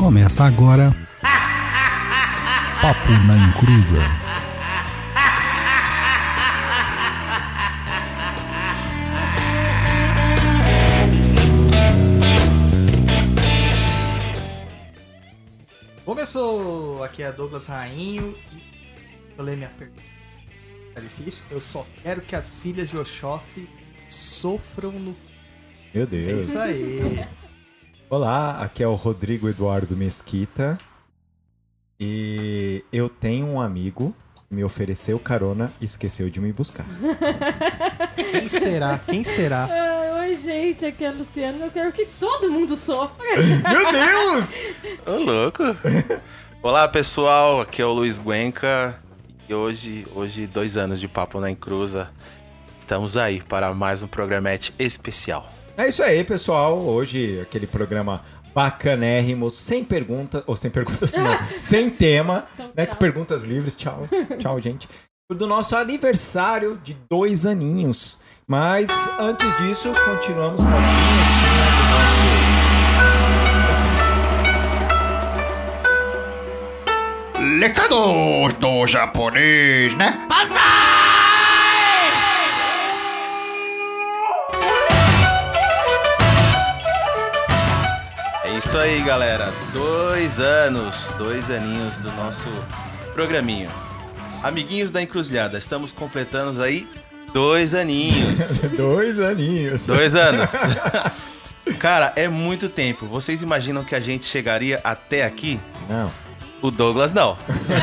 Começa agora Papo na Encruza. Começou! Aqui é Douglas Rainho e eu leio minha pergunta. Tá difícil? Eu só quero que as filhas de Oxóssi sofram no... Meu Deus. É isso aí. Olá, aqui é o Rodrigo Eduardo Mesquita. E eu tenho um amigo que me ofereceu carona e esqueceu de me buscar. Quem será? Quem será? Oi, gente, aqui é a Luciana. Eu quero que todo mundo sofra. Meu Deus! Ô, louco! Olá, pessoal, aqui é o Luiz Guenca. E hoje 2 anos de Papo na Encruza. Estamos aí para mais um programete especial. É isso aí, pessoal. Hoje, aquele programa bacanérrimo, sem perguntas, ou sem perguntas não, sem tema, Então, né? tchau. Com perguntas livres, tchau. Tchau, gente. Do nosso aniversário de 2 aninhos. Mas, antes disso, continuamos com a vinhetinha do nosso... Recados do japonês, né? É isso aí, galera. 2 aninhos do nosso programinho. Amiguinhos da Encruzilhada, estamos completando aí 2 aninhos. 2 aninhos. 2 anos. Cara, é muito tempo. Vocês imaginam que a gente chegaria até aqui? Não. O Douglas não.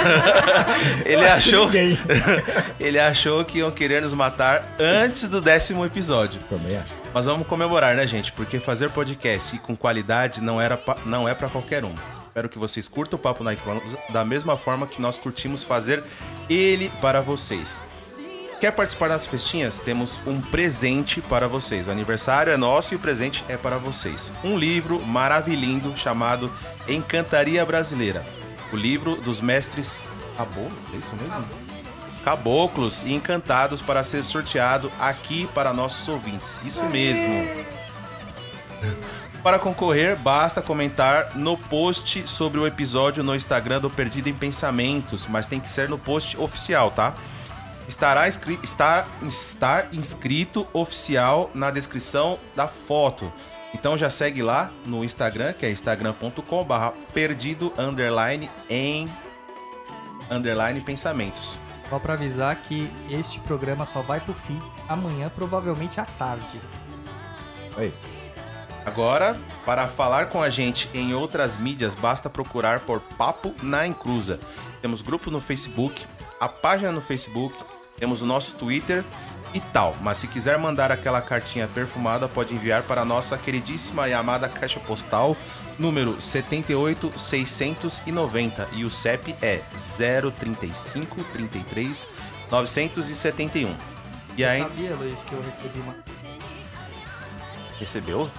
Ele achou que iam querer nos matar antes do 10º episódio. Também acho. Mas vamos comemorar, né, gente? Porque fazer podcast e com qualidade não é pra qualquer um. Espero que vocês curtam o Papo na Encruza da mesma forma que nós curtimos fazer ele para vocês. Quer participar das festinhas? Temos um presente para vocês. O aniversário é nosso e o presente é para vocês. Um livro maravilhoso chamado Encantaria Brasileira. O livro dos mestres caboclos, é isso mesmo? Caboclos e encantados para ser sorteado aqui para nossos ouvintes. Isso mesmo. Para concorrer, basta comentar no post sobre o episódio no Instagram do Perdido em Pensamentos, mas tem que ser no post oficial, tá? Estar inscrito oficial na descrição da foto. Então já segue lá no Instagram, que é instagram.com/perdido_em_pensamentos. Só pra avisar que este programa só vai pro fim amanhã, provavelmente à tarde. Aí. Agora, para falar com a gente em outras mídias, basta procurar por Papo na Encruza. Temos grupo no Facebook, a página no Facebook, temos o nosso Twitter e tal. Mas se quiser mandar aquela cartinha perfumada, pode enviar para a nossa queridíssima e amada caixa postal, número 78690. E o CEP é 035 33 971. E aí, Sabia, Luiz, que eu recebi uma... recebeu?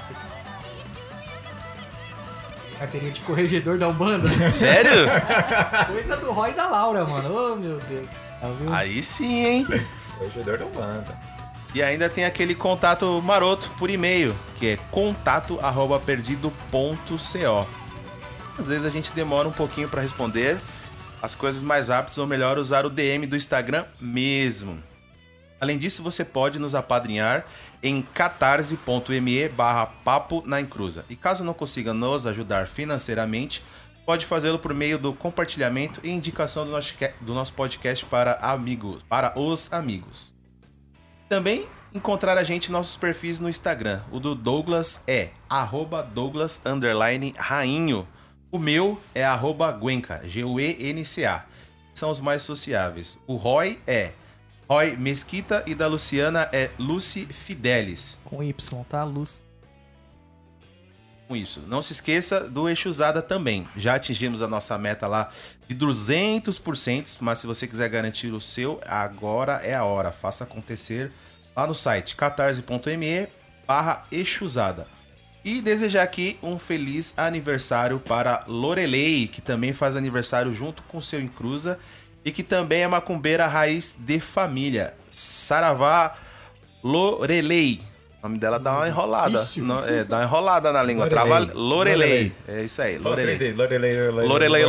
carteirinha de corregedor da Umbanda? Sério? Coisa do Roy e da Laura, mano. Oh, meu Deus. Tá vendo? Aí sim, hein? Corregedor da banda. E ainda tem aquele contato maroto por e-mail, que é contato@perdido.co. Às vezes a gente demora um pouquinho para responder as coisas mais rápidas, ou melhor, usar o DM do Instagram mesmo. Além disso, você pode nos apadrinhar em catarse.me/papo na encruza. E caso não consiga nos ajudar financeiramente, pode fazê-lo por meio do compartilhamento e indicação do nosso podcast para os amigos. Também encontrar a gente em nossos perfis no Instagram. O do Douglas é @Douglas_Rainho. O meu é @Guenca, Guenca. São os mais sociáveis. O Roy é Roy Mesquita e da Luciana é Lucy Fidelis. Com Y, tá? Luz. Com isso. Não se esqueça do Exusada também. Já atingimos a nossa meta lá de 200%, mas se você quiser garantir o seu, agora é a hora. Faça acontecer lá no site catarse.me/Exusada. E desejar aqui um feliz aniversário para Lorelei, que também faz aniversário junto com seu Encruza e que também é macumbeira raiz de família. Saravá Lorelei. nome dela dá uma enrolada. Difícil. Dá uma enrolada na língua. Trava Lorelei. É isso aí, Lorelei. Lorelei.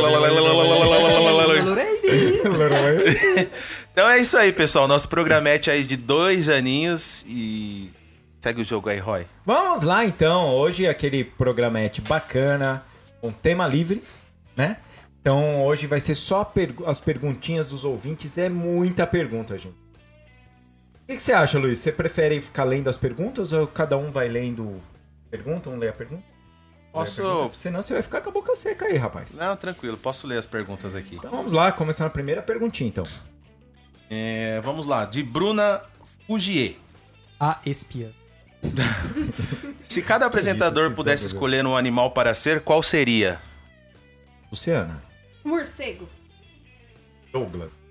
Então é isso aí, pessoal. Nosso programete aí de 2 aninhos e... Segue o jogo aí, Roy. Vamos lá, então. Hoje aquele programete bacana, um tema livre, né? Então hoje vai ser só as perguntinhas dos ouvintes. É muita pergunta, gente. O que você acha, Luiz? Você prefere ficar lendo as perguntas ou cada um vai lendo pergunta? Um lê a pergunta? Posso... Senão você vai ficar com a boca seca aí, rapaz. Não, tranquilo. Posso ler as perguntas aqui. Então vamos lá, começando a primeira perguntinha, então. Vamos lá. De Bruna Fugier. A espiã. Se cada apresentador pudesse escolher um animal para ser, qual seria? Luciana. Morcego. Douglas.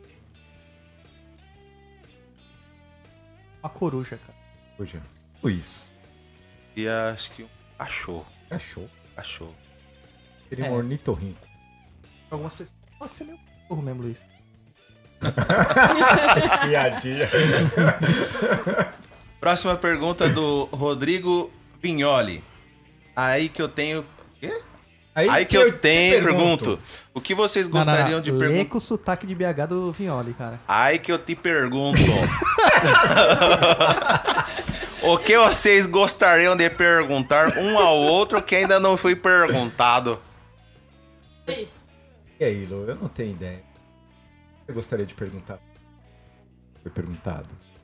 Uma coruja, cara. Hoje. Luiz. E acho que um cachorro. Cachorro. Seria um ornitorrinco. Algumas pessoas falam que você é meio burro mesmo, Luiz. Piadinha. Próxima pergunta do Rodrigo Vignoli. Aí que eu tenho... Quê? Aí que eu tenho, pergunto. O que vocês gostariam de Lê perguntar? com o sotaque de BH do Vignoli, cara. Aí que eu te pergunto. O que vocês gostariam de perguntar um ao outro que ainda não foi perguntado? Ei, E aí, Lu? Eu não tenho ideia. O que você gostaria de perguntar? Foi perguntado.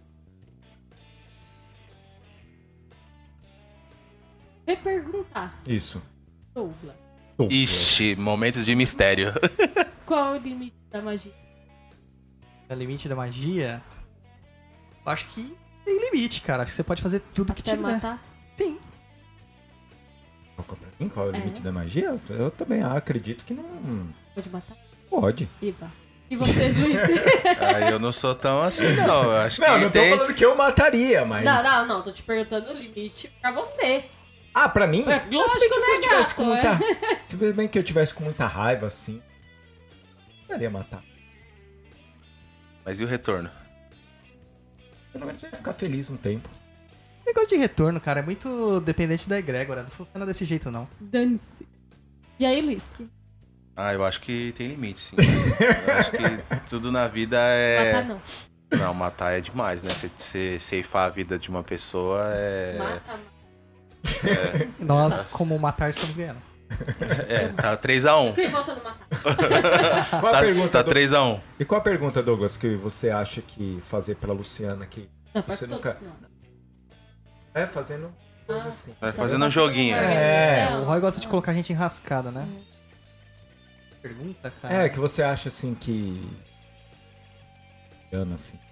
reperguntar. Isso. Douglas. Ixi, momentos de mistério. Qual é o limite da magia? O limite da magia... Eu acho que tem limite, cara. Acho que você pode fazer tudo que Até tiver. matar? Sim. Qual é o limite da magia? Eu também acredito que não Pode matar? pode. Iba. E você, Luiz? Aí eu não sou tão assim, não. Eu acho que Não tô tem... falando que eu mataria, mas... Não. Tô te perguntando o limite pra você. Ah, pra mim? É, lógico, Se bem que se eu né, tivesse gato? com muita... Se bem que eu tivesse com muita raiva, assim... Eu ia matar. Mas e o retorno? Pelo menos eu ia ficar feliz um tempo. O negócio de retorno, cara, é muito dependente da egrégora. Não funciona desse jeito, não. Dane-se. E aí, Luiz? Ah, eu acho que tem limite, sim. Eu acho que tudo na vida é... Matar não. Não, matar é demais, né? Você ceifar a vida de uma pessoa é... Mata. Nós, como matar, estamos ganhando. Tá 3x1. Quem volta no matar? Qual a pergunta, Tá 3x1. E qual a pergunta, Douglas, que você acha que fazer pela Luciana que Não, você pra nunca... todos, não. É, fazendo coisa assim. Vai fazendo um joguinho. É, O Roy gosta de colocar a gente enrascada, né? Pergunta, cara. É, que você acha assim que... Luciana, assim...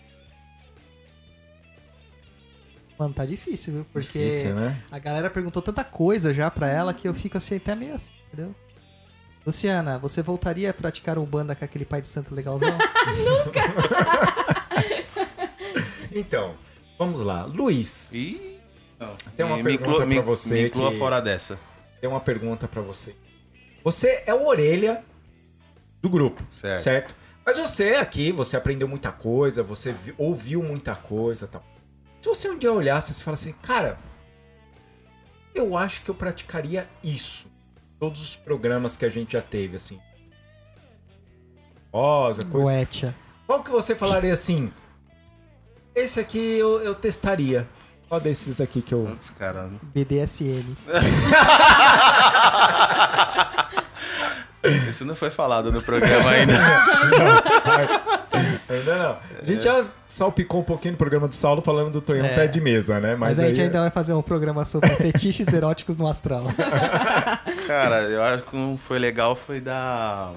Mano, tá difícil, viu? Porque Difícil, né? a galera perguntou tanta coisa já pra ela que eu fico assim até meio assim, entendeu? Luciana, você voltaria a praticar Umbanda com aquele pai de santo legalzão? Então, vamos lá. Luiz, Ih, não. Tem uma Me pergunta inclua- pra você Me inclua que- fora dessa. tem uma pergunta pra você. Você é o orelha do grupo, Certo. certo? Mas você aqui, você aprendeu muita coisa, você ouviu muita coisa e tal. Se você um dia olhasse e fala assim, cara, eu acho que eu praticaria isso. Todos os programas que a gente já teve, assim. Coisa. Goetia. Qual que você falaria assim? Esse aqui eu testaria. Qual desses aqui que eu... Putz, cara. BDSM. Isso não foi falado no programa ainda. Ainda não. A gente já salpicou um pouquinho no programa do Saulo falando do Tonhão pé de mesa, né? Mas a gente ainda vai fazer um programa sobre fetiches eróticos no astral. Cara, eu acho que não foi legal, foi da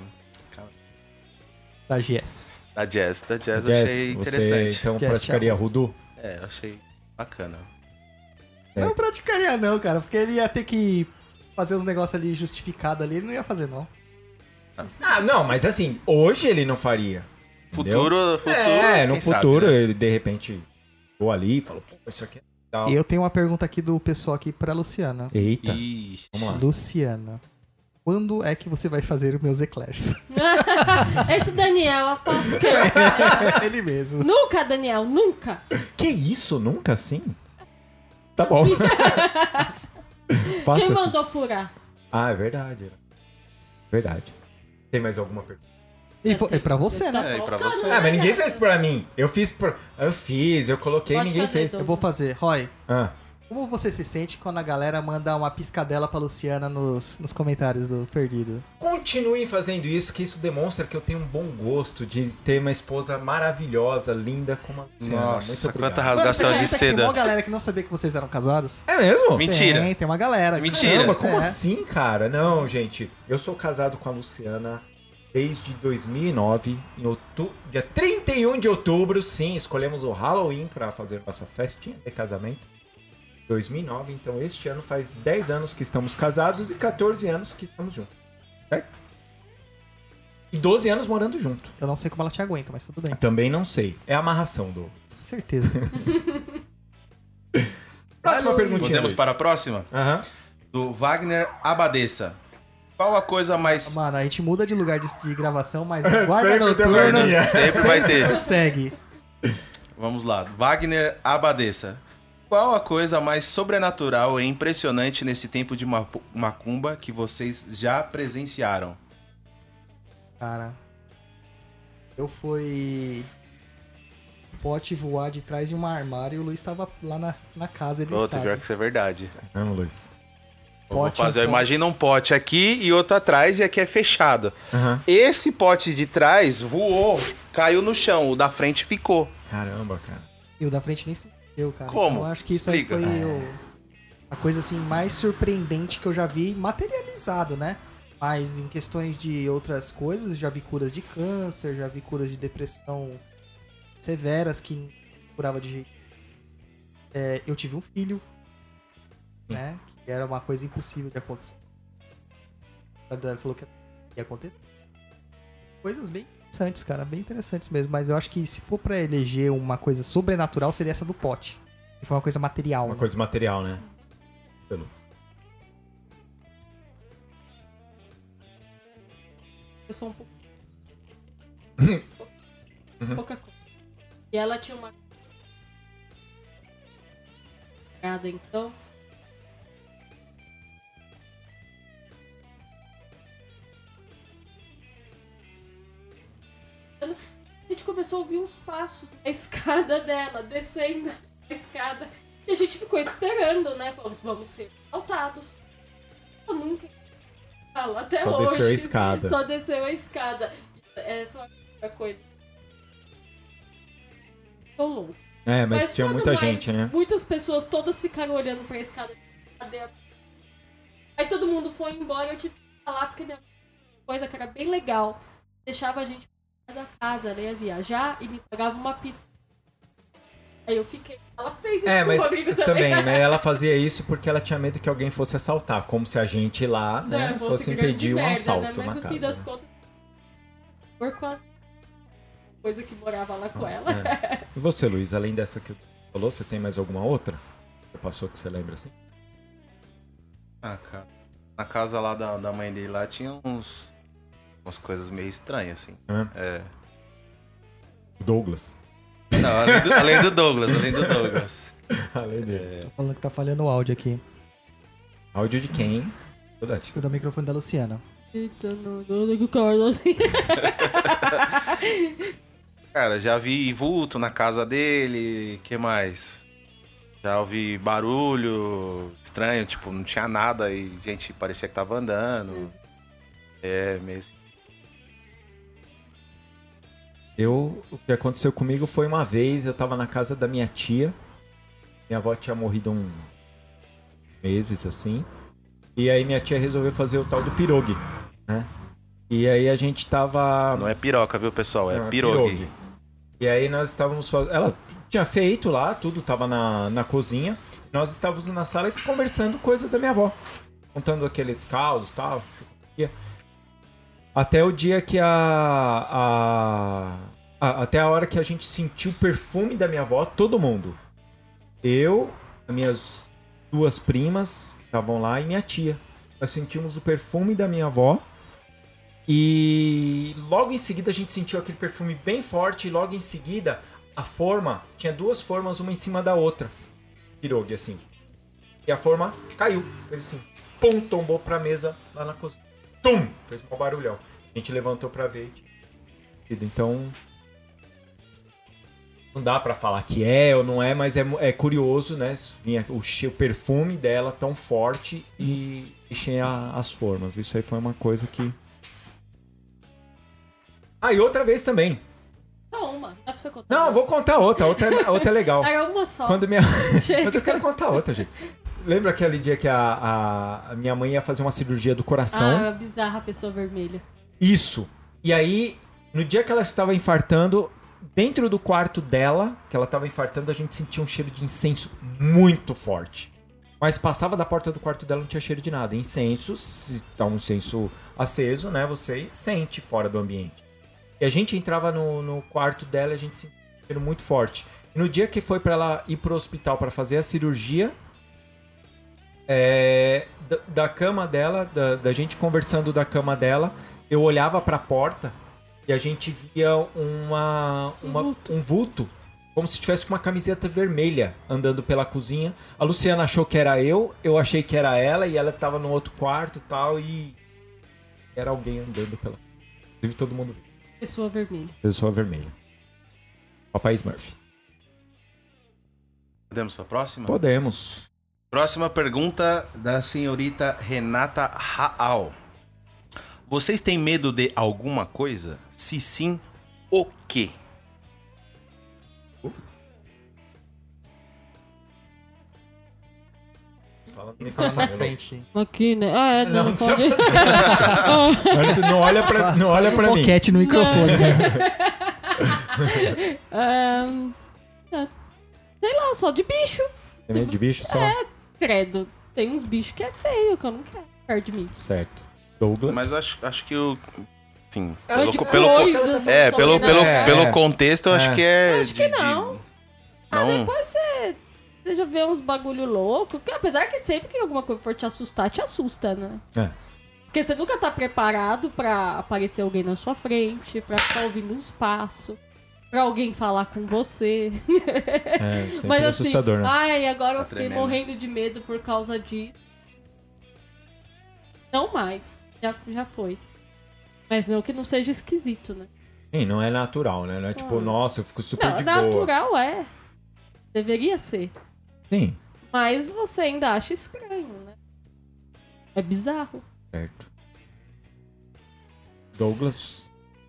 Da GS. Jazz. Da Jazz eu Jazz, achei você interessante. então Jazz, praticaria Rudu? É, eu achei bacana. Não praticaria não, cara, porque ele ia ter que fazer os negócios ali justificados ali, ele não ia fazer não. Ah, não, mas assim, hoje ele não faria. Entendeu? Futuro, É, no quem sabe, futuro né? ele de repente vou ali e falo, pô, isso aqui é legal. E eu tenho uma pergunta aqui do pessoal aqui pra Luciana. Eita, Ixi. vamos lá. Luciana, quando é que você vai fazer os meus eclairs? Esse Daniel, aposto que é. Ele mesmo. Nunca, Daniel, nunca. Que isso? Nunca assim? Tá bom. Assim. Faça Quem assim. mandou furar? Ah, é verdade. Verdade. Tem mais alguma pergunta? É pra você, né? É, e pra você. Ah, mas ninguém fez pra mim. Eu coloquei e Pode ninguém fazer, fez. Dom. Eu vou fazer. Roy, Ah, como você se sente quando a galera manda uma piscadela pra Luciana nos comentários do Perdido? continue fazendo isso, que isso demonstra que eu tenho um bom gosto de ter uma esposa maravilhosa, linda como a Luciana. Nossa, Muito obrigado. quanta rasgação de Tem uma seda. galera que não sabia que vocês eram casados? É mesmo? Mentira. Tem uma galera. Mentira. Caramba, como É. assim, cara? Não, gente. Eu sou casado com a Luciana desde 2009, dia 31 de outubro, sim, escolhemos o Halloween pra fazer nossa festinha de casamento. 2009, então este ano faz 10 anos que estamos casados e 14 anos que estamos juntos, certo? E 12 anos morando junto. Eu não sei como ela te aguenta, mas tudo bem. Também não sei. É amarração, do. Certeza. Próxima perguntinha. Podemos Luiz. para a próxima? Aham. Do Wagner Abadessa. Qual a coisa mais... Mano, a gente muda de lugar de gravação, mas Sempre guarda tem noturno guardinha. Sempre vai ter. segue. Vamos lá. Wagner Abadessa. Qual a coisa mais sobrenatural e impressionante nesse tempo de macumba que vocês já presenciaram? Cara, eu fui pote voar de trás de um armário e o Luiz tava lá na casa, ele Puta, sabe. pior que isso é verdade. Vamos, Luiz. Eu vou Pote, fazer, pote. imagina um pote aqui e outro atrás e aqui é fechado. Aham. Esse pote de trás voou, caiu no chão, o da frente ficou. Caramba, cara. E o da frente nem se deu, cara. Como? Então, eu acho que isso Explica. aí foi a coisa assim mais surpreendente que eu já vi materializado, né? Mas em questões de outras coisas, já vi curas de câncer, já vi curas de depressão severas que não curava de jeito. Eu tive um filho, né? Que era uma coisa impossível de acontecer. Ela falou que ia acontecer. Coisas bem interessantes, cara, bem interessantes mesmo. Mas eu acho que se for pra eleger uma coisa sobrenatural, seria essa do pote. Que foi uma coisa material. Uma né? coisa material, né? Eu sou um pouco. Pouca coisa. E ela tinha uma. Então. A gente começou a ouvir uns passos na escada dela, descendo a escada. E a gente ficou esperando, né? Falamos, vamos ser assaltados. Eu nunca falo até Só hoje. desceu a escada. Só desceu a escada. É só a coisa. Tô louco. É, mas tinha quando muita mais, gente, né? Muitas pessoas, todas ficaram olhando pra escada. Aí todo mundo foi embora, eu tive que falar porque minha coisa que era bem legal. Deixava a gente da casa, ela ia viajar e me pagava uma pizza. Aí eu fiquei. Ela fez isso Mas comigo também, né? Ela fazia isso porque ela tinha medo que alguém fosse assaltar. Como se a gente lá, né, fosse grande impedir um merda, assalto né? na Mas no casa. fim das né? contas, por quase coisa que morava lá com ela. É. E você, Luiz, além dessa que eu falou, você tem mais alguma outra? Que passou que você lembra assim? Ah, cara. Na casa lá da mãe dele lá tinha umas coisas meio estranhas, assim. É. Douglas. Não, além do Douglas. Além dele. Tô falando que tá falhando o áudio aqui. Áudio de quem? Acho que o do microfone da Luciana. Eita, não ligo o carro assim. Cara, já vi vulto na casa dele, que mais? Já ouvi barulho estranho, tipo, não tinha nada e gente parecia que tava andando. É, mesmo. O que aconteceu comigo foi uma vez, eu tava na casa da minha tia. Minha avó tinha morrido uns meses, assim. E aí minha tia resolveu fazer o tal do pirogue, né? E aí a gente tava... Não é piroca, viu, pessoal? É Não, pirogue. E aí nós estávamos fazendo... Ela tinha feito lá, tudo tava na cozinha. Nós estávamos na sala e conversando coisas da minha avó. Contando aqueles causos e tal. Até o dia que até a hora que a gente sentiu o perfume da minha avó, todo mundo. Eu, as minhas duas primas que estavam lá e minha tia. Nós sentimos o perfume da minha avó. E logo em seguida a gente sentiu aquele perfume bem forte. E logo em seguida a forma, tinha duas formas, uma em cima da outra. Pirogue, assim. E a forma caiu. Fez assim. Pum, tombou pra mesa lá na cozinha. Tum! Fez um barulhão. A gente levantou pra ver. Então... Não dá pra falar que é ou não é, mas é curioso, né? Vinha o perfume dela tão forte e tinha as formas. Isso aí foi uma coisa que... E outra vez também. Só uma. Dá pra você contar? Não, vou contar outra. Outra é legal. Era uma só. Quando Mas eu quero contar outra, gente. Lembra aquele dia que a minha mãe ia fazer uma cirurgia do coração? Bizarra a pessoa vermelha. Isso. E aí, no dia que ela estava infartando... Dentro do quarto dela, que ela tava infartando, a gente sentia um cheiro de incenso muito forte. Mas passava da porta do quarto dela, não tinha cheiro de nada. Incenso, se tá um incenso aceso, né? Você sente fora do ambiente. E a gente entrava no quarto dela e a gente sentia um cheiro muito forte. E no dia que foi pra ela ir pro hospital para fazer a cirurgia, da cama dela, da gente conversando da cama dela, eu olhava pra porta... E a gente via um vulto, como se tivesse com uma camiseta vermelha andando pela cozinha. A Luciana achou que era eu achei que era ela, e ela tava no outro quarto e tal, e era alguém andando pela... Inclusive todo mundo viu. Pessoa vermelha. Pessoa vermelha. Papai Smurf. Podemos para a próxima? Podemos. Próxima pergunta da senhorita Renata Raal. Vocês têm medo de alguma coisa? Se sim, o quê? Fala no Fala na microfone. frente. Aqui, né? Não, não pode... precisa fazer isso. Não olha pra mim. Boquete no microfone, né? Sei lá, só de bicho. Tem medo de bicho só? Credo. Tem uns bichos que é feio, que eu não quero perto de mim. Certo. Douglas. Mas acho que o... Sim. De coisas sobrenaturais. Pelo contexto, eu acho que é... Acho que não. Depois você já vê uns bagulho louco. Que, apesar que sempre que alguma coisa for te assustar, te assusta, né? Porque você nunca tá preparado pra aparecer alguém na sua frente, pra ficar ouvindo uns passos, pra alguém falar com você. Sempre Mas assustador, né? Agora eu Tá fiquei tremendo. morrendo de medo por causa disso. Não mais. Já foi. Mas não que não seja esquisito, né? Sim, não é natural, né? Não é tipo, nossa, eu fico super Não, de boa. natural é. Deveria ser. Sim. Mas você ainda acha estranho, né? É bizarro. Certo. Douglas.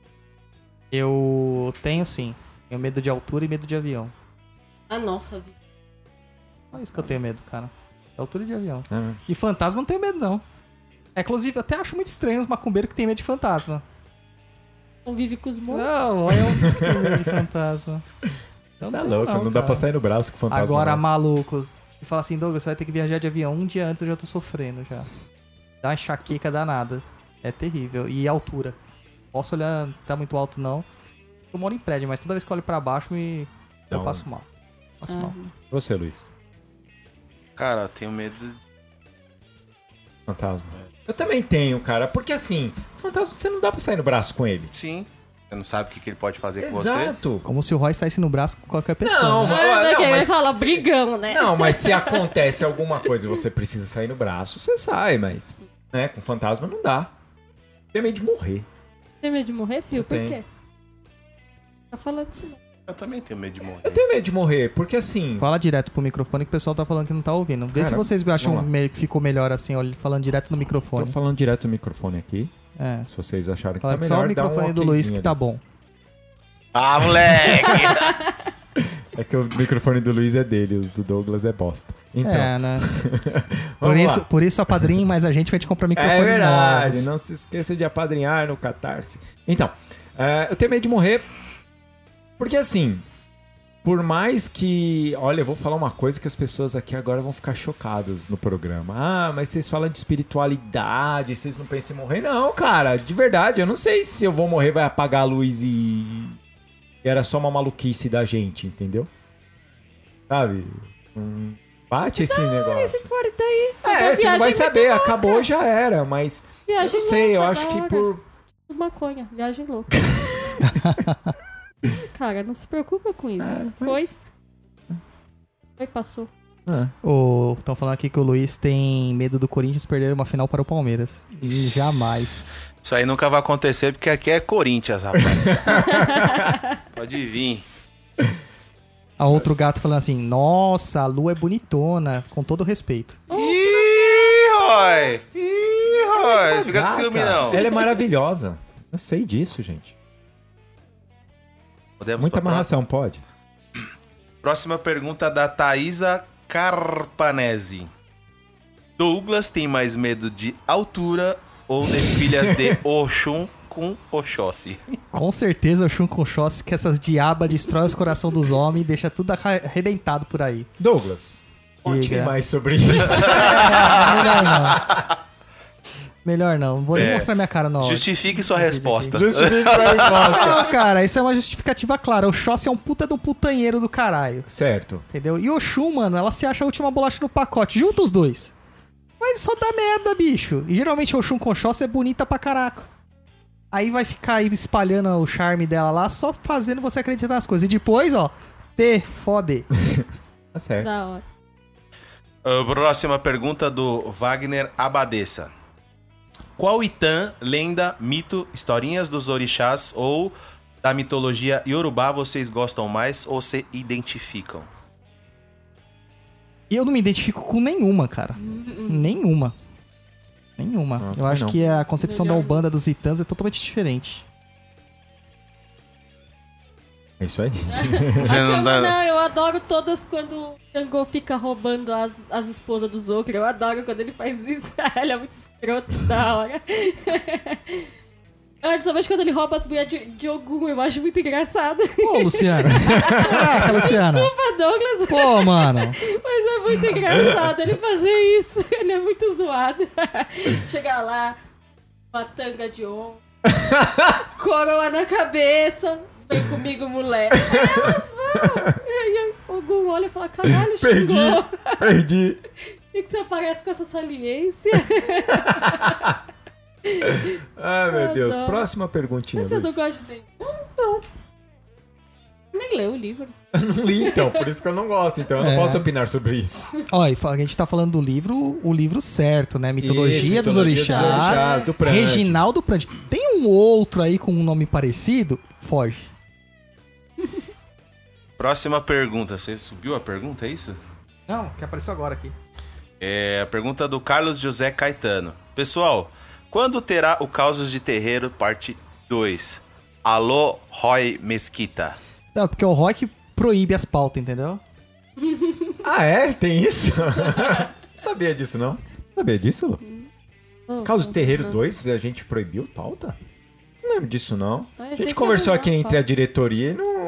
Eu tenho sim. Tenho medo de altura e medo de avião. A nossa vida. Só isso que eu tenho medo, cara. De altura e de avião. Ah, E fantasma não tenho medo, não. Inclusive, até acho muito estranho os macumbeiros que tem medo de fantasma. Convive com os mortos. Não, olha um que tem medo de fantasma. Eu tá tenho louco, não dá cara. pra sair no braço com fantasma. Agora, não. maluco, e fala assim, Douglas, você vai ter que viajar de avião um dia antes, eu já tô sofrendo já. Dá uma enxaqueca danada. É terrível. E altura. Posso olhar, não tá muito alto não. Eu moro em prédio, mas toda vez que eu olho pra baixo, eu Não. passo mal. Passo mal. Você, Luiz. Cara, eu tenho medo... Fantasma. Eu também tenho, cara. Porque assim, fantasma você não dá pra sair no braço com ele. Sim. Você não sabe o que ele pode fazer com você. Exato. Como se o Roy saísse no braço com qualquer pessoa. Não, né? mas- Quem vai mas falar se- brigão, né? Não, mas se acontece alguma coisa e você precisa sair no braço, você sai, mas... Né, com fantasma não dá. Tem medo de morrer. Tem medo de morrer, filho? Eu Por tenho. quê? Tá falando isso não. Eu também tenho medo de morrer. Eu tenho medo de morrer, porque assim... Fala direto pro microfone que o pessoal tá falando que não tá ouvindo. Vê Cara, se vocês acham vamos lá. que ficou melhor assim, ó, falando direto no Tô microfone. falando direto no microfone aqui. É. Se vocês acharam que Fala tá que só o melhor, dá um microfone do Luiz que okzinho tá ali. bom. Ah, moleque! É que o microfone do Luiz é dele, os do Douglas é bosta. Então, É, né? vamos lá. Por isso a padrinha, mas a gente vai te comprar microfones É verdade, novos. não se esqueça de apadrinhar no Catarse. Então, eu tenho medo de morrer porque assim, por mais que... Olha, eu vou falar uma coisa que as pessoas aqui agora vão ficar chocadas no programa. Ah, mas vocês falam de espiritualidade, vocês não pensam em morrer? Não, cara, de verdade, eu não sei se eu vou morrer, vai apagar a luz e era só uma maluquice da gente, entendeu? Sabe? Bate esse negócio. Se for daí. Você não vai saber, acabou, já era, mas... Viagem Eu não sei, eu louca, acho da que hora. por... Maconha, viagem louca. Cara, não se preocupa com isso. mas- Foi, passou. Estão falando aqui que o Luiz tem medo do Corinthians perder uma final para o Palmeiras. E jamais. Isso aí nunca vai acontecer porque aqui é Corinthians, rapaz. Pode vir. A outro gato falando assim, nossa, a Lu é bonitona, com todo respeito. Ih, Roy! Fica com ciúme, não. Ela é maravilhosa. Eu sei disso, gente. Podemos Muita pra amarração, pode? próxima pergunta da Thaisa Carpanese. Douglas tem mais medo de altura ou de filhas de Oxum com Oxóssi? Com certeza o Shun com Oxóssi, que essas diabas destrói os corações dos homens e deixa tudo arrebentado por aí. Douglas, conte Diga. mais sobre isso. Melhor não. Melhor não. Vou nem mostrar minha cara no áudio. Justifique sua resposta. Justifique a resposta. Não, cara, isso é uma justificativa clara. O Oxóssi é um puta de um putanheiro do caralho. Certo. Entendeu? E o Oxum, mano, ela se acha a última bolacha no pacote. Junta os dois. Mas só dá merda, bicho. E geralmente o Oxum com Oxóssi é bonita pra caraca. Aí vai ficar aí espalhando o charme dela lá, só fazendo você acreditar nas coisas. E depois, ó, fode. Tá certo. Da hora. Próxima pergunta do Wagner Abadessa. Qual Itã, lenda, mito, historinhas dos orixás ou da mitologia iorubá vocês gostam mais ou se identificam? E eu não me identifico com nenhuma, cara. Nenhuma. Não, Eu acho não. que a concepção Melhor da Umbanda dos Itãs é totalmente diferente. É isso aí. Você não dá... Não, eu adoro todas quando o Django fica roubando as esposas dos outros. Eu adoro quando ele faz isso. Ele é muito escroto, da hora. Principalmente quando ele rouba as mulheres de Ogum, eu acho muito engraçado. Pô, Luciana. Caraca, Luciana. Desculpa, Douglas, Pô, mano. mas é muito engraçado ele fazer isso. Ele é muito zoado. Chegar lá, uma tanga de ouro, coroa na cabeça. Vem comigo, moleque. Aí elas vão. E aí o Ogum olha e fala, caralho, xingou. Perdi. Por que você aparece com essa saliência? Ai, meu Deus. Adoro. Próxima perguntinha, Mas você não Luiz. gosta dele? Não. Nem leu o livro. Eu não li, então. Por isso que eu não gosto. Então eu não posso opinar sobre isso. Ó, e a gente tá falando do livro, o livro certo, né? Mitologia, Isso, dos Mitologia dos Orixás, Orixás, do Prante. Reginaldo Prante. Tem um outro aí com um nome parecido? Foge. Próxima pergunta. Você subiu a pergunta, é isso? Não, que apareceu agora aqui. É a pergunta do Carlos José Caetano. Pessoal, quando terá o Causos de Terreiro parte 2? Alô, Roy Mesquita. Não, porque é o Roy que proíbe as pautas, entendeu? Ah, é? Tem isso? Não sabia disso, não? Sabia disso, Lu? Causa do Terreiro 2, a gente proibiu pauta? Não lembro disso, não. Ah, A tem gente que conversou arrumar aqui a entre pauta. a diretoria e não...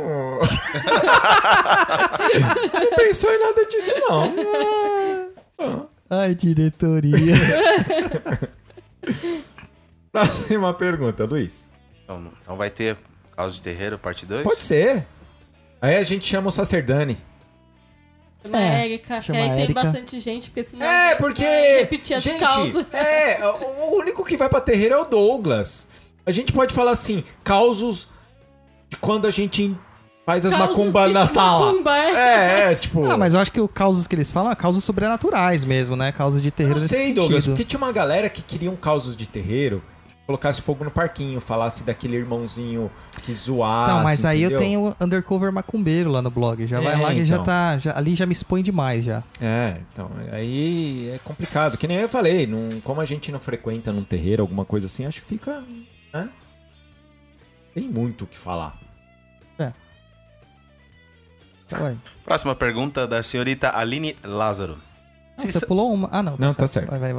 não pensou em nada disso, não. Ai, diretoria. Próxima pergunta, Luiz. Então vai ter Causos de Terreiro parte 2? Pode ser. Aí a gente chama o Sacerdani. Chama É, a Erika, que chama aí a tem Erika. bastante gente, porque senão... É, vai porque... repetir as Gente, causas. o único que vai pra terreiro é o Douglas. A gente pode falar assim, causos de quando a gente faz as Causos macumbas de na sala. macumba, Tipo... Ah, mas eu acho que os causos que eles falam é causos sobrenaturais mesmo, né? Causos de Eu terreiro não nesse sei, sentido. Douglas, porque tinha uma galera que queria um causos de terreiro, colocasse fogo no parquinho, falasse daquele irmãozinho que zoasse, Então, mas aí entendeu? eu tenho o Undercover Macumbeiro lá no blog. Já vai lá que já então. tá... ali já me expõe demais, já. Então, aí é complicado. Que nem eu falei, como a gente não frequenta num terreiro, alguma coisa assim, acho que fica... né? Tem muito o que falar. Tá, vai. Próxima pergunta da senhorita Aline Lázaro. Ah, Se você sa- pulou uma. Ah, não. Não, tá certo. Vai.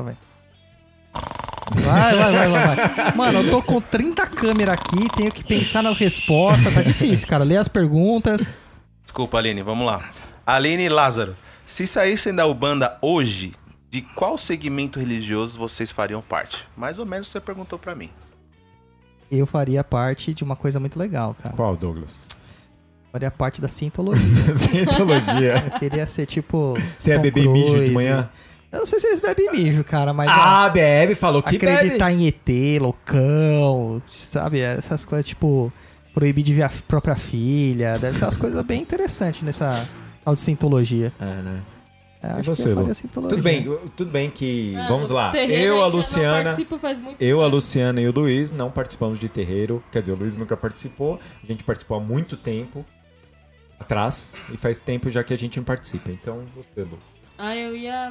Vai. Mano, eu tô com 30 câmeras aqui, tenho que pensar na resposta. Tá difícil, cara. Lê as perguntas. Desculpa, Aline, vamos lá. Aline Lázaro. Se saíssem da Ubanda hoje, de qual segmento religioso vocês fariam parte? Mais ou menos você perguntou pra mim. Eu faria parte de uma coisa muito legal, cara. Qual, Douglas? Faria parte da cientologia. Cientologia. Eu queria ser tipo. Você ia Tom beber mijo de Cruise. manhã? Eu não sei se eles bebem mijo, cara, mas. Bebe, falou que acreditar em ET, loucão, sabe? Essas coisas tipo. Proibir de ver a própria filha. Deve ser umas coisas bem interessantes nessa tal de cientologia. É, né? Acho você, que eu Lu? faria Scientologia. Tudo bem que... Ah, vamos no lá. terreiro Eu, a já não Luciana... participo faz muito Eu, a tempo. Luciana e o Luiz não participamos de terreiro. Quer dizer, o Luiz nunca participou. A gente participou há muito tempo atrás. E faz tempo já que a gente não participa. Então, você, Lu. Ah, eu ia...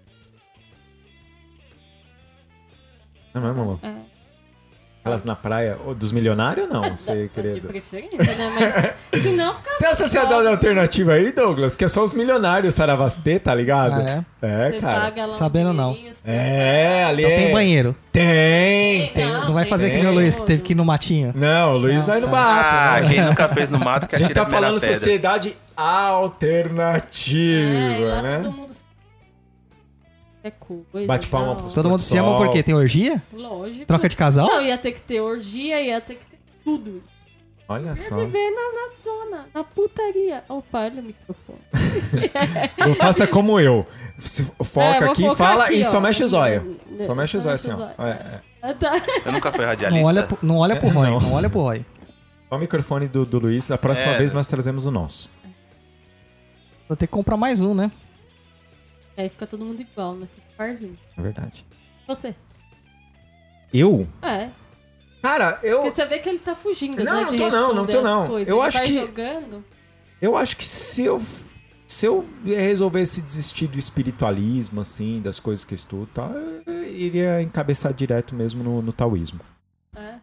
Não é, Lu? É. Elas na praia dos milionários ou não? Você De queria... preferência, né? Mas se não, fica... Tem a sociedade alternativa aí, Douglas? Que é só os milionários Saravastê, tá ligado? Ah, É, Você cara. paga lá um Sabendo não. dinheirinho, você É, ali Então é... tem banheiro. Tem. Não vai fazer que nem o Luiz, que teve que ir no matinho. Não, o Luiz Não, vai no tá. mato. né? Quem nunca fez no mato que A gente atira a tá primeira falando pedra. sociedade alternativa, É, e lá né? todo mundo... É coisa. Bate palma não. pros- Todo mundo se ama porque tem orgia? Lógico. Troca de casal? Não, ia ter que ter orgia, ia ter que ter tudo. Olha só. Viver na zona, na putaria. Opa, olha o microfone. Não faça como eu. Foca vou aqui, focar fala aqui, e ó. só mexe o zóio. É, Só mexe o zóio assim, mexe o ó. zóio. Ah, tá. Você nunca foi Não radialista? olha pro Roy, Não. não olha pro Roy. Só o microfone do Luiz. Da próxima É. vez nós trazemos o nosso. Vou ter que comprar mais um, né? Aí fica todo mundo igual, né? Fica parzinho. É verdade. Você. Eu? É. Cara, eu... Porque você vê que ele tá fugindo, Não, né? não de tô não, não responder tô as não. coisas. Eu Ele acho vai que- jogando. Eu acho que se eu resolvesse desistir do espiritualismo, assim, das coisas que eu estudo, tá, eu iria encabeçar direto mesmo no taoísmo. É.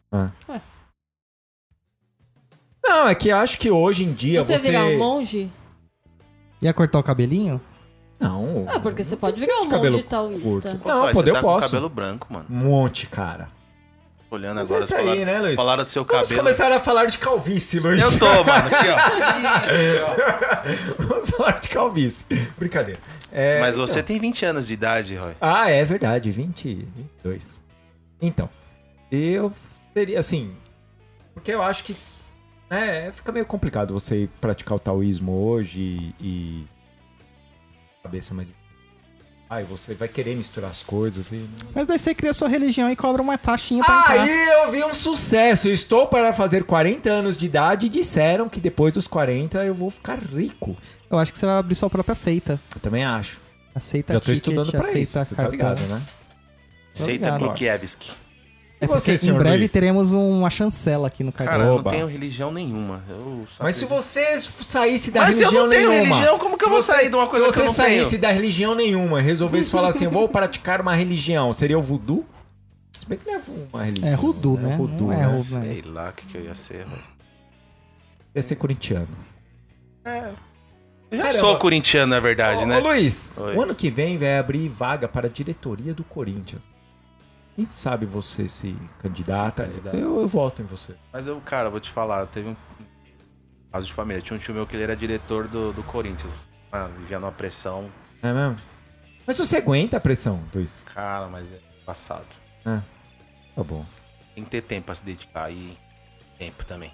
Não, é que eu acho que hoje em dia Você você... virar um monge? Ia cortar o cabelinho? Não. Ah, porque você não pode precisa virar um de cabelo monge taoísta. curto. Pô, Não, pai, poder você eu tá com posso. cabelo branco, mano. Um monte, cara. Olhando Mas agora, entra aí, né, Luiz? falaram do seu Vamos cabelo. começar a falar de calvície, Luiz. Eu tô, mano, aqui, ó. Isso, Vamos falar de calvície. Brincadeira. ó. É, Mas então. você tem 20 anos de idade, Roy. Ah, é verdade, 22. Então, eu teria, assim, porque eu acho que, né, fica meio complicado você praticar o taoísmo hoje e cabeça mais... Ai, você vai querer misturar as coisas e... Mas daí você cria sua religião e cobra uma taxinha pra entrar. Aí eu vi um sucesso, eu estou para fazer 40 anos de idade e disseram que depois dos 40 eu vou ficar rico. Eu acho que você vai abrir sua própria seita. Eu também acho. Aceita Já tô ticket, estudando pra aceita isso, você tá cartão. ligado, né? Seita ligado. Glukiewicz. É E você, porque em senhor breve Luiz? teremos uma chancela aqui no cartão. Cara, eu não Oba. tenho religião nenhuma. Eu só Mas se acredito- você saísse da Mas se eu religião não tenho nenhuma... religião, como que eu vou sair de uma coisa se que eu você não saísse tenho? da religião nenhuma e resolvesse falar assim, eu vou praticar uma religião, seria o voodoo? Se bem que não é uma religião. É voodoo, né? Voodoo, Não é né? voodoo, né? Sei lá o que eu ia ser, Roy. Ia ser corintiano. Eu já Caramba. sou corintiano, na verdade, né? Ô Luiz, Oi. o ano que vem vai abrir vaga para a diretoria do Corinthians. Quem sabe você se candidata? Se candidata. Eu voto em você. Mas eu, cara, vou te falar, teve um caso de família. Tinha um tio meu que ele era diretor do Corinthians. Ah, vivia numa pressão. É mesmo? Mas você aguenta a pressão, Luiz? Cara, mas é passado. Tá bom. Tem que ter tempo pra se dedicar e tempo também.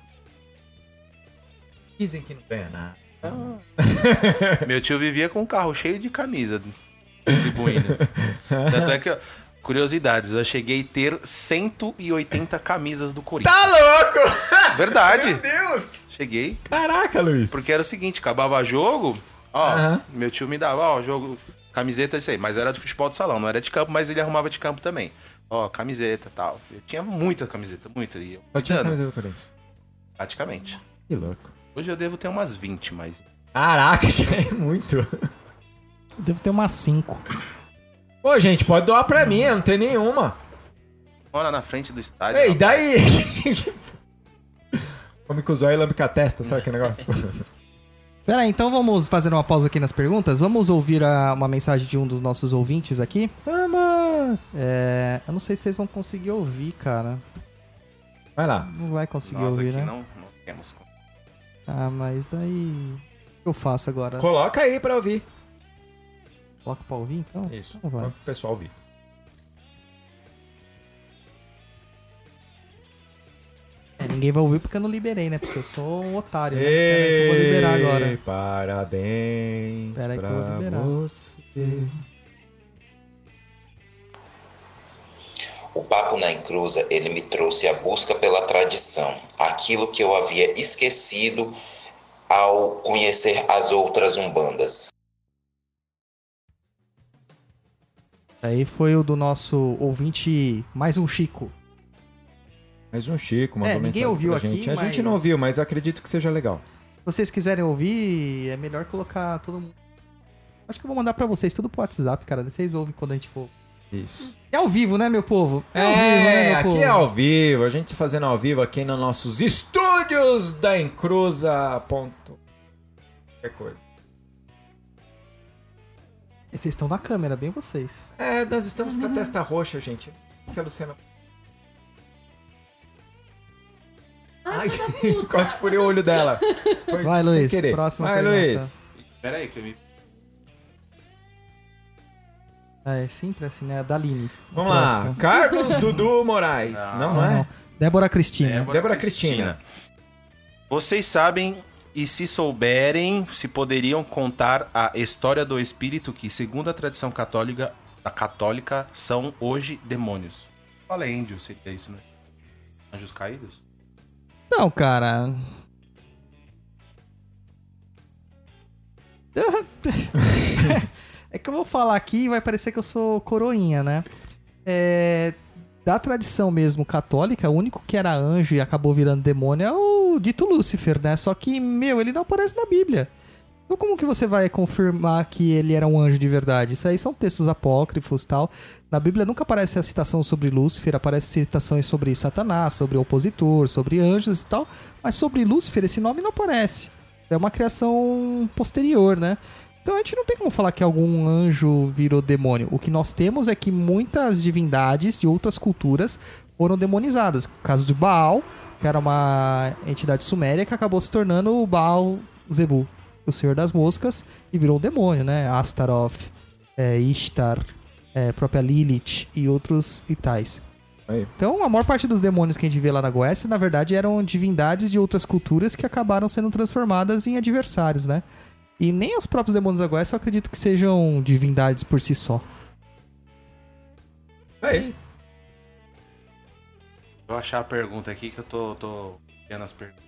Dizem que não ganha nada. Meu tio vivia com um carro cheio de camisa distribuindo. Tanto é que, curiosidades, eu cheguei a ter 180 camisas do Corinthians. Tá louco! Verdade. Deus! Cheguei. Caraca, Luiz. Porque era o seguinte, acabava jogo, ó, Aham. meu tio me dava, ó, jogo, camiseta, isso aí. Mas era de futebol de salão, não era de campo, mas ele arrumava de campo também. Ó, camiseta e tal. Eu tinha muita camiseta, muita. E eu Eu tinha a cuidando, camisa do Corinthians. praticamente. Que louco. Hoje eu devo ter umas 20, mas... Caraca, já é muito. Devo ter umas 5. Pô, gente, pode doar pra mim, eu não tenho nenhuma. Mora na frente do estádio. Ei, rapaz. daí? Come com o zóio e lambe com a testa, sabe que negócio? Pera aí, então vamos fazer uma pausa aqui nas perguntas? Vamos ouvir uma mensagem de um dos nossos ouvintes aqui? Vamos! Eu não sei se vocês vão conseguir ouvir, cara. Vai lá. Não vai conseguir Nós ouvir, aqui né? não temos como. Ah, mas daí... O que eu faço agora? Coloca aí pra ouvir. Coloca pra ouvir, então? Isso, Então vai. pro pessoal ouvir. Ninguém vai ouvir porque eu não liberei, né? Porque eu sou um otário, né? Pera aí que eu vou liberar agora. Parabéns Pera aí que eu vou pra liberar. você. O Papo na Encruza, ele me trouxe a busca pela tradição, aquilo que eu havia esquecido ao conhecer as outras umbandas. Aí foi o do nosso ouvinte, mais um Chico. Mais um Chico, mandou ninguém mensagem ouviu pra gente. aqui, A gente não ouviu, mas acredito que seja legal. Se vocês quiserem ouvir, é melhor colocar todo mundo. Acho que eu vou mandar pra vocês tudo pro WhatsApp, cara. Vocês ouvem quando a gente for. Isso. É ao vivo, né, meu povo? É, ao vivo, né, meu aqui povo? é ao vivo. A gente fazendo ao vivo aqui nos nossos estúdios da Encruza. Qualquer coisa. E vocês estão na câmera, bem vocês. É, nós estamos com a testa roxa, gente. Que a Luciana... Ai, quase furei o olho dela. Foi Vai, sem Luiz, querer. próxima Vai, pergunta. Luiz. Pera aí que eu me... É sempre assim, né? Da Aline. Vamos lá. Carlos Dudu Moraes. Não é? Débora Cristina. Débora Cristina. Vocês sabem e se souberem, se poderiam contar a história do espírito que, segundo a tradição católica, são hoje demônios. Fala índio, seria isso, né? Anjos caídos? Não, cara. É que eu vou falar aqui e vai parecer que eu sou coroinha, né? Da tradição mesmo católica, o único que era anjo e acabou virando demônio é o dito Lúcifer, né? Só que, ele não aparece na Bíblia. Então como que você vai confirmar que ele era um anjo de verdade? Isso aí são textos apócrifos e tal. Na Bíblia nunca aparece a citação sobre Lúcifer, aparece citações sobre Satanás, sobre opositor, sobre anjos e tal. Mas sobre Lúcifer esse nome não aparece. É uma criação posterior, né? Então a gente não tem como falar que algum anjo virou demônio. O que nós temos é que muitas divindades de outras culturas foram demonizadas. O caso de Baal, que era uma entidade suméria que acabou se tornando o Baal Zebu, o Senhor das Moscas, e virou um demônio, né? Astaroth, Ishtar, própria Lilith e outros e tais. Aí. Então a maior parte dos demônios que a gente vê lá na Goécia, na verdade, eram divindades de outras culturas que acabaram sendo transformadas em adversários, né? E nem os próprios demônios da Goécia eu acredito que sejam divindades por si só. Aí. Vou achar a pergunta aqui que eu tô vendo as perguntas.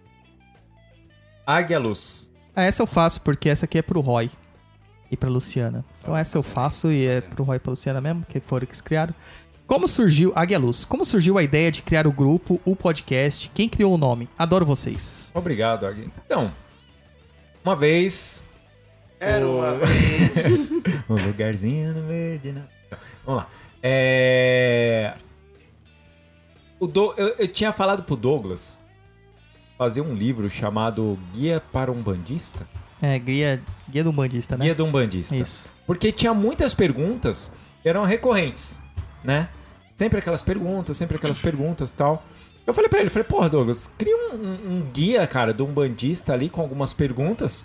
Águia Luz. Essa eu faço porque essa aqui é pro Roy e pra Luciana. Então essa eu faço e é pro Roy e pra Luciana mesmo, que foram que criaram. Como surgiu, Águia Luz, como surgiu a ideia de criar o grupo, o podcast? Quem criou o nome? Adoro vocês. Obrigado, Águia. Então, uma vez... Era uma vez... um lugarzinho no meio de nada. Vamos lá. Eu tinha falado pro Douglas fazer um livro chamado Guia para um Bandista. Guia do Bandista, né? Guia de um Bandista. Isso. Porque tinha muitas perguntas que eram recorrentes, né? Sempre aquelas perguntas e tal. Eu falei pra ele, porra, Douglas, cria um guia, cara, de um bandista ali com algumas perguntas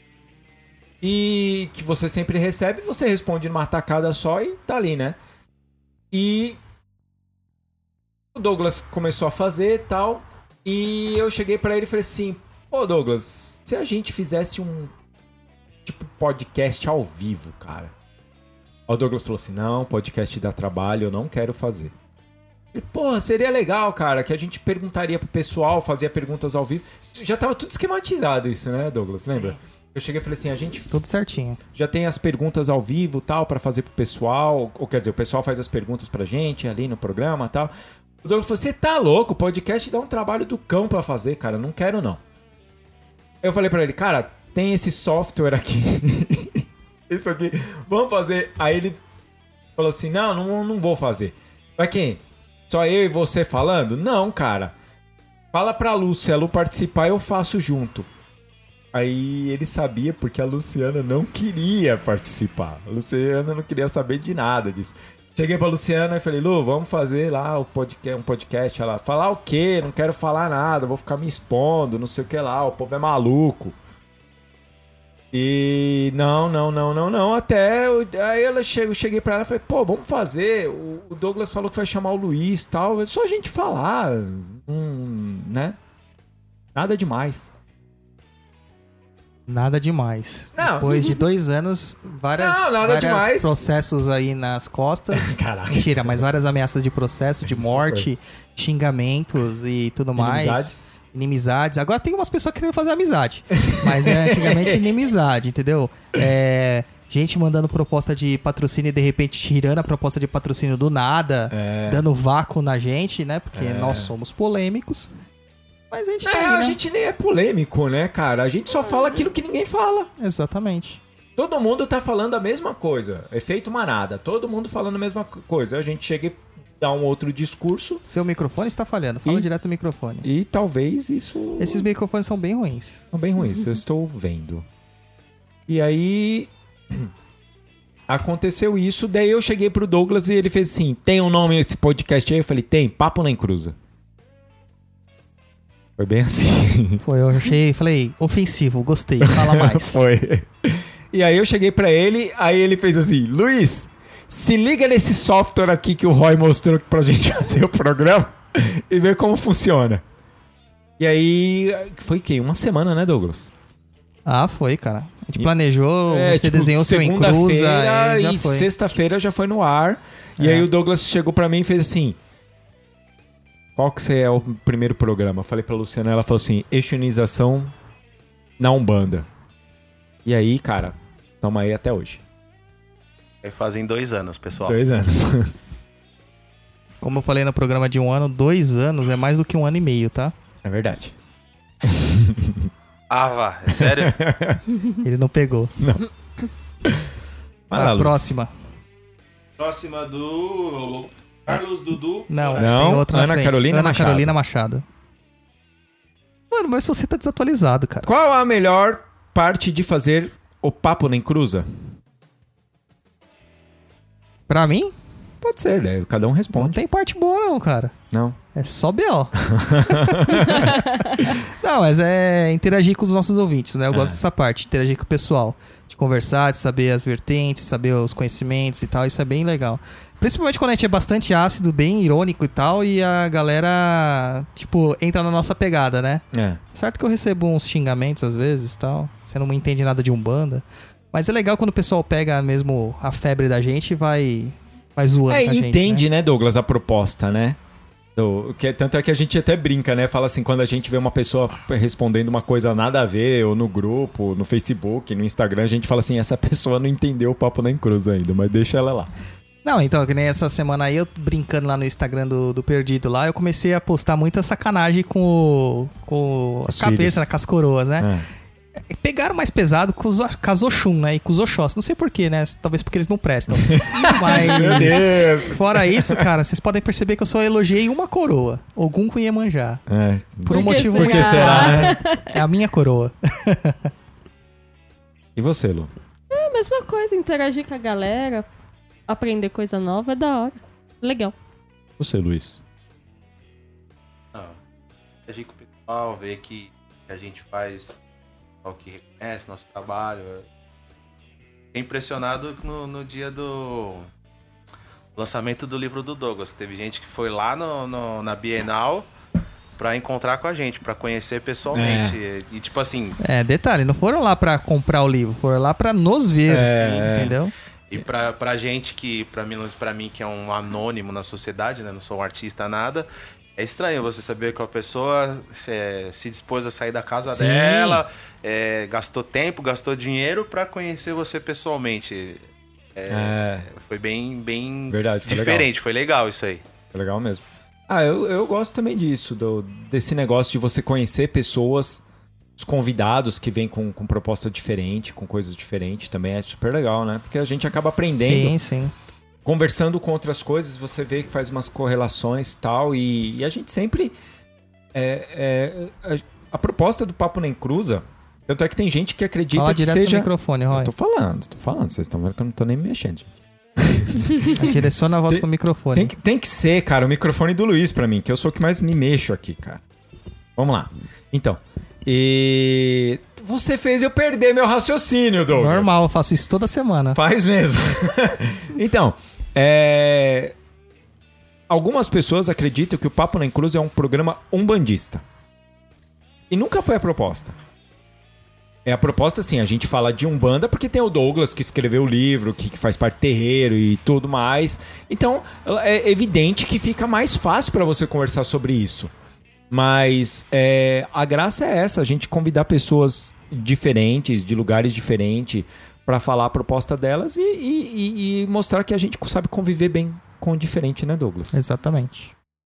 e que você sempre recebe, você responde numa tacada só e tá ali, né? E o Douglas começou a fazer e tal, e eu cheguei pra ele e falei assim, pô, Douglas, se a gente fizesse um tipo podcast ao vivo, cara. O Douglas falou assim, não, podcast dá trabalho, eu não quero fazer. E, porra, seria legal, cara, que a gente perguntaria pro pessoal, fazia perguntas ao vivo. Já tava tudo esquematizado isso, né, Douglas? Lembra? Sim. Eu cheguei e falei assim, a gente... Tudo certinho. Já tem as perguntas ao vivo, tal, pra fazer pro pessoal. Ou quer dizer, o pessoal faz as perguntas pra gente ali no programa e tal. O Douglas falou, você tá louco? O podcast dá um trabalho do cão pra fazer, cara. Não quero, não. Eu falei pra ele, cara, tem esse software aqui. Isso aqui. Vamos fazer. Aí ele falou assim, não vou fazer. Mas quem? Só eu e você falando? Não, cara. Fala pra Lu, se a Lu participar, eu faço junto. Aí ele sabia porque a Luciana não queria participar. A Luciana não queria saber de nada disso. Cheguei pra Luciana e falei, Lu, vamos fazer lá um podcast. Ela, falar o quê? Não quero falar nada, vou ficar me expondo, não sei o que lá, o povo é maluco. E não. Até aí eu cheguei pra ela e falei, pô, vamos fazer. O Douglas falou que vai chamar o Luiz e tal. É só a gente falar, né? Nada demais. Nada demais. Não. Depois de 2 anos, vários processos aí nas costas. Caraca. Mentira, mas várias ameaças de processo, de morte, xingamentos e tudo mais. Inimizades. Agora tem umas pessoas querendo fazer amizade. Mas antigamente inimizade, entendeu? gente mandando proposta de patrocínio e de repente tirando a proposta de patrocínio do nada, dando vácuo na gente, né? Porque nós somos polêmicos. Mas a gente tá aí, né? A gente nem é polêmico, né, cara? A gente só fala aquilo que ninguém fala. Exatamente. Todo mundo tá falando a mesma coisa. Efeito manada. Todo mundo falando a mesma coisa. A gente chega e dá um outro discurso. Seu microfone está falhando. Fala direto no microfone. E talvez isso... Esses microfones são bem ruins. São bem ruins, eu estou vendo. E aí... aconteceu isso. Daí eu cheguei pro Douglas e ele fez assim, tem um nome esse podcast aí? Eu falei, tem, Papo na Encruza. Foi bem assim. Foi, eu achei, falei, ofensivo, gostei, fala mais. Foi. E aí eu cheguei pra ele, aí ele fez assim, Luiz, se liga nesse software aqui que o Roy mostrou pra gente fazer o programa e ver como funciona. E aí, foi o quê? Uma semana, né, Douglas? Ah, foi, cara. A gente planejou, você tipo, desenhou seu Encruza e sexta-feira já foi no ar. E aí o Douglas chegou pra mim e fez assim... Qual que é o primeiro programa? Eu falei pra Luciana, ela falou assim, Exunização na Umbanda. E aí, cara, tamo aí até hoje. Aí fazem 2 anos, pessoal. 2 anos. Como eu falei no programa de 1 ano, 2 anos é mais do que 1 ano e meio, tá? É verdade. Ah, vá, é sério? Ele não pegou. Não. A próxima. Próxima do... Carlos Dudu. Não, Não, tem outra na Ana frente. Carolina Ana Machado. Carolina Machado. Mano, mas você tá desatualizado, cara. Qual a melhor parte de fazer o Papo na Encruza? Pra mim, Pode ser, né? Cada um não responde. tem parte boa não, cara. Não. É só B.O. Não, mas é interagir com os nossos ouvintes, né? Eu gosto dessa parte, interagir com o pessoal. De conversar, de saber as vertentes, saber os conhecimentos e tal. Isso é bem legal. Principalmente quando a gente é bastante ácido, bem irônico e tal. E a galera, tipo, entra na nossa pegada, né? É. Certo que eu recebo uns xingamentos às vezes e tal. Você não entende nada de Umbanda. Mas é legal quando o pessoal pega mesmo a febre da gente e vai zoando com a gente, entende, né? né, Douglas, a proposta, né? Tanto é que a gente até brinca, né? Fala assim, quando a gente vê uma pessoa respondendo uma coisa nada a ver, ou no grupo, no Facebook, no Instagram, a gente fala assim, essa pessoa não entendeu o Papo na Encruza ainda, mas deixa ela lá. Não, então, que nem essa semana aí, eu brincando lá no Instagram do Perdido lá, eu comecei a postar muita sacanagem com a Os cabeça, filhos. né, com as coroas, né? É. Pegaram mais pesado com os Oxum, né? E com os Oxós. Não sei porquê, né? Talvez porque eles não prestam. Mas, Meu Deus! fora isso, cara, vocês podem perceber que eu só elogiei uma coroa. Ogum com Iemanjá. É. Por um Por que motivo será? muito Por que será, né? É a minha coroa. E você, Lu? É a mesma coisa, interagir com a galera, aprender coisa nova é da hora. Legal. Você, Luiz? Interagir com o pessoal, ver que a gente faz o que reconhece, nosso trabalho. Fiquei impressionado no dia do lançamento do livro do Douglas. Teve gente que foi lá na Bienal pra encontrar com a gente, pra conhecer pessoalmente. E tipo assim, Detalhe, não foram lá pra comprar o livro, foram lá pra nos ver, entendeu? e pra gente que, pra mim que é um anônimo na sociedade, né? Não sou um artista, nada. É estranho você saber que a pessoa se dispôs a sair da casa Sim. dela, gastou tempo, gastou dinheiro pra conhecer você pessoalmente. Foi bem Verdade, foi diferente, legal. foi legal isso aí. É legal mesmo. Eu gosto também disso, desse negócio de você conhecer pessoas, os convidados que vêm com proposta diferente, com coisas diferentes, também é super legal, né? Porque a gente acaba aprendendo. Sim, sim. Conversando com outras coisas, você vê que faz umas correlações e tal, e a gente sempre... a proposta do Papo na Encruza, tanto é que tem gente que acredita Fala que direto seja... no microfone, Roy. Eu tô falando, vocês estão vendo que eu não tô nem me mexendo, gente. Direciona a voz pro microfone. Tem que ser, cara, o microfone do Luiz pra mim, que eu sou o que mais me mexo aqui, cara. Vamos lá. Então, você fez eu perder meu raciocínio, Douglas. Normal, eu faço isso toda semana. Faz mesmo. Então, algumas pessoas acreditam que o Papo na Encruza é um programa umbandista. E nunca foi a proposta. A proposta, assim, a gente fala de Umbanda porque tem o Douglas que escreveu o livro, que faz parte do terreiro e tudo mais. Então, é evidente que fica mais fácil pra você conversar sobre isso. Mas a graça é essa, a gente convidar pessoas diferentes, de lugares diferentes, pra falar a proposta delas e mostrar que a gente sabe conviver bem com o diferente, né, Douglas? Exatamente.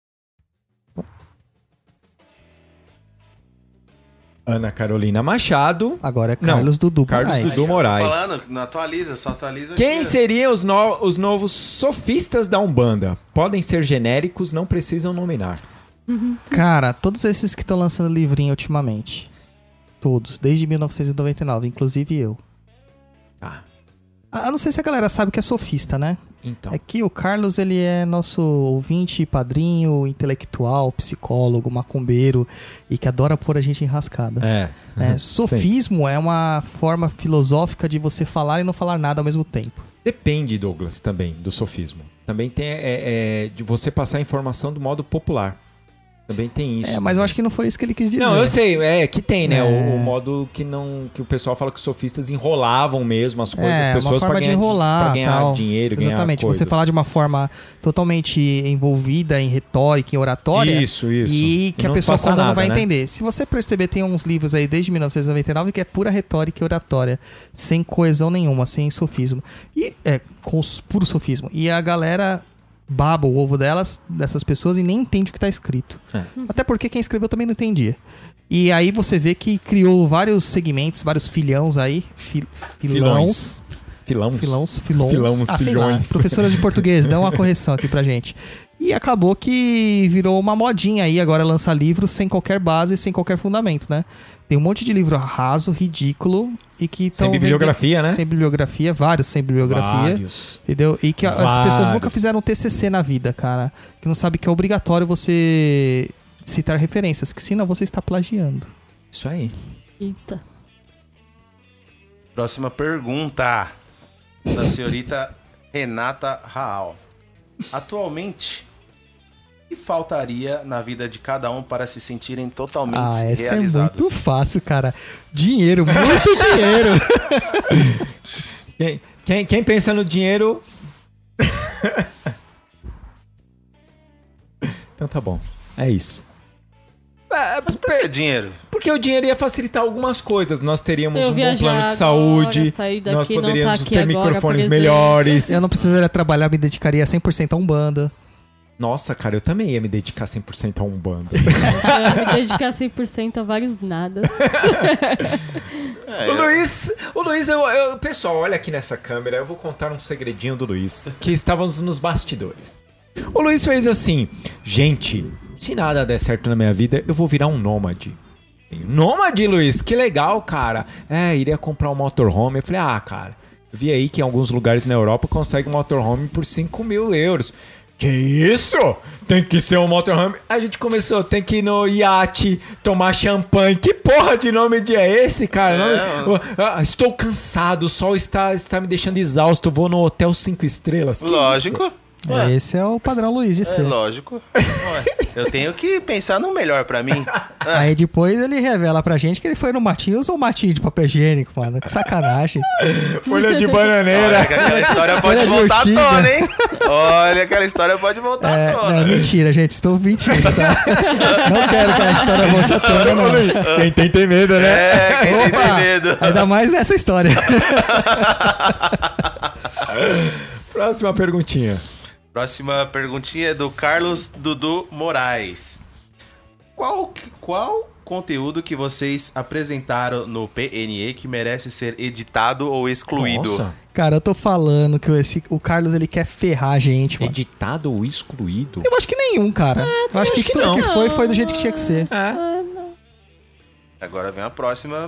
Ana Carolina Machado. Agora é Carlos Dudu Carlos Moraes. Dudu Moraes. Tô falando, não atualiza, só atualiza Quem aqui. seriam os novos sofistas da Umbanda? Podem ser genéricos, não precisam nominar. Cara, todos esses que estão lançando livrinho ultimamente. Todos, desde 1999, inclusive eu. Ah, Não sei se a galera sabe que é sofista, né? então. É que o Carlos, ele é nosso ouvinte, padrinho, intelectual, psicólogo, macumbeiro e que adora pôr a gente enrascada. É. Sofismo é uma forma filosófica de você falar e não falar nada ao mesmo tempo. Depende, Douglas, também, do sofismo. Também tem de você passar a informação do modo popular. Também tem isso. Mas eu acho que não foi isso que ele quis dizer. Não, eu sei, que tem, né? É. O modo que o pessoal fala que os sofistas enrolavam mesmo as coisas das pessoas uma forma pra de ganhar, enrolar, pra ganhar tal. dinheiro, Exatamente, ganhar coisas. você falar de uma forma totalmente envolvida em retórica, em oratória. Isso. E que a não pessoa passa comum não nada, vai né? entender. Se você perceber, tem uns livros aí desde 1999 que é pura retórica e oratória, sem coesão nenhuma, sem sofismo. E com puro sofismo. E a galera baba o ovo dessas pessoas e nem entende o que tá escrito. Até porque quem escreveu também não entendia. E aí você vê que criou vários segmentos, vários filhões aí. Filões. Filões. Sei lá. filhões. Professoras de português, dão uma correção aqui pra gente. E acabou que virou uma modinha aí, agora lançar livros sem qualquer base, sem qualquer fundamento, né? Tem um monte de livro raso, ridículo e que Sem bibliografia, né? Sem bibliografia, vários sem bibliografia. Vários. Entendeu? E que as pessoas nunca fizeram TCC na vida, cara. Que não sabe que é obrigatório você citar referências, que senão você está plagiando. Isso aí. Eita. Próxima pergunta da senhorita Renata Raal. Atualmente, o que faltaria na vida de cada um para se sentirem totalmente Essa realizados? é muito fácil, cara. Dinheiro, muito dinheiro. Quem pensa no dinheiro... Então tá bom. É isso. Mas por que dinheiro? Porque o dinheiro ia facilitar algumas coisas. Nós teríamos Eu um bom viajar plano de agora, saúde. sair daqui, Nós não poderíamos tá aqui ter agora, microfones por exemplo. melhores. Eu não precisaria trabalhar, me dedicaria 100% a Umbanda. Nossa, cara, eu também ia me dedicar 100% a Umbanda. Eu ia me dedicar 100% a vários nada. O Luiz, pessoal, olha aqui nessa câmera, eu vou contar um segredinho do Luiz, que estávamos nos bastidores. O Luiz fez assim: gente, se nada der certo na minha vida, eu vou virar um nômade. Nômade, Luiz? Que legal, cara. Iria comprar um motorhome. Eu falei, cara, eu vi aí que em alguns lugares na Europa consegue um motorhome por 5.000 euros. Que isso? Tem que ser um motorhome. A gente começou, tem que ir no iate, tomar champanhe. Que porra de nome é esse, cara? Estou cansado, o sol está me deixando exausto. Vou no hotel 5 estrelas. Que Lógico. isso? Esse é o padrão Luiz de ser. Lógico. Eu tenho que pensar no melhor pra mim. Aí depois ele revela pra gente que ele foi no matinho, usou um matinho de papel higiênico, mano. Que sacanagem. Folha de bananeira. Olha, que aquela história pode Folha de voltar à urtiga. tona, hein? Olha, aquela história pode voltar à Não, tona. mentira, gente. Estou mentindo, tá? Não quero que a história volte à tona, não. Quem tem medo, né? Quem tem medo. Ainda mais nessa história. Próxima perguntinha. Próxima perguntinha é do Carlos Dudu Moraes. Qual conteúdo que vocês apresentaram no PNE que merece ser editado ou excluído? Nossa. Cara, eu tô falando que o Carlos, ele quer ferrar a gente, mano. Editado ou excluído? Eu acho que nenhum, cara. Eu acho que acho que tudo não. que foi do jeito que tinha que ser. Agora vem a próxima.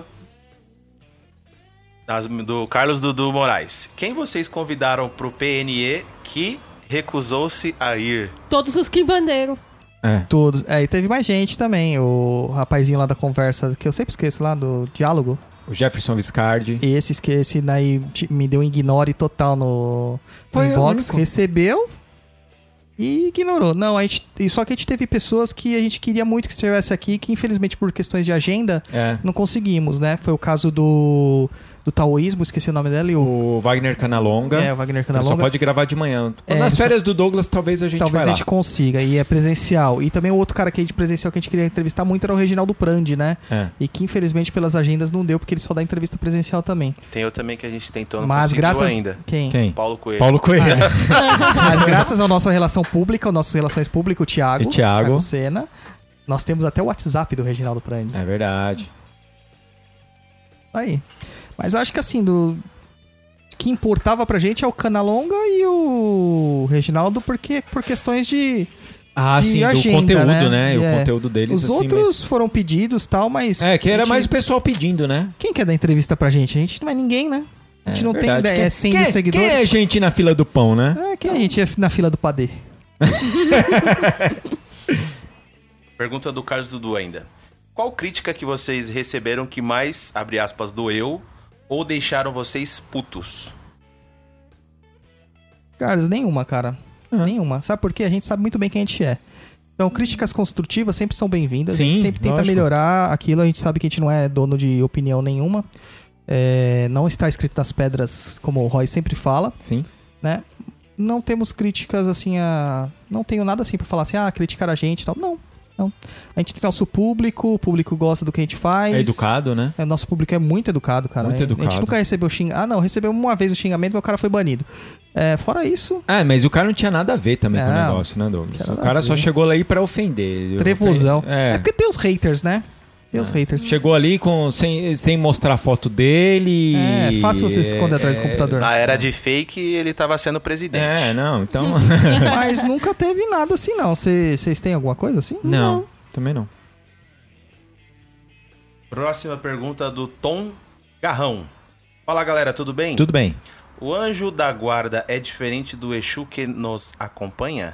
Do Carlos Dudu Moraes. Quem vocês convidaram pro PNE que recusou-se a ir? Todos os quimbandeiros. Todos. E teve mais gente também. O rapazinho lá da conversa, que eu sempre esqueço lá, do diálogo. O Jefferson Viscardi. E esse daí me deu um ignore total no Foi inbox. o único. Recebeu E ignorou. Não, só que a gente teve pessoas que a gente queria muito que estivesse aqui, que infelizmente por questões de agenda não conseguimos, né? Foi o caso do taoísmo, esqueci o nome dela. O Wagner Canalonga. O Wagner Então Canalonga. só pode gravar de manhã. Nas férias do Douglas, talvez a gente Talvez vai a gente consiga, e é presencial. E também o outro cara que a gente presencial que a gente queria entrevistar muito era o Reginaldo Prandi, né? E que infelizmente pelas agendas não deu, porque ele só dá entrevista presencial também. Tem outro também que a gente tentou, não Mas conseguiu graças... ainda. Quem? Paulo Coelho. Paulo Coelho. Mas graças à nossa relação pública, ao nosso relações públicas, o Thiago Sena, nós temos até o WhatsApp do Reginaldo Prandi. É verdade. Aí. Mas eu acho que assim, o que importava pra gente é o Canalonga e o Reginaldo, porque por questões de sim, agenda, do conteúdo, né? O conteúdo deles, Os assim, outros foram pedidos e tal, mas... que era mais o pessoal pedindo, né? Quem quer dar entrevista pra gente? A gente não é ninguém, né? A gente não verdade. tem 100 mil seguidores. Quem é gente na fila do pão, né? Quem a gente é na fila do padê? Pergunta do Carlos Dudu ainda. Qual crítica que vocês receberam que mais, abre aspas, doeu ou deixaram vocês putos? Carlos, nenhuma, cara. Nenhuma. Sabe por quê? A gente sabe muito bem quem a gente é. Então, críticas construtivas sempre são bem-vindas. Sim, a gente sempre tenta melhorar aquilo. A gente sabe que a gente não é dono de opinião nenhuma. Não está escrito nas pedras, como o Roy sempre fala. Sim. Né? Não temos críticas assim Não tenho nada assim pra falar assim, criticar a gente e tal. Não. A gente tem nosso público, o público gosta do que a gente faz. É educado, né? Nosso público é muito educado, cara. Muito educado. A gente nunca recebeu xingamento. Recebeu uma vez o xingamento, mas o cara foi banido. Fora isso... mas o cara não tinha nada a ver também com o negócio, né, Douglas? O cara só chegou lá aí pra ofender. Trevosão. É porque tem os haters, né? Tem os haters. Chegou ali sem mostrar a foto dele. É fácil você se esconder atrás do computador. Na era de fake, ele tava sendo presidente. Então... Mas nunca teve nada assim, não. Vocês têm alguma coisa assim? Não, também não. Próxima pergunta do Tom Garrão. Fala, galera, tudo bem? Tudo bem. O anjo da guarda é diferente do Exu que nos acompanha?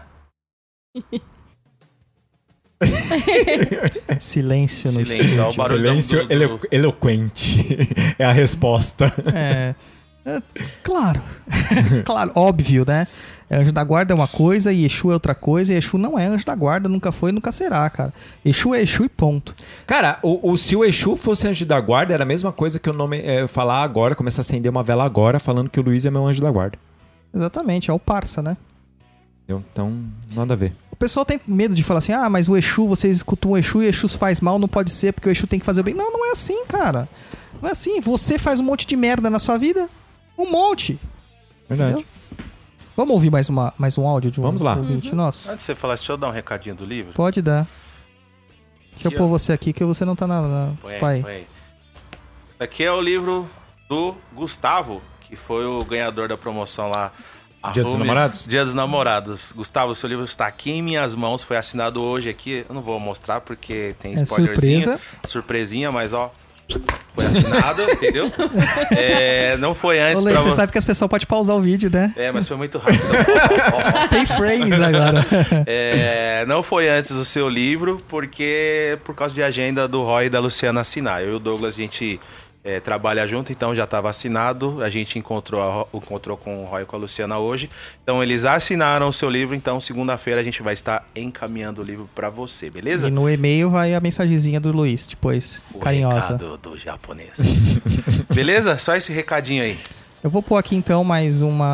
Silêncio no Silêncio, o barulhão Silêncio do... eloquente. É a resposta. Claro. Claro, óbvio, né? Anjo da guarda é uma coisa e Exu é outra coisa. E Exu não é anjo da guarda, nunca foi e nunca será, cara. Exu é Exu e ponto. Cara, se o Exu fosse anjo da guarda, era a mesma coisa que eu falar agora, começar a acender uma vela agora, falando que o Luiz é meu anjo da guarda. Exatamente, é o parça, né? Então, nada a ver. O pessoal tem medo de falar assim, mas o Exu, vocês escutam o Exu e o Exu faz mal, não pode ser, porque o Exu tem que fazer o bem. Não, não é assim, cara. Não é assim. Você faz um monte de merda na sua vida. Um monte. Verdade. Entendeu? Vamos ouvir mais um áudio de um Vamos lá. ouvinte nosso? Antes de você falar, deixa eu dar um recadinho do livro. Pode dar. Deixa eu pôr você aqui, que você não tá na... Põe aí. Isso aqui é o livro do Gustavo, que foi o ganhador da promoção lá. Dia dos Namorados? Dia dos Namorados. Gustavo, seu livro está aqui em minhas mãos, foi assinado hoje aqui. Eu não vou mostrar porque tem spoilerzinho. Surpresa. Surpresinha, mas foi assinado, entendeu? Não foi antes. Olê, você sabe que as pessoas podem pausar o vídeo, né? Mas foi muito rápido. Tem frames agora. Não foi antes o seu livro, porque por causa de agenda do Roy e da Luciana assinar. Eu e o Douglas, a gente trabalha junto, então já estava assinado. A gente encontrou com o Roy e com a Luciana hoje. Então eles assinaram o seu livro, então segunda-feira a gente vai estar encaminhando o livro para você, beleza? E no e-mail vai a mensagenzinha do Luiz, depois, carinhosa. Recado do japonês. Beleza? Só esse recadinho aí. Eu vou pôr aqui então mais um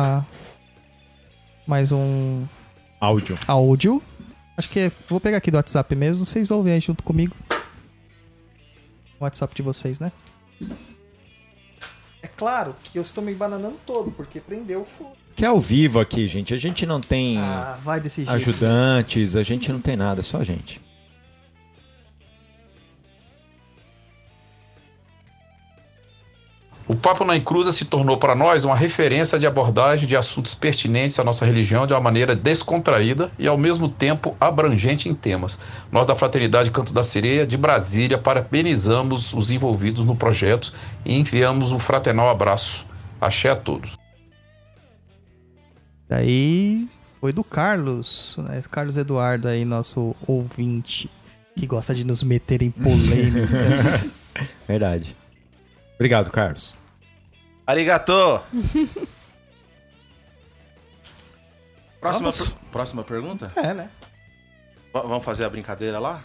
áudio. Acho que vou pegar aqui do WhatsApp mesmo, vocês ouvem aí junto comigo. O WhatsApp de vocês, né? É claro que eu estou me bananando todo, porque prendeu o fogo. Que é ao vivo aqui, gente. A gente não tem vai desse jeito. ajudantes, a gente não tem nada, só a gente. O Papo na Encruza se tornou para nós uma referência de abordagem de assuntos pertinentes à nossa religião de uma maneira descontraída e ao mesmo tempo abrangente em temas. Nós da Fraternidade Canto da Sereia de Brasília parabenizamos os envolvidos no projeto e enviamos um fraternal abraço. Axé a todos. Daí foi do Carlos, né? Carlos Eduardo aí, nosso ouvinte, que gosta de nos meter em polêmicas. Verdade. Obrigado, Carlos. Arigato! Próxima pergunta? É, né? Vamos fazer a brincadeira lá?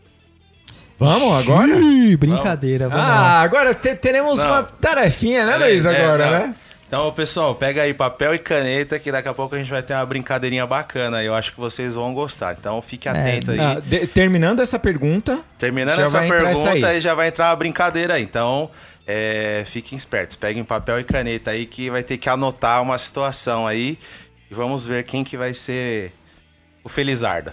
Vamos agora? Ih, brincadeira, vamos lá. Agora teremos Não. uma tarefinha, né, Luiz, agora, não. né? Então, pessoal, pega aí papel e caneta que daqui a pouco a gente vai ter uma brincadeirinha bacana. Eu acho que vocês vão gostar. Então, fique atento aí. Terminando essa pergunta... Terminando já essa vai entrar essa pergunta, aí. aí já vai entrar uma brincadeira aí. Então, fiquem espertos. Peguem papel e caneta aí que vai ter que anotar uma situação aí. E vamos ver quem que vai ser o Felizarda.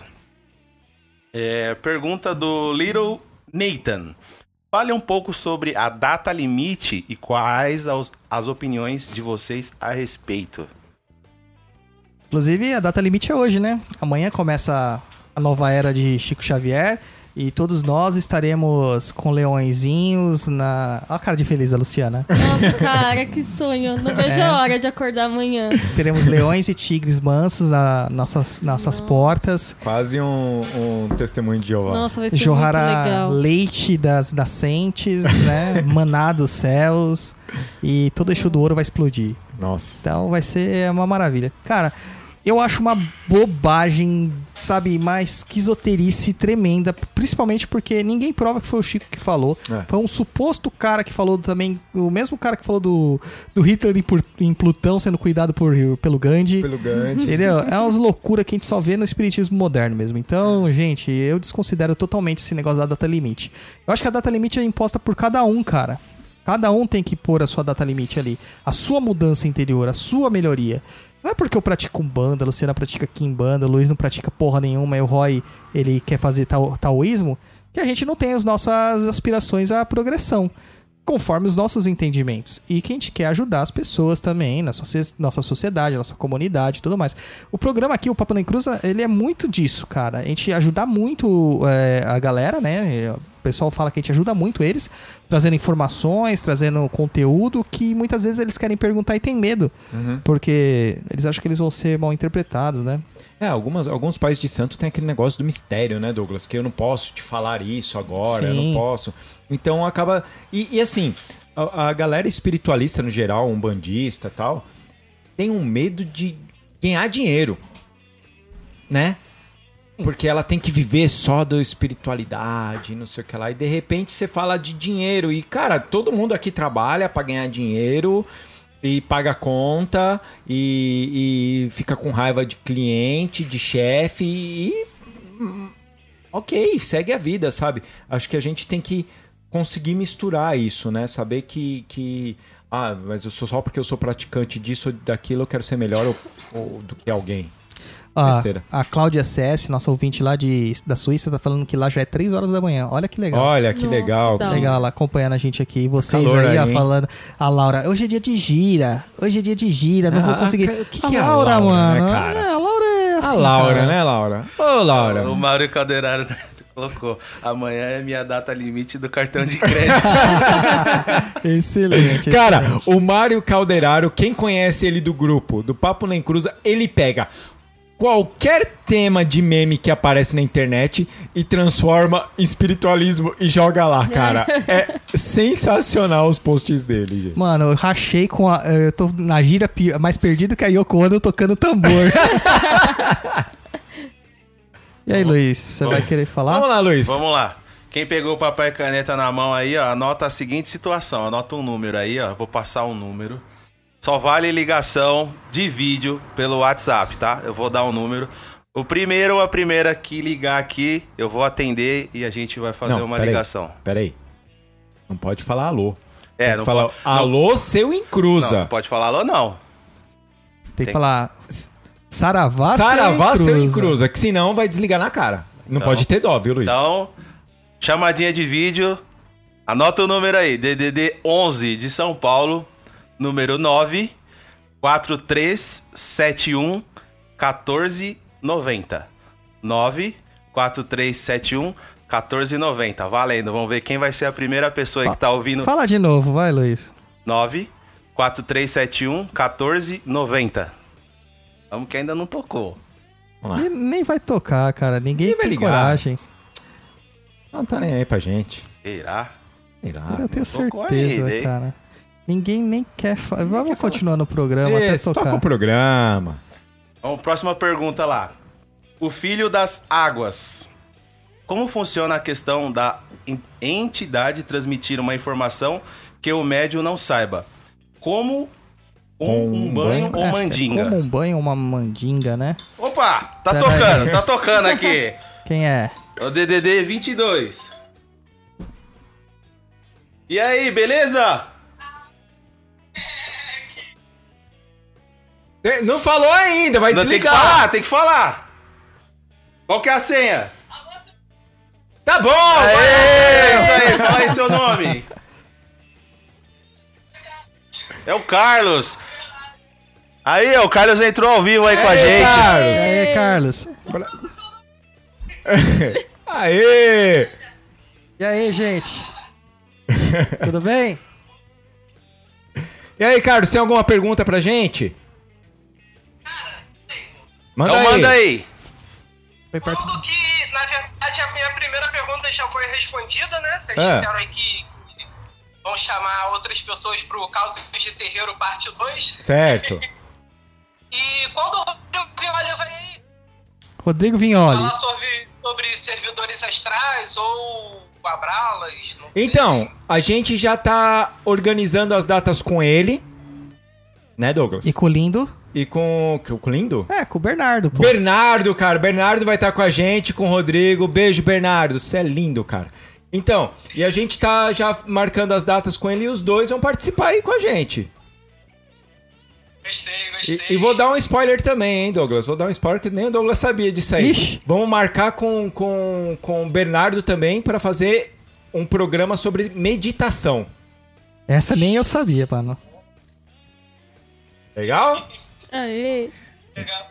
Pergunta do Little Nathan. Fale um pouco sobre a data limite e quais as opiniões de vocês a respeito. Inclusive, a data limite é hoje, né? Amanhã começa a nova era de Chico Xavier e todos nós estaremos com leõezinhos na... Olha a cara de feliz da Luciana. Nossa, cara, que sonho. Não vejo a hora de acordar amanhã. Teremos leões e tigres mansos nas nossas portas. Quase um testemunho de Jeová. Nossa, vai ser muito Jorrará legal. leite das nascentes, né? Maná dos céus. E todo eixo do ouro vai explodir. Nossa. Então vai ser uma maravilha. Cara, eu acho uma bobagem, sabe, uma esquizoterice tremenda, principalmente porque ninguém prova que foi o Chico que falou. Foi um suposto cara que falou também, o mesmo cara que falou do Hitler em Plutão sendo cuidado pelo Gandhi. Pelo Gandhi. Entendeu? É umas loucuras que a gente só vê no espiritismo moderno mesmo. Então, gente, eu desconsidero totalmente esse negócio da data limite. Eu acho que a data limite é imposta por cada um, cara. Cada um tem que pôr a sua data limite ali. A sua mudança interior, a sua melhoria. Não é porque eu pratico Umbanda, a Luciana pratica Quimbanda, o Luiz não pratica porra nenhuma e o Roy, ele quer fazer taoísmo, que a gente não tem as nossas aspirações à progressão, conforme os nossos entendimentos. E que a gente quer ajudar as pessoas também, na nossa sociedade, nossa comunidade e tudo mais. O programa aqui, o Papo na Encruza, ele é muito disso, cara. A gente ajuda muito a galera, né? O pessoal fala que a gente ajuda muito eles, trazendo informações, trazendo conteúdo que muitas vezes eles querem perguntar e tem medo. Porque eles acham que eles vão ser mal interpretados, né? Alguns pais de santo tem aquele negócio do mistério, né, Douglas? Que eu não posso te falar isso agora, eu não posso. Então acaba... E assim, a galera espiritualista no geral, umbandista e tal, tem um medo de ganhar dinheiro, né? Porque ela tem que viver só da espiritualidade, não sei o que lá. E de repente você fala de dinheiro. E, cara, todo mundo aqui trabalha pra ganhar dinheiro e paga conta e fica com raiva de cliente, de chefe e... Ok, segue a vida, sabe? Acho que a gente tem que conseguir misturar isso, né? Saber que mas eu sou só porque eu sou praticante disso ou daquilo, eu quero ser melhor ou do que alguém. A Cláudia CS, nossa ouvinte lá da Suíça, tá falando que lá já é 3 horas da manhã. Olha que legal. Olha que legal. Legal, ela acompanhando a gente aqui. E vocês calor aí, aí, falando. A Laura, hoje é dia de gira. Não vou conseguir. O que é a Laura, mano? né, cara? A Laura é assim, A Laura, cara. né, Laura? Ô, Laura. O Mário Calderaro colocou: amanhã é minha data limite do cartão de crédito. Excelente. Cara, excelente. o Mário Calderaro, quem conhece ele do grupo, do Papo na Encruza, ele pega qualquer tema de meme que aparece na internet e transforma em espiritualismo e joga lá, cara. É sensacional os posts dele, gente. Mano, eu rachei com a. Eu tô na gira mais perdido que a Yoko Ono tocando tambor. E aí, Luiz, você vai querer falar? Vamos lá, Luiz. Vamos lá. Quem pegou o papel e caneta na mão aí, ó, anota a seguinte situação. Anota um número aí, ó. Vou passar um número. Só vale ligação de vídeo pelo WhatsApp, tá? Eu vou dar um número. O primeiro ou a primeira que ligar aqui, eu vou atender e a gente vai fazer uma ligação. Peraí. Não pode falar alô. Não falar pode, alô, seu Encruza. não pode falar alô, não. Tem que falar Saravá, seu Encruza, que senão vai desligar na cara. Não pode ter dó, viu, Luiz? Então, chamadinha de vídeo. Anota o número aí. DDD 11 de São Paulo. Número 9 4371 1490. 9 4371 1490. Valendo. Vamos ver quem vai ser a primeira pessoa aí que tá ouvindo. Fala de novo, vai, Luiz. 9 4371 1490. Vamos que ainda não tocou. Vamos lá. Nem vai tocar, cara. Ninguém vai tem ligar. coragem. Não tá nem aí pra gente. Será? Sei lá. Eu tenho tocou certeza, aí, cara. Ninguém nem quer... Vamos continuar no programa até Isso, tocar. toca o programa. Então, próxima pergunta lá. O Filho das Águas. Como funciona a questão da entidade transmitir uma informação que o médium não saiba? Como um banho ou mandinga? Como um banho ou uma mandinga, né? Opa! Tá Pera tocando, aí. tá tocando aqui. Quem é? O DDD 22. E aí, beleza? Não falou ainda, vai Não, desligar. tem que falar. Qual que é a senha? Tá bom, Aê, isso aí, fala aí seu nome. É o Carlos. Aí, ó, o Carlos entrou ao vivo aí com a gente. Carlos. E aí, Carlos? Aê! E aí, gente? Tudo bem? E aí, Carlos, tem alguma pergunta pra gente? Então manda aí. Foi perto Tudo que, na verdade, a minha primeira pergunta já foi respondida, né? Vocês disseram aí que vão chamar outras pessoas pro Caos de Terreiro parte 2. Certo. E quando o Rodrigo Vignoli vai aí Rodrigo Vignoli. falar sobre servidores astrais ou abralas, não sei. Então, a gente já tá organizando as datas com ele, né, Douglas? E com o Lindo? E com o Lindo? É, com o Bernardo, pô. Bernardo, cara. Bernardo vai estar com a gente, com o Rodrigo. Beijo, Bernardo. Você é lindo, cara. Então, e a gente tá já marcando as datas com ele e os dois vão participar aí com a gente. Gostei. E vou dar um spoiler também, hein, Douglas? Vou dar um spoiler que nem o Douglas sabia disso aí. Ixi. Vamos marcar com o Bernardo também pra fazer um programa sobre meditação. Essa nem eu sabia, mano. Legal? Aê. Legal.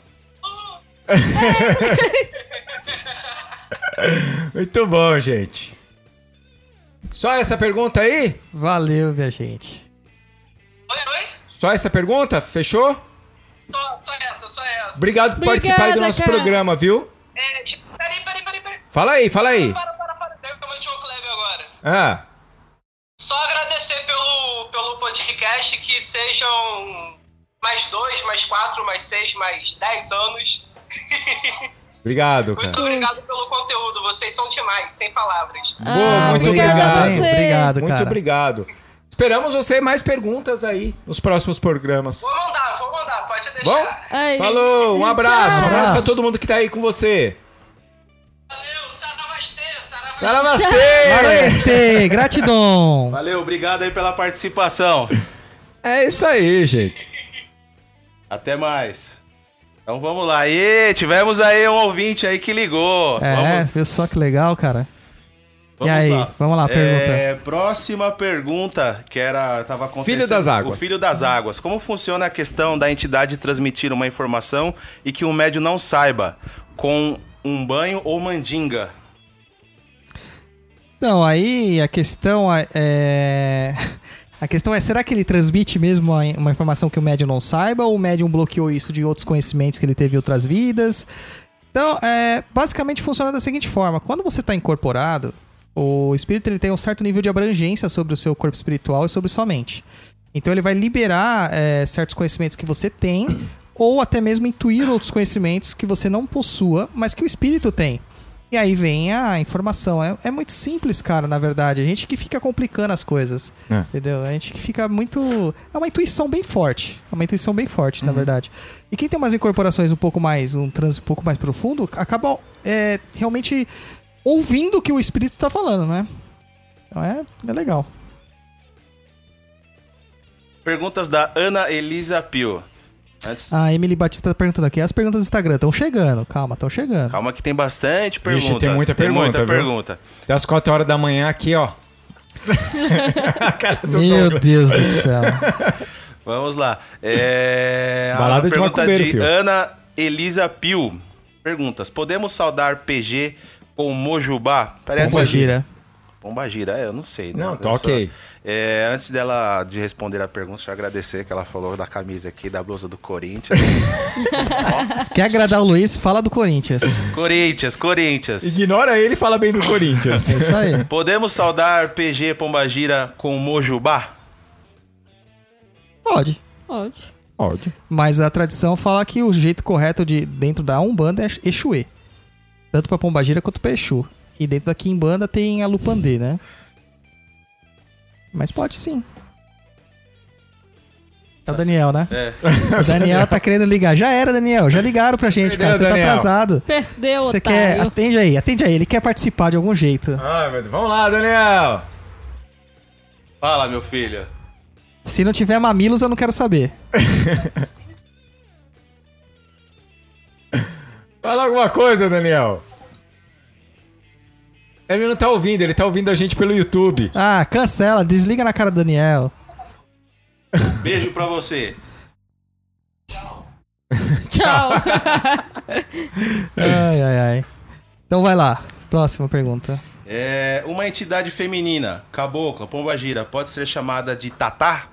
Muito bom, gente. Só essa pergunta aí? Valeu, minha gente. Oi? Só essa pergunta? Fechou? Só essa. Obrigado por participar aí do nosso cara. programa, viu? Peraí. Fala aí. Para. Deve tomar de um Kleber agora. Ah, Só agradecer pelo podcast, que sejam mais 2, mais 4, mais 6, mais 10 anos. obrigado, Muito cara. obrigado pelo conteúdo, vocês são demais, sem palavras. Boa, muito obrigada obrigado. a hein? você. Obrigado, Muito cara. obrigado. Esperamos você mais perguntas aí nos próximos programas. Vou mandar, pode deixar. Bom? Aí. Falou, um abraço. Um Tchau. abraço pra Abraço. todo mundo que tá aí com você. Valeu, Saravastê. Saramastê! Mareste, gratidão. Valeu, obrigado aí pela participação. É isso aí, gente. Até mais. Então vamos lá. E tivemos aí um ouvinte aí que ligou. É, viu só que legal, cara. Vamos E aí? lá. Vamos lá, pergunta. Próxima pergunta, que tava acontecendo. Filho das Águas. O Filho das Águas. Como funciona a questão da entidade transmitir uma informação e que o médium não saiba, com um banho ou mandinga? Então, aí a questão é... A questão é, será que ele transmite mesmo uma informação que o médium não saiba, ou o médium bloqueou isso de outros conhecimentos que ele teve em outras vidas? Então, basicamente funciona da seguinte forma. Quando você está incorporado, o espírito ele tem um certo nível de abrangência sobre o seu corpo espiritual e sobre sua mente. Então ele vai liberar certos conhecimentos que você tem, ou até mesmo intuir outros conhecimentos que você não possua, mas que o espírito tem. E aí vem a informação. É muito simples, cara, na verdade. A gente que fica complicando as coisas. Entendeu? A gente que fica muito... É uma intuição bem forte. Na verdade. E quem tem umas incorporações um pouco mais... Um trânsito um pouco mais profundo, acaba realmente ouvindo o que o espírito tá falando, né? Então é legal. Perguntas da Ana Elisa Pio. Antes... A Emily Batista tá perguntando aqui. As perguntas do Instagram estão chegando. Calma, estão chegando. Calma que tem bastante pergunta. Vixe, tem muita pergunta, viu? Até as 4 horas da manhã aqui, ó. A cara do Meu Douglas. Deus do céu. Vamos lá. Balada A de pergunta macumbeiro, de filho. Ana Elisa Pio. Perguntas. Podemos saudar PG com Mojubá? Peraí, antes Pombagira. Pombagira, eu não sei, né? Não, tá Eu só- ok. antes dela de responder a pergunta, deixa eu agradecer que ela falou da camisa aqui, da blusa do Corinthians. Se quer agradar o Luiz, fala do Corinthians. Corinthians. Ignora ele e fala bem do Corinthians. É isso aí. Podemos saudar PG Pombagira com Mojubá? Pode. Pode. Mas a tradição fala que o jeito correto de dentro da Umbanda é Exuê. Tanto pra Pombagira quanto pra Exu. E dentro da Quimbanda tem a Lupandê, né? Mas pode sim. É o Daniel, né? É. O Daniel tá querendo ligar. Já era, Daniel. Já ligaram pra gente, Perdeu, cara. Você Daniel. tá atrasado. Perdeu, Você otário. quer... Atende aí. Ele quer participar de algum jeito. Ai, meu Deus. Vamos lá, Daniel. Fala, meu filho. Se não tiver mamilos, eu não quero saber. Fala alguma coisa, Daniel. Ele não tá ouvindo, ele tá ouvindo a gente pelo YouTube. Ah, cancela. Desliga na cara do Daniel. Beijo pra você. Tchau. Ai. Então vai lá. Próxima pergunta. Uma entidade feminina, cabocla, pombagira, pode ser chamada de tatá?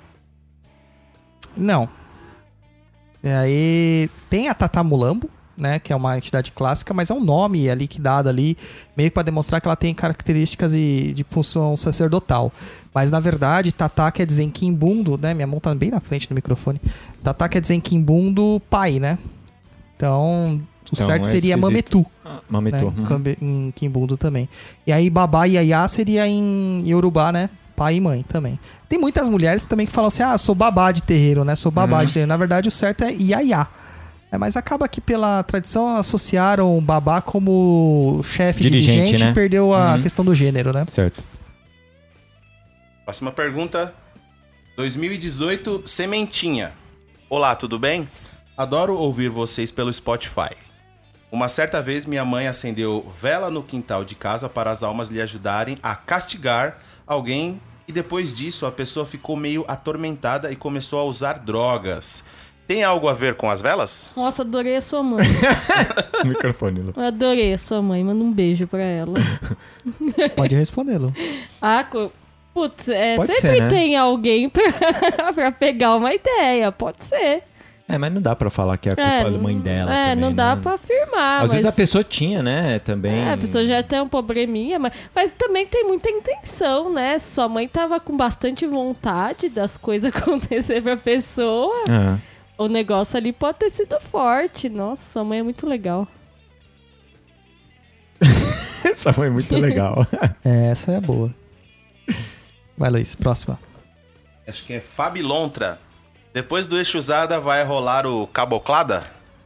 Não. E aí tem a Tatá Mulambo, né, que é uma entidade clássica, mas é um nome ali que dado ali, meio que para demonstrar que ela tem características de função sacerdotal. Mas na verdade, Tatá quer dizer em quimbundo, né? Minha mão tá bem na frente do microfone. Tatá quer dizer em quimbundo pai, né? Então, o certo seria esquisito. Mametu. Mametu. Né? Em quimbundo também. E aí babá e iaiá seria em Yorubá, né? Pai e mãe também. Tem muitas mulheres também que falam assim, sou babá de terreiro, né? Sou babá de terreiro. Na verdade, o certo é iaiá. Mas acaba que pela tradição associaram o babá como chefe dirigente, né? E perdeu a questão do gênero, né? Certo. Próxima pergunta. 2018, Sementinha. Olá, tudo bem? Adoro ouvir vocês pelo Spotify. Uma certa vez minha mãe acendeu vela no quintal de casa para as almas lhe ajudarem a castigar alguém e depois disso a pessoa ficou meio atormentada e começou a usar drogas. Tem algo a ver com as velas? Nossa, adorei a sua mãe. Microfone, Lu. Eu adorei a sua mãe. Manda um beijo pra ela. Pode respondê-lo. Putz, Pode sempre ser, né? tem alguém pra pegar uma ideia. Pode ser. Mas não dá pra falar que é a culpa da mãe dela também, não dá né? pra afirmar. Às vezes a pessoa tinha, né, também. A pessoa já tem um probleminha, mas também tem muita intenção, né? Sua mãe tava com bastante vontade das coisas acontecer pra pessoa. O negócio ali pode ter sido forte. Nossa, sua mãe é muito legal. Essa foi muito legal. Essa é boa. Vai, Luiz, próxima. Acho que é Fabilontra. Depois do Exusada vai rolar o Caboclada?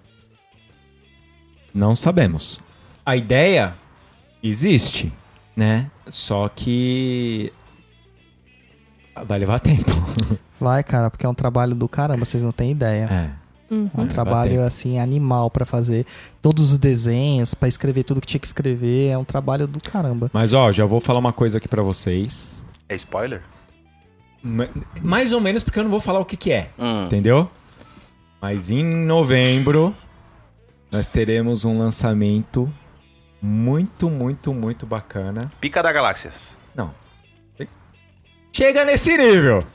Não sabemos. A ideia existe, né? Só que vai levar tempo. Vai, cara, porque é um trabalho do caramba, vocês não têm ideia. É um trabalho, assim, animal pra fazer todos os desenhos, pra escrever tudo que tinha que escrever. É um trabalho do caramba. Mas, já vou falar uma coisa aqui pra vocês. É spoiler? Mais ou menos, porque eu não vou falar o que é. Entendeu? Mas em novembro, nós teremos um lançamento muito, muito, muito bacana. Pica da Galáxias. Não. Chega nesse nível.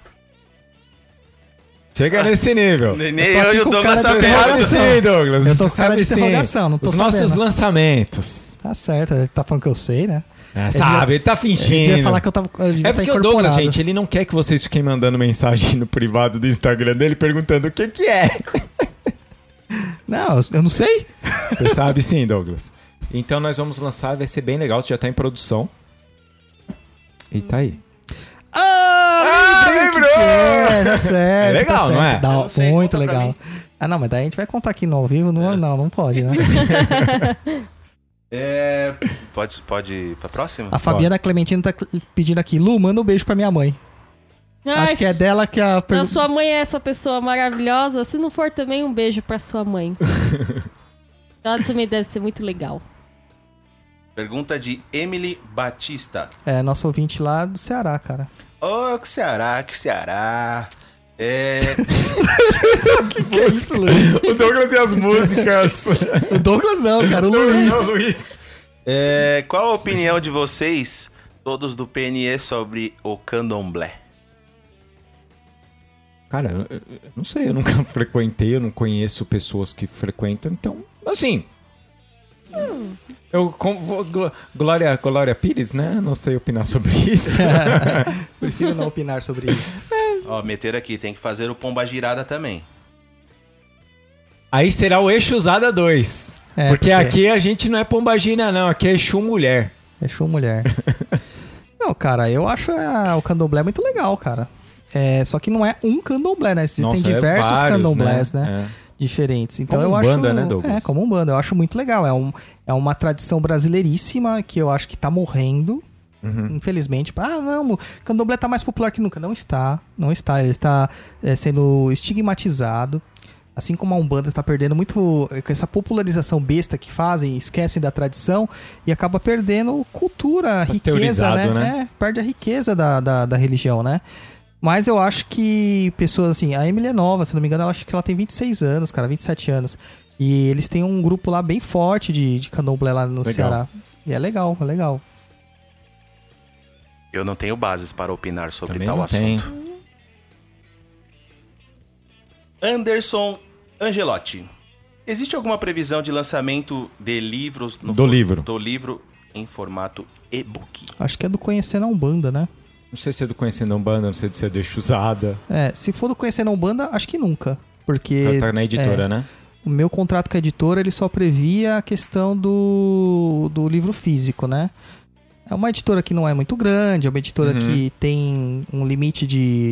Nesse nível. Nem eu e o Douglas sabemos. Sim, Douglas. Eu tô com Você cara sabe de sim. interrogação, não tô Os sabendo. nossos lançamentos. Tá certo, ele tá falando que eu sei, né? Sabe, ele tá fingindo. Ele devia falar que eu devia É estar porque o incorporado. Douglas, gente, ele não quer que vocês fiquem mandando mensagem no privado do Instagram dele perguntando o que é. Não, eu não sei. Você sabe sim, Douglas. Então nós vamos lançar, vai ser bem legal, já tá em produção. E tá aí. Lembrou! Tá certo. É legal, tá certo. não é? Dá, Eu sei, muito conta pra legal. mim. Não, mas daí a gente vai contar aqui no ao vivo. Não pode, né? Pode ir pra próxima? A Fabiana Clementina tá pedindo aqui, Lu, manda um beijo pra minha mãe. Acho que é dela que a A pergunta... sua mãe é essa pessoa maravilhosa. Se não for também, um beijo pra sua mãe. Ela também deve ser muito legal. Pergunta de Emily Batista. É, nosso ouvinte lá do Ceará, cara. Ô, que Ceará. Que é isso, Luiz? O Douglas e as músicas. O Douglas não, cara, o Luiz. Luiz. Qual a opinião de vocês, todos do PNE, sobre o candomblé? Cara, eu não sei, eu nunca frequentei, eu não conheço pessoas que frequentam, então, assim... Glória Pires, né? Não sei opinar sobre isso. Prefiro não opinar sobre isso. Ó, meteram aqui, tem que fazer o pomba girada também. Aí será o Exu Usada 2. Porque aqui a gente não é pombagira, não. Aqui é Exu Mulher. Exu Mulher. Não, cara, eu acho o candomblé muito legal, cara. Só que não é um candomblé, né? Existem diversos vários, candomblés, né? Diferentes. Então como eu Umbanda, acho. Né, Douglas? Como Umbanda. Eu acho muito legal. É uma tradição brasileiríssima que eu acho que tá morrendo. Infelizmente. Não, o candomblé tá mais popular que nunca. Não está. Ele está sendo estigmatizado. Assim como a Umbanda está perdendo muito com essa popularização besta que fazem, esquecem da tradição e acaba perdendo cultura, riqueza, né? Perde a riqueza da religião, né? Mas eu acho que pessoas assim... A Emily é nova, se não me engano, eu acho que ela tem 26 anos, cara, 27 anos. E eles têm um grupo lá bem forte de candomblé lá no Ceará. E é legal, é legal. Eu não tenho bases para opinar sobre Também tal não assunto. tem. Anderson Angelotti. Existe alguma previsão de lançamento de livros do livro em formato e-book? Acho que é do Conhecendo a Umbanda, né? Não sei se é do Conhecendo a Umbanda, não sei se é do Exu Usada. Se for do Conhecendo a Umbanda, acho que nunca. Porque... Tá na editora, né? O meu contrato com a editora, ele só previa a questão do livro físico, né? É uma editora que não é muito grande, é uma editora que tem um limite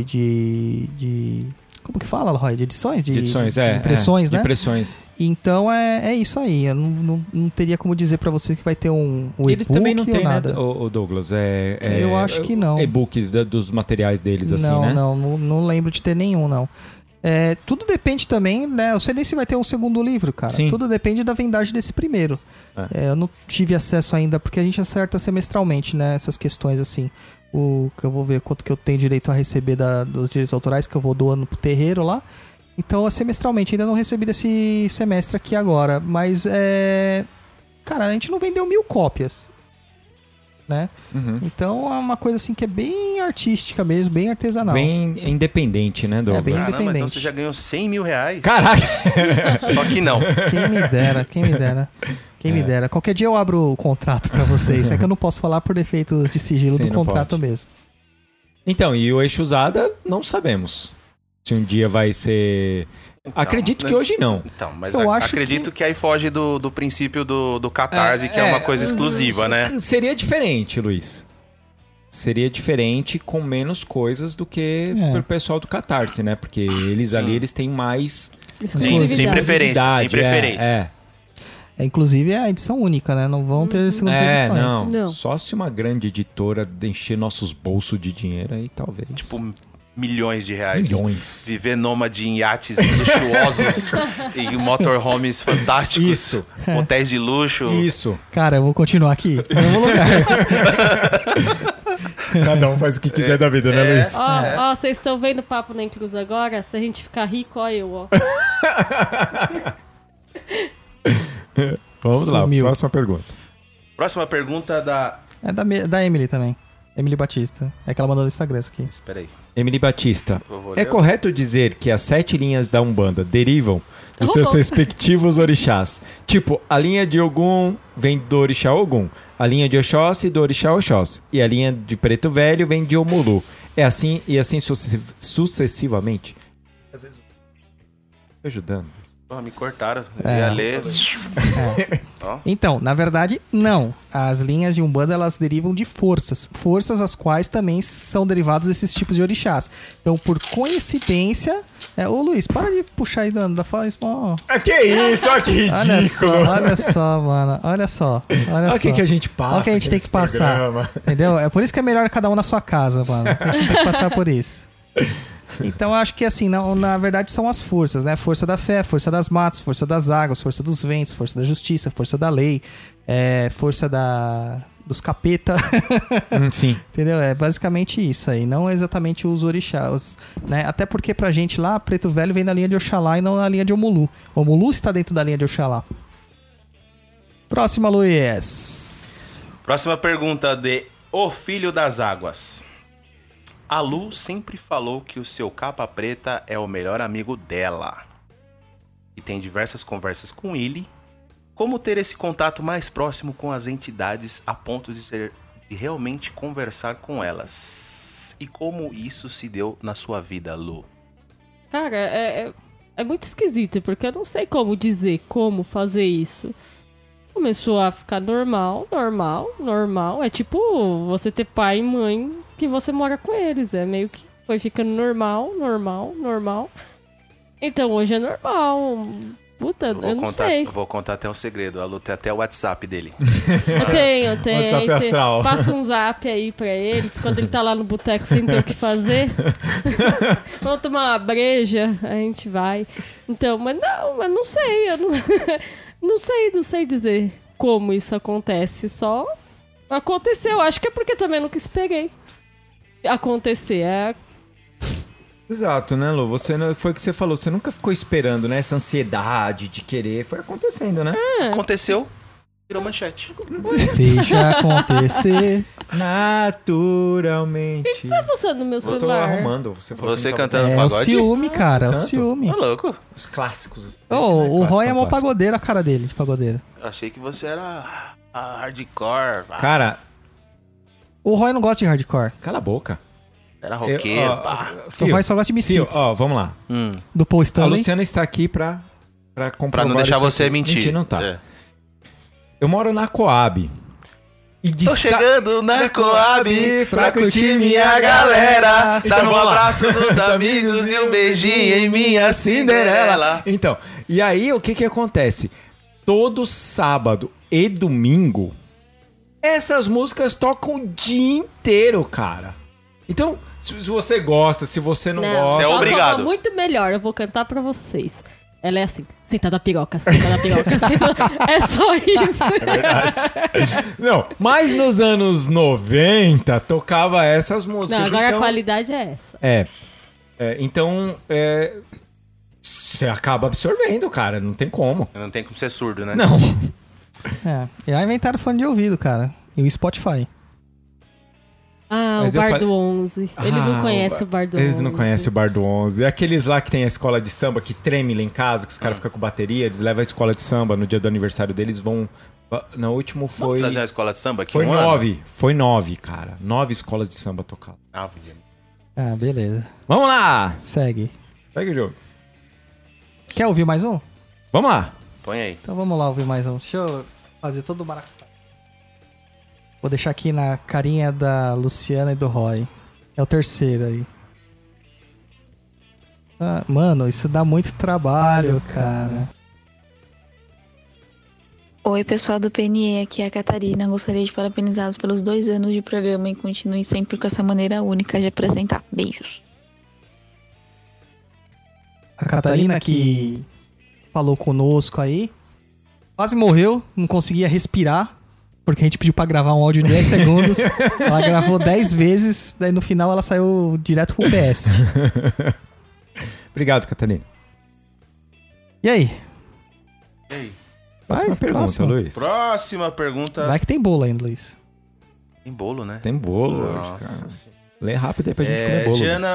de como que fala, Roy? De edições? De impressões, né? De impressões. Então é isso aí. Eu não teria como dizer pra você que vai ter um eles e-book também não têm, nada. Né, o Douglas? Eu acho que não. E-books dos materiais deles, assim, né? Não lembro de ter nenhum, não. Tudo depende também, né? Eu sei nem se vai ter um segundo livro, cara. Sim. Tudo depende da vendagem desse primeiro. Eu não tive acesso ainda, porque a gente acerta semestralmente, né? Essas questões, assim. Que eu vou ver quanto que eu tenho direito a receber dos direitos autorais, que eu vou doando pro terreiro lá. Então, semestralmente. Ainda não recebi desse semestre aqui agora. Mas, cara, a gente não vendeu 1000 cópias. Né? Então é uma coisa assim que é bem artística mesmo, bem artesanal. Bem independente, né, Douglas? Bem Caramba, independente. então você já ganhou 100 mil reais? Caraca! Só que não. Quem me dera, quem me dera. Qualquer dia eu abro o contrato pra vocês. É que eu não posso falar por defeitos de sigilo do contrato mesmo. Então, e o Exu Usada, não sabemos se um dia vai ser... Então, acredito que hoje não. Então, mas eu acredito que aí foge do princípio do Catarse, que é uma coisa exclusiva, né? Seria diferente, Luiz. Seria diferente com menos coisas do que pro pessoal do Catarse, né? Porque eles ali, eles têm mais... Tem preferência. Tem preferência. Inclusive é a edição única, né? Não vão ter segundas edições. Não. Só se uma grande editora encher nossos bolsos de dinheiro aí, talvez. Tipo... milhões de reais. Milhões. Viver nômade em iates luxuosos e motorhomes fantásticos. Isso. Hotéis de luxo. Isso. Cara, eu vou continuar aqui no mesmo lugar. Cada um faz o que quiser da vida, né, Luiz? Ó, vocês estão vendo o Papo na Cruz agora? Se a gente ficar rico, ó eu, ó. Vamos lá, próxima pergunta. Próxima pergunta da... É da Emily também. Emily Batista. É que ela mandou no Instagram isso aqui. Espera aí. Emily Batista. É correto dizer que as 7 linhas da Umbanda derivam dos seus respectivos orixás? Tipo, a linha de Ogum vem do orixá Ogum, a linha de Oxóssi do orixá Oxóssi, e a linha de Preto Velho vem de Omulu. É assim e assim sucessivamente? Às vezes... Tô ajudando. Me cortaram. Eu ia ler. Então, na verdade, não. As linhas de Umbanda, elas derivam de forças. Forças as quais também são derivadas desses tipos de orixás. Então, por coincidência... Ô, Luiz, para de puxar aí da fala isso. Que isso? Olha que ridículo. Olha só, mano. Olha só. Olha o que a gente passa. Olha o que a gente tem que passar. Entendeu? É por isso que é melhor cada um na sua casa, mano. A gente tem que passar por isso. Então eu acho que assim, na verdade são as forças, né? Força da fé, força das matas, força das águas, força dos ventos, força da justiça, força da lei, força dos capeta. Sim. Entendeu? É basicamente isso aí, não exatamente os orixás, né? Até porque pra gente lá, Preto Velho vem da linha de Oxalá e não na linha de Omulu. Omulu está dentro da linha de Oxalá. Próxima, Luiz. Próxima pergunta de O Filho das Águas. A Lu sempre falou que o seu capa preta é o melhor amigo dela. E tem diversas conversas com ele. Como ter esse contato mais próximo com as entidades a ponto de realmente conversar com elas? e como isso se deu na sua vida, Lu? Cara, é muito esquisito, porque eu não sei como dizer, como fazer isso. Começou a ficar normal. É tipo você ter pai e mãe que você mora com eles. É meio que foi ficando normal. Então hoje é normal. Puta, eu não sei. Vou contar até um segredo. A Lu tem até o WhatsApp dele. Eu tenho. WhatsApp astral. Passa um zap aí pra ele, quando ele tá lá no boteco sem ter o que fazer. Vamos tomar uma breja, a gente vai. Então, mas não sei. Eu não sei dizer como isso acontece. Só aconteceu. Acho que é porque também nunca esperei acontecer. Exato, né, Lu? Foi o que você falou, você nunca ficou esperando, né? Essa ansiedade de querer, foi acontecendo, né? Aconteceu, virou manchete. Deixa acontecer. Naturalmente. O que tá funcionando no meu Eu tô celular? arrumando. Você Cantando É o pagode? ciúme, cara, é o ciúme. Tá louco? Os clássicos. O Roy é mó pagodeiro, a cara dele, de pagodeiro. Eu achei que você era hardcore. Cara, O Roy não gosta de hardcore. cala a boca. Era roqueiro, O Roy só gosta de Misfits. Vamos lá. Do Paul A Stanley. Luciana está aqui pra comprovar. Pra não deixar isso você aqui. mentir. Não tá. É. Eu moro na Coab. E Tô chegando na Coab pra curtir minha galera. Dar um vamos lá. abraço nos amigos e um beijinho em minha Cinderela. Então, e aí o que acontece? Todo sábado e domingo, essas músicas tocam o dia inteiro, cara. Então, se você gosta, se você não gosta... Você é obrigado. Ela muito melhor, eu vou cantar pra vocês. Ela é assim, sentada na piroca, sentada na piroca, sentada... É só isso. É verdade. Não, mas nos anos 90 tocava essas músicas. Não, agora então... a qualidade é essa. Então, você acaba absorvendo, cara, não tem como. Não tem como ser surdo, né? Não. E aí inventaram fone de ouvido, cara. E o Spotify. Mas o Bar do 11. Ele não conhece o Bar do 11. Eles não conhecem o Bar do 11. É aqueles lá que tem a escola de samba que treme lá em casa, que os caras ficam com bateria, eles levam a escola de samba no dia do aniversário deles, vão... No último foi... Vamos trazer uma escola de samba aqui Foi um ano? 9. Foi 9, cara. 9 escolas de samba tocaram. Ah, beleza. Vamos lá! Segue. Segue o jogo. Quer ouvir mais um? Vamos lá. Põe aí. Então vamos lá ouvir mais um. Deixa eu fazer todo o maracutá. Vou deixar aqui na carinha da Luciana e do Roy. É o terceiro aí. Mano, isso dá muito trabalho, cara. Oi, pessoal do PNE, aqui é a Catarina. Gostaria de parabenizá-los pelos 2 anos de programa e continue sempre com essa maneira única de apresentar. Beijos. A Catarina que falou conosco aí, quase morreu, não conseguia respirar, porque a gente pediu pra gravar um áudio de 10 segundos. Ela gravou 10 vezes, daí no final ela saiu direto pro PS. Obrigado, Catarina. E aí? E aí? Próxima pergunta, Luiz. Próxima pergunta. Vai que tem bolo ainda, Luiz. Tem bolo, né? Tem bolo. Nossa. Lê rápido aí pra gente comer bolo. Jana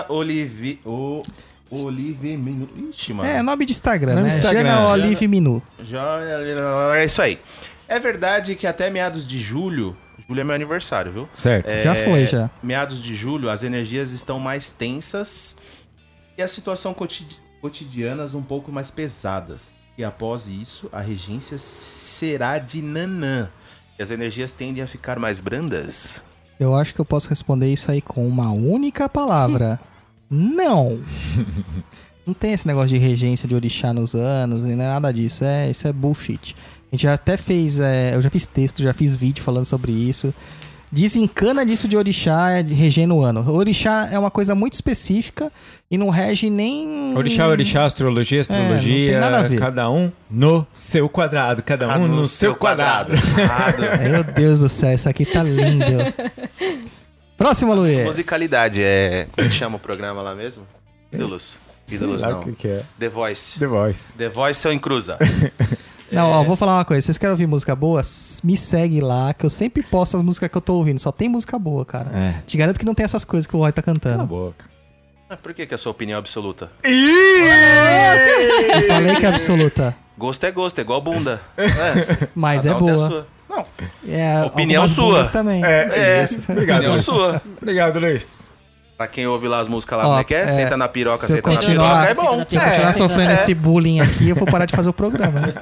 Olive Minu. Ixi, mano. É, nome de Instagram, Nome né? de Instagram. Jana Olive Minu. É isso aí. É verdade que até meados de julho... Julho é meu aniversário, viu? Certo. Já foi, já. Meados de julho, as energias estão mais tensas e a situação cotidianas um pouco mais pesadas. E após isso, a regência será de Nanã. E as energias tendem a ficar mais brandas? Eu acho que eu posso responder isso aí com uma única palavra. Não. Não tem esse negócio de regência de orixá nos anos, nem nada disso. Isso é bullshit. A gente já até fez... eu já fiz texto, já fiz vídeo falando sobre isso. Desencana disso de orixá regendo o ano. Orixá é uma coisa muito específica e não rege nem... Orixá, astrologia, não tem nada a ver. Cada um no seu quadrado. Cada um no seu quadrado. Meu Deus do céu, isso aqui tá lindo. Próximo, Luiz. Musicalidade, como chama o programa lá mesmo? Ídolos. Ídolos não. O que é? The Voice. The Voice. The Voice ou Encruza. Não, ó, vou falar uma coisa. Vocês querem ouvir música boa? Me segue lá, que eu sempre posto as músicas que eu tô ouvindo. Só tem música boa, cara. Te garanto que não tem essas coisas que o Roy tá cantando. Cala a boca. Por que a sua opinião é absoluta? Eu falei que é absoluta. Gosto é gosto, é igual bunda. Mas é boa. Não. É, opinião sua. Também. Isso. Obrigado, opinião Luiz. sua. Obrigado, Luiz. Pra quem ouve lá as músicas lá, como é que é? Senta na piroca, se eu senta na continuar- piroca, é bom. Se eu continuar sofrendo esse bullying aqui, eu vou parar de fazer o programa. Né?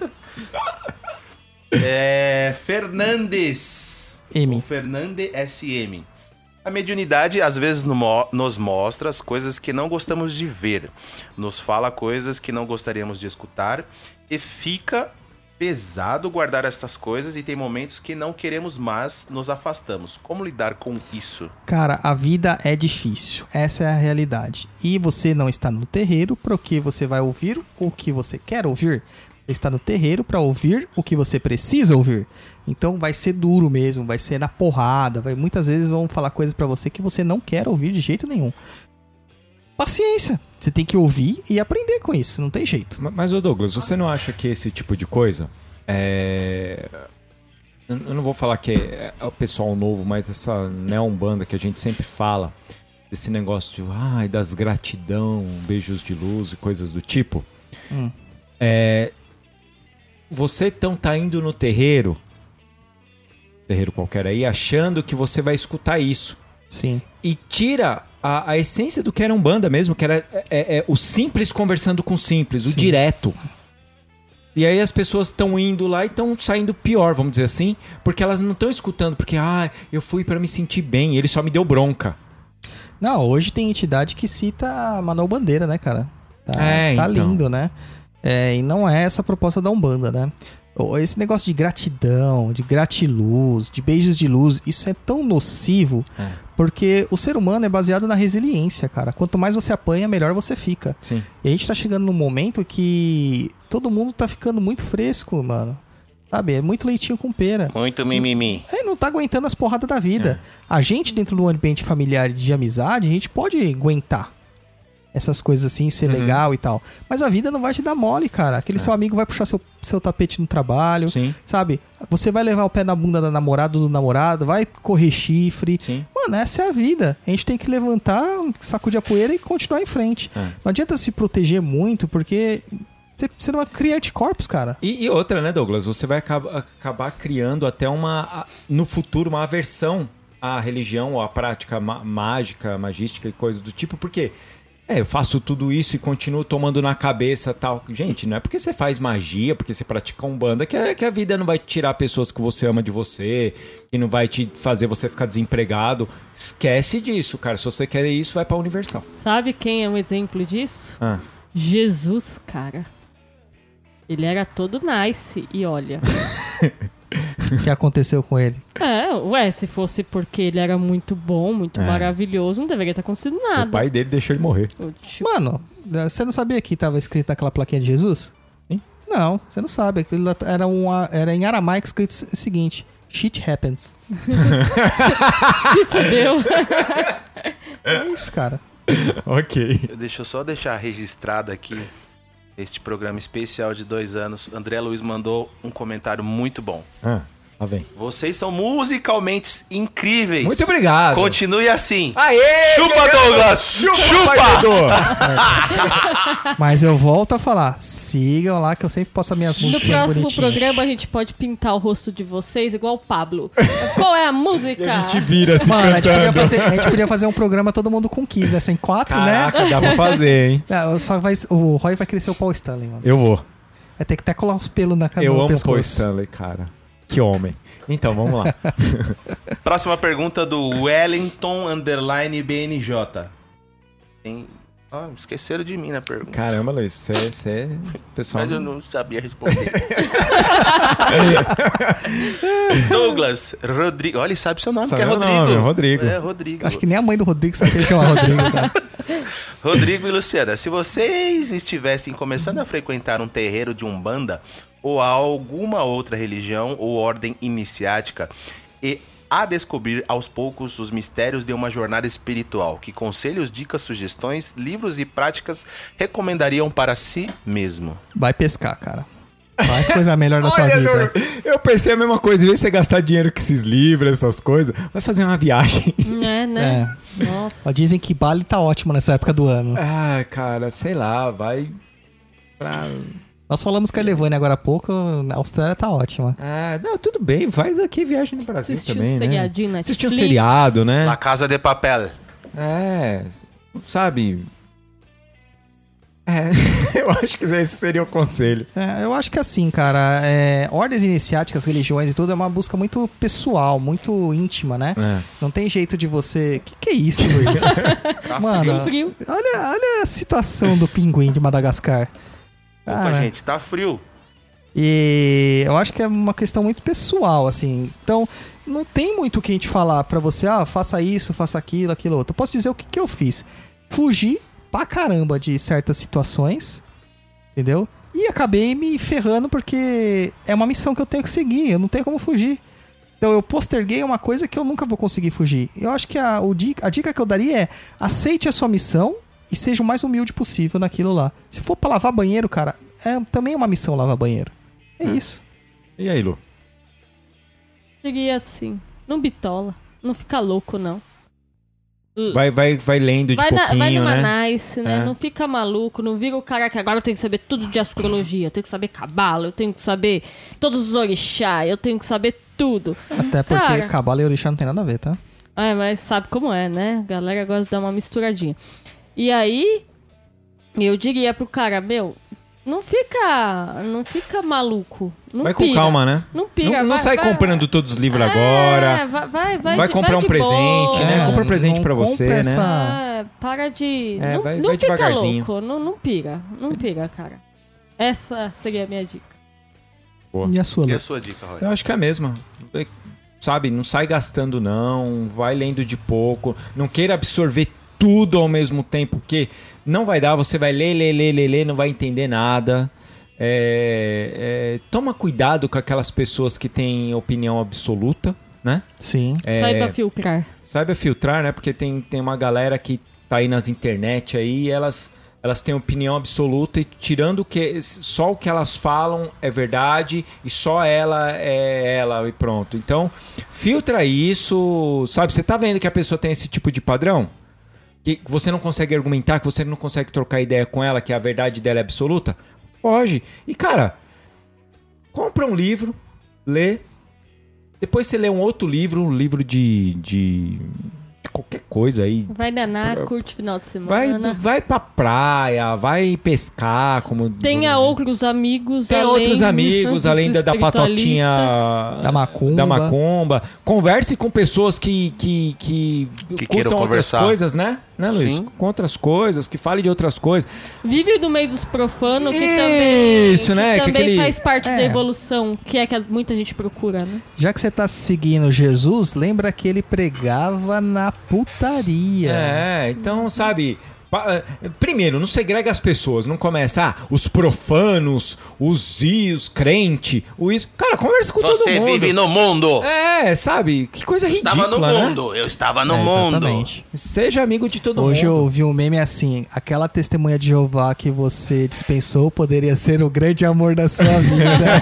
Fernandes. M. O Fernande SM. A mediunidade às vezes nos mostra as coisas que não gostamos de ver, nos fala coisas que não gostaríamos de escutar e fica pesado guardar estas coisas e tem momentos que não queremos, mas nos afastamos. Como lidar com isso? Cara, a vida é difícil. Essa é a realidade. E você não está no terreiro porque você vai ouvir o que você quer ouvir. Você está no terreiro para ouvir o que você precisa ouvir. Então vai ser duro mesmo, vai ser na porrada, muitas vezes vão falar coisas pra você que você não quer ouvir de jeito nenhum. Paciência, você tem que ouvir e aprender com isso, não tem jeito. Mas, ô Douglas, você não acha que esse tipo de coisa eu não vou falar que é o pessoal novo, mas essa neo-umbanda que a gente sempre fala, desse negócio de das gratidão, beijos de luz e coisas do tipo. Você então tá indo no terreiro qualquer aí, achando que você vai escutar isso. Sim. E tira a essência do que era Umbanda mesmo, que era o simples conversando com o simples, o direto. E aí as pessoas estão indo lá e estão saindo pior, vamos dizer assim, porque elas não estão escutando, porque eu fui pra me sentir bem, ele só me deu bronca. Não, hoje tem entidade que cita a Manuel Bandeira, né, cara? Tá então. lindo, né? E não é essa a proposta da Umbanda, né? Esse negócio de gratidão, de gratiluz, de beijos de luz, isso é tão nocivo, porque o ser humano é baseado na resiliência, cara. Quanto mais você apanha, melhor você fica. Sim. E a gente tá chegando num momento que todo mundo tá ficando muito fresco, mano. Sabe? É muito leitinho com pera. Muito mimimi. Não tá aguentando as porradas da vida. A gente, dentro do ambiente familiar e de amizade, a gente pode aguentar essas coisas assim, ser legal e tal. Mas a vida não vai te dar mole, cara. Aquele seu amigo vai puxar seu tapete no trabalho. Sim. Sabe? Você vai levar o pé na bunda da namorada ou do namorado, vai correr chifre. Sim. Mano, essa é a vida. A gente tem que levantar, sacudir a poeira e continuar em frente. Não adianta se proteger muito, porque você não vai criar anticorpos, cara. E outra, né, Douglas? Você vai acabar criando até no futuro, uma aversão à religião ou à prática mágica, magística e coisas do tipo, porque eu faço tudo isso e continuo tomando na cabeça tal. Gente, não é porque você faz magia, porque você pratica Umbanda, que a vida não vai tirar pessoas que você ama de você, que não vai te fazer você ficar desempregado. Esquece disso, cara. Se você quer isso, vai pra Universal. Sabe quem é um exemplo disso? Jesus, cara. Ele era todo nice e olha... O que aconteceu com ele? Se fosse porque ele era muito bom, muito maravilhoso, não deveria ter acontecido nada. O pai dele deixou ele morrer. Mano, você não sabia que tava escrito naquela plaquinha de Jesus? Sim? Não, você não sabe. Aquilo era em aramaico escrito o seguinte: shit happens. Se fodeu. É isso, cara. Ok. Deixa eu só deixar registrado aqui este programa especial de 2 anos. André Luiz mandou um comentário muito bom. Lá vem. Vocês são musicalmente incríveis. Muito obrigado. Continue assim. Aê! Chupa, Douglas! Chupa! Mas eu volto a falar, sigam lá que eu sempre posto as minhas músicas No próximo bonitinhas. programa a gente pode pintar o rosto de vocês igual o Pablo. Qual é a música? A gente vira assim, Mano, a cantando. gente podia fazer um programa todo mundo com Kiss, né? Sem 4, Caraca, né? dá pra fazer, hein? O Roy vai crescer o Paul Stanley, mano. Eu vou. Vai ter que até colar os pelos na cara Eu do amo o Paul pescoço. Stanley, cara. Que homem. Então, vamos lá. Próxima pergunta do Wellington_BNJ. Esqueceram de mim na pergunta. Caramba, Luiz, você é... Pessoal... Mas eu não sabia responder. Douglas Rodrigo. Olha, ele sabe seu nome, Sabe que é meu Rodrigo. nome, Rodrigo. É, Rodrigo. Acho que nem a mãe do Rodrigo sabe que ele chama Rodrigo, cara. Rodrigo e Luciana, se vocês estivessem começando a frequentar um terreiro de Umbanda ou alguma outra religião ou ordem iniciática e a descobrir aos poucos os mistérios de uma jornada espiritual, que conselhos, dicas, sugestões, livros e práticas recomendariam para si mesmo? Vai pescar, cara. Faz coisa melhor da sua Olha, vida. eu pensei a mesma coisa. Em vez de você gastar dinheiro com esses livros, essas coisas, vai fazer uma viagem. Né? Nossa. Dizem que Bali tá ótimo nessa época do ano. Cara, sei lá, vai pra... Nós falamos com a Elevânia agora há pouco, a Austrália tá ótima. Não, tudo bem, faz aqui viagem no Brasil Assistiu também, um né? seriadinho na Assistiu um Netflix. seriado, né? La Casa de Papel. Sabe? Eu acho que esse seria o conselho. Eu acho que assim, cara, ordens iniciáticas, religiões e tudo é uma busca muito pessoal, muito íntima, né? Não tem jeito de você... Que é isso, Luiz? Mano, frio. Olha a situação do pinguim de Madagascar. Opa, gente, tá frio. E eu acho que é uma questão muito pessoal, assim. Então, não tem muito o que a gente falar pra você, faça isso, faça aquilo, aquilo outro. Eu posso dizer o que eu fiz. Fugi pra caramba de certas situações, entendeu? E acabei me ferrando porque é uma missão que eu tenho que seguir, eu não tenho como fugir. Então eu posterguei uma coisa que eu nunca vou conseguir fugir. Eu acho que a dica que eu daria é: aceite a sua missão e seja o mais humilde possível naquilo lá. Se for pra lavar banheiro, cara, também é uma missão lavar banheiro. É isso. E aí, Lu? Seria assim, não bitola, não fica louco, não. Vai lendo de pouquinho, vai numa né? nice, né? Não fica maluco, não vira o cara que agora eu tenho que saber tudo de astrologia, eu tenho que saber cabala, eu tenho que saber todos os orixá, eu tenho que saber tudo. Até porque cabala e orixá não tem nada a ver, tá? Mas sabe como é, né? A galera gosta de dar uma misturadinha. E aí, eu diria pro cara, não fica maluco. Não vai pira. Com calma, né? Não pira. Não sai comprando todos os livros agora. Vai comprar um presente, boa. né? Compra um presente pra você, né? Para de... vai não fica devagarzinho. louco. Não pira. Não pira, cara. Essa seria a minha dica. Boa. E a sua, Lu? E a sua dica, Roy? Eu acho que é a mesma. Sabe, não sai gastando não. Vai lendo de pouco. Não queira absorver tudo ao mesmo tempo, porque não vai dar, você vai ler, não vai entender nada. Toma cuidado com aquelas pessoas que têm opinião absoluta, né? Sim. Saiba filtrar. Saiba filtrar, né? Porque tem uma galera que tá aí nas internet aí e elas têm opinião absoluta e tirando só o que elas falam é verdade e só ela é ela e pronto. Então, filtra isso, sabe? Você tá vendo que a pessoa tem esse tipo de padrão? Que você não consegue argumentar, que você não consegue trocar ideia com ela, que a verdade dela é absoluta? Pode. E, cara, compra um livro, lê. Depois você lê um outro livro, um livro de qualquer coisa aí. Vai danar, curte final de semana. Vai pra praia, vai pescar. Tenha outros amigos. Além da patotinha da macumba. Converse com pessoas que queiram outras conversar. Coisas, né, Luiz? Sim. Com outras coisas, que fale de outras coisas. Vive no meio dos profanos, que também faz parte da evolução, que é que muita gente procura, né? Já que você tá seguindo Jesus, lembra que ele pregava na putaria. Então, sabe... Primeiro, não segrega as pessoas. Não começa, os profanos, os crentes, isso. Cara, conversa com todo mundo. Você vive no mundo. Sabe? Que coisa ridícula, Eu estava no mundo. Exatamente. Seja amigo de todo mundo. Hoje eu ouvi um meme assim: aquela testemunha de Jeová que você dispensou poderia ser o grande amor da sua vida.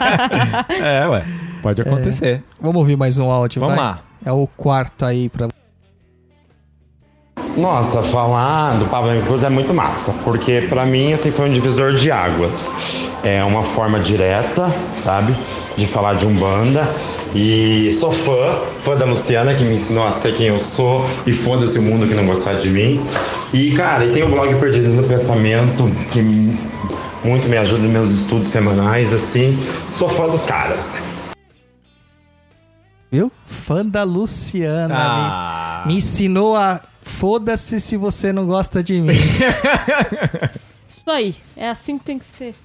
Pode acontecer. Vamos ouvir mais um áudio, Vamos lá. É o quarto aí pra... Nossa, falar do Pablo Cruz é muito massa, porque pra mim assim foi um divisor de águas. É uma forma direta, sabe, de falar de Umbanda. E sou fã da Luciana, que me ensinou a ser quem eu sou, e foda-se o mundo que não gostar de mim. E cara, tem o blog Perdidos no Pensamento, que muito me ajuda nos meus estudos semanais, assim. Sou fã dos caras. Viu? Fã da Luciana. Me ensinou a... Foda-se se você não gosta de mim. Isso aí. É assim que tem que ser.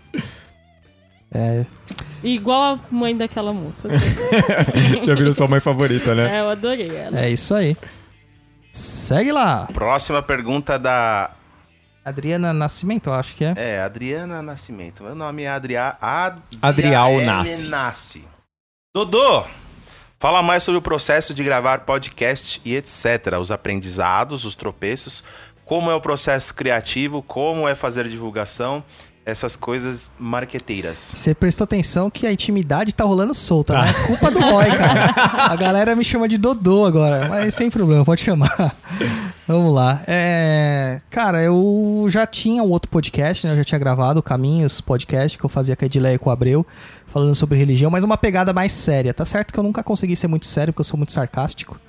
Igual a mãe daquela moça. Já virou sua mãe favorita, né? Eu adorei ela. É isso aí. Segue lá. Próxima pergunta da... Adriana Nascimento, eu acho que é. Adriana Nascimento. Meu nome é Adriel Nasce. Dodô, fala mais sobre o processo de gravar podcast e etc. Os aprendizados, os tropeços, como é o processo criativo, como é fazer divulgação, essas coisas marqueteiras. Você prestou atenção que a intimidade tá rolando solta, né? Culpa do Roy, cara. A galera me chama de Dodô agora, mas sem problema, pode chamar. Vamos lá. Cara, eu já tinha um outro podcast, né? Eu já tinha gravado o Caminhos podcast, que eu fazia com a Edileia e com o Abreu, falando sobre religião, mas uma pegada mais séria. Tá certo que eu nunca consegui ser muito sério, porque eu sou muito sarcástico.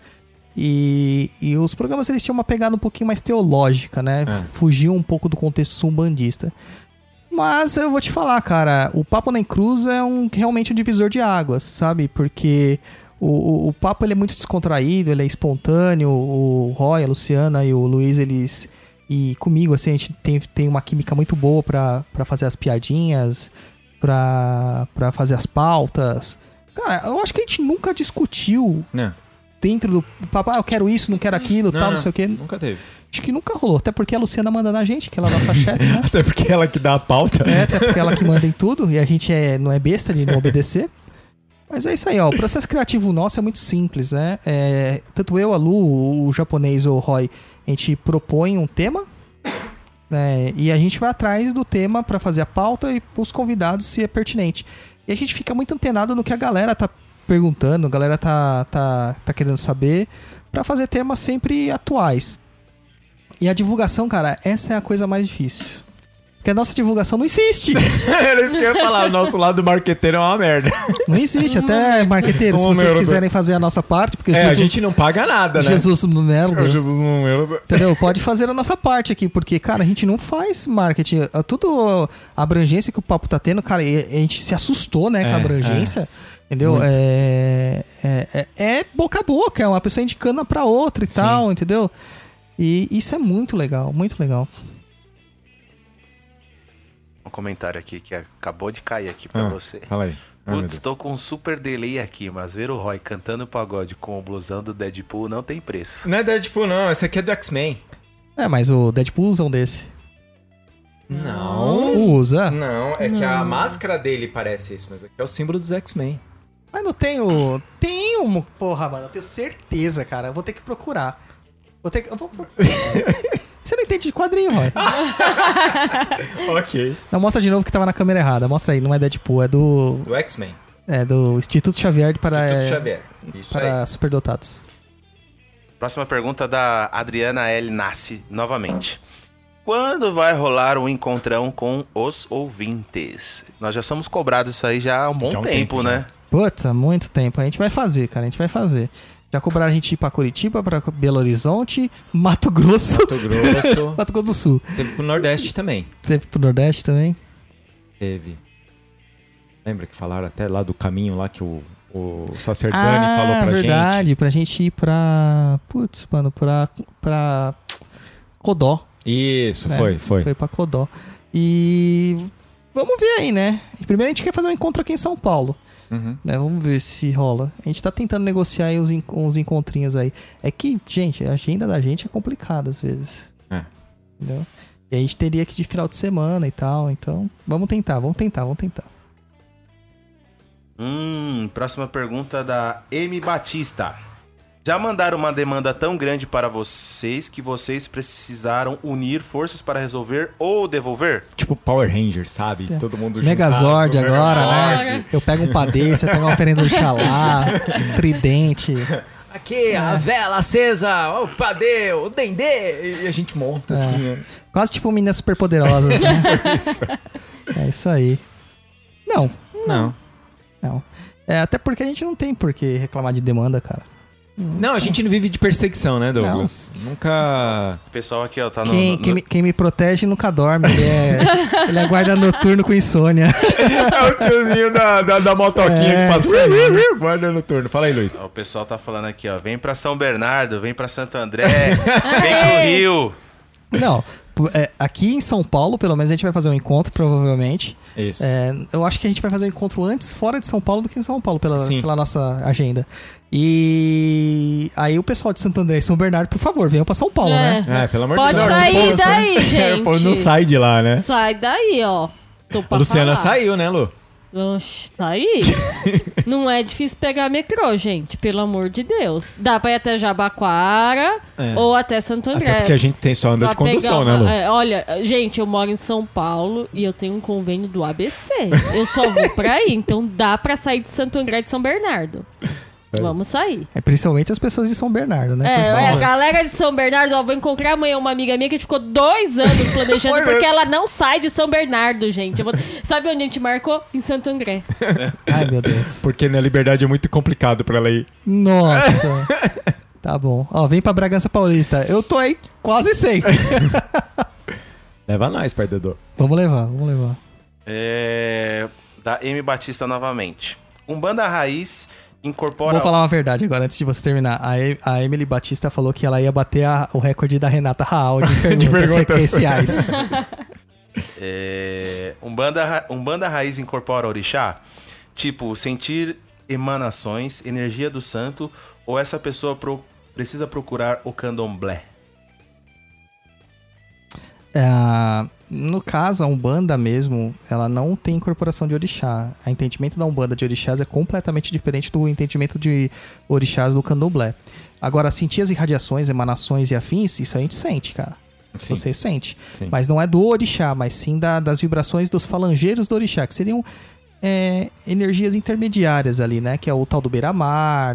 E os programas eles tinham uma pegada um pouquinho mais teológica, né? Fugiam um pouco do contexto umbandista. Mas eu vou te falar, cara, o Papo na Encruz é realmente um divisor de águas, sabe? Porque o papo ele é muito descontraído, ele é espontâneo. O Roy, a Luciana e o Luiz, eles... E comigo, assim, a gente tem uma química muito boa pra fazer as piadinhas, pra fazer as pautas. Cara, eu acho que a gente nunca discutiu dentro do papo, eu quero isso, não quero aquilo, tal, não sei o quê. Nunca teve. Acho que nunca rolou. Até porque a Luciana manda na gente, que ela é a nossa chefe, né? Até porque ela que dá a pauta. Até porque ela que manda em tudo. E a gente não é besta de não obedecer. Mas é isso aí, ó. O processo criativo nosso é muito simples, né? Tanto eu, a Lu, o japonês ou o Roy, a gente propõe um tema, né? E a gente vai atrás do tema pra fazer a pauta e os convidados se é pertinente. E a gente fica muito antenado no que a galera tá perguntando, a galera tá querendo saber, pra fazer temas sempre atuais. E a divulgação, cara, essa é a coisa mais difícil. Porque a nossa divulgação não existe. Era isso que eu ia falar. O nosso lado marqueteiro é uma merda. Não existe. Até marqueteiro, se vocês quiserem fazer a nossa parte, porque Jesus, a gente não paga nada, né? Jesus no merda. Jesus no merda. Entendeu? Pode fazer a nossa parte aqui, porque, cara, a gente não faz marketing. Tudo a abrangência que o papo tá tendo, cara, a gente se assustou, né, com a abrangência. Entendeu? É boca a boca, é uma pessoa indicando pra outra e tal, entendeu? E isso é muito legal, muito legal. Um comentário aqui que acabou de cair aqui pra você. Fala aí. Putz, tô com um super delay aqui, mas ver o Roy cantando pagode com o blusão do Deadpool não tem preço. Não é Deadpool, não. Esse aqui é do X-Men. Mas o Deadpool usa um desse. Não. Usa? Não, é que a máscara dele parece isso, mas aqui é o símbolo dos X-Men. Mas não tem o... Tem um... Porra, mano, eu tenho certeza, cara. Eu vou ter que procurar. Você não entende de quadrinho, Roy. Ok. Não, mostra de novo que tava na câmera errada. Mostra aí, não é Deadpool, é do... Do X-Men. É, do Instituto Xavier Instituto Xavier. Isso para aí. superdotados. Próxima pergunta da Adriana L. Nasce, novamente. Quando vai rolar um encontrão com os ouvintes? Nós já somos cobrados isso aí já há um bom tempo, né? Puta, muito tempo. A gente vai fazer, cara, a gente vai fazer. Já cobraram a gente ir pra Curitiba, pra Belo Horizonte, Mato Grosso. Mato Grosso do Sul. Teve pro Nordeste também. Teve pro Nordeste também? Teve. Lembra que falaram até lá do caminho lá que o Sacerdani falou pra verdade, gente? Pra gente ir pra... Putz, mano, pra Codó. Isso, foi. Foi pra Codó. E vamos ver aí, né? Primeiro a gente quer fazer um encontro aqui em São Paulo. Né? Vamos ver se rola. A gente tá tentando negociar aí uns encontrinhos aí. É que, gente, a agenda da gente é complicada às vezes. Entendeu? E a gente teria que ir de final de semana e tal. Então, vamos tentar. Próxima pergunta da M. Batista. Já mandaram uma demanda tão grande para vocês que vocês precisaram unir forças para resolver ou devolver? Tipo Power Rangers, sabe? Todo mundo Megazord agora, né? Eu pego um padê, você pega uma oferenda do Xalá, um tridente. Aqui, a vela acesa, o padê, o dendê. E a gente monta assim, né? Quase tipo meninas superpoderosas, né? É isso aí. Não. Até porque a gente não tem por que reclamar de demanda, cara. Não, a gente não vive de perseguição, né, Douglas? Não. Nunca... O pessoal aqui, ó, tá no... Quem me protege nunca dorme. Ele é guarda noturno com insônia. É o tiozinho da motoquinha que passa. Guarda noturno. Fala aí, Luiz. O pessoal tá falando aqui, ó. Vem pra São Bernardo, vem pra Santo André, vem pro Rio. Não, aqui em São Paulo, pelo menos, a gente vai fazer um encontro, provavelmente. Isso. Eu acho que a gente vai fazer um encontro antes fora de São Paulo do que em São Paulo, pela nossa agenda. E aí o pessoal de Santo André e São Bernardo, por favor, venham pra São Paulo, né? Pelo amor de Deus. Pode sair daí, gente. Pô, não sai de lá, né? Sai daí, ó. Tô pra A Luciana falar. saiu, né, Lu? Oxe, tá aí. Não é difícil pegar metrô, gente. Pelo amor de Deus. Dá pra ir até Jabaquara ou até Santo André. Até porque a gente tem só anda de condução, né, Lu? Olha, gente, eu moro em São Paulo e eu tenho um convênio do ABC. Eu só vou pra aí. Então dá pra sair de Santo André e de São Bernardo. Vamos sair. Principalmente as pessoas de São Bernardo, né? A galera de São Bernardo, ó, vou encontrar amanhã uma amiga minha que ficou 2 anos planejando porque ela não sai de São Bernardo, gente. Sabe onde a gente marcou? Em Santo André. Ai, meu Deus. Porque na Liberdade é muito complicado pra ela ir. Nossa. Tá bom. Ó, vem pra Bragança Paulista. Eu tô aí quase sempre. Leva nós, pai Dodô. Vamos levar. Da M. Batista novamente. Umbanda Raiz incorpora... Vou falar uma verdade agora, antes de você terminar. A Emily Batista falou que ela ia bater o recorde da Renata Raal de perguntas sequenciais. Umbanda Raiz incorpora orixá? Tipo, sentir emanações, energia do santo, ou essa pessoa precisa procurar o candomblé? No caso, a Umbanda mesmo, ela não tem incorporação de orixá. O entendimento da Umbanda de orixás é completamente diferente do entendimento de orixás do candomblé. Agora, sentir as irradiações, emanações e afins, isso a gente sente, cara. Sim. Você sente. Sim. Mas não é do orixá, mas sim das vibrações dos falangeiros do orixá, que seriam energias intermediárias ali, né? Que é o tal do beira-mar,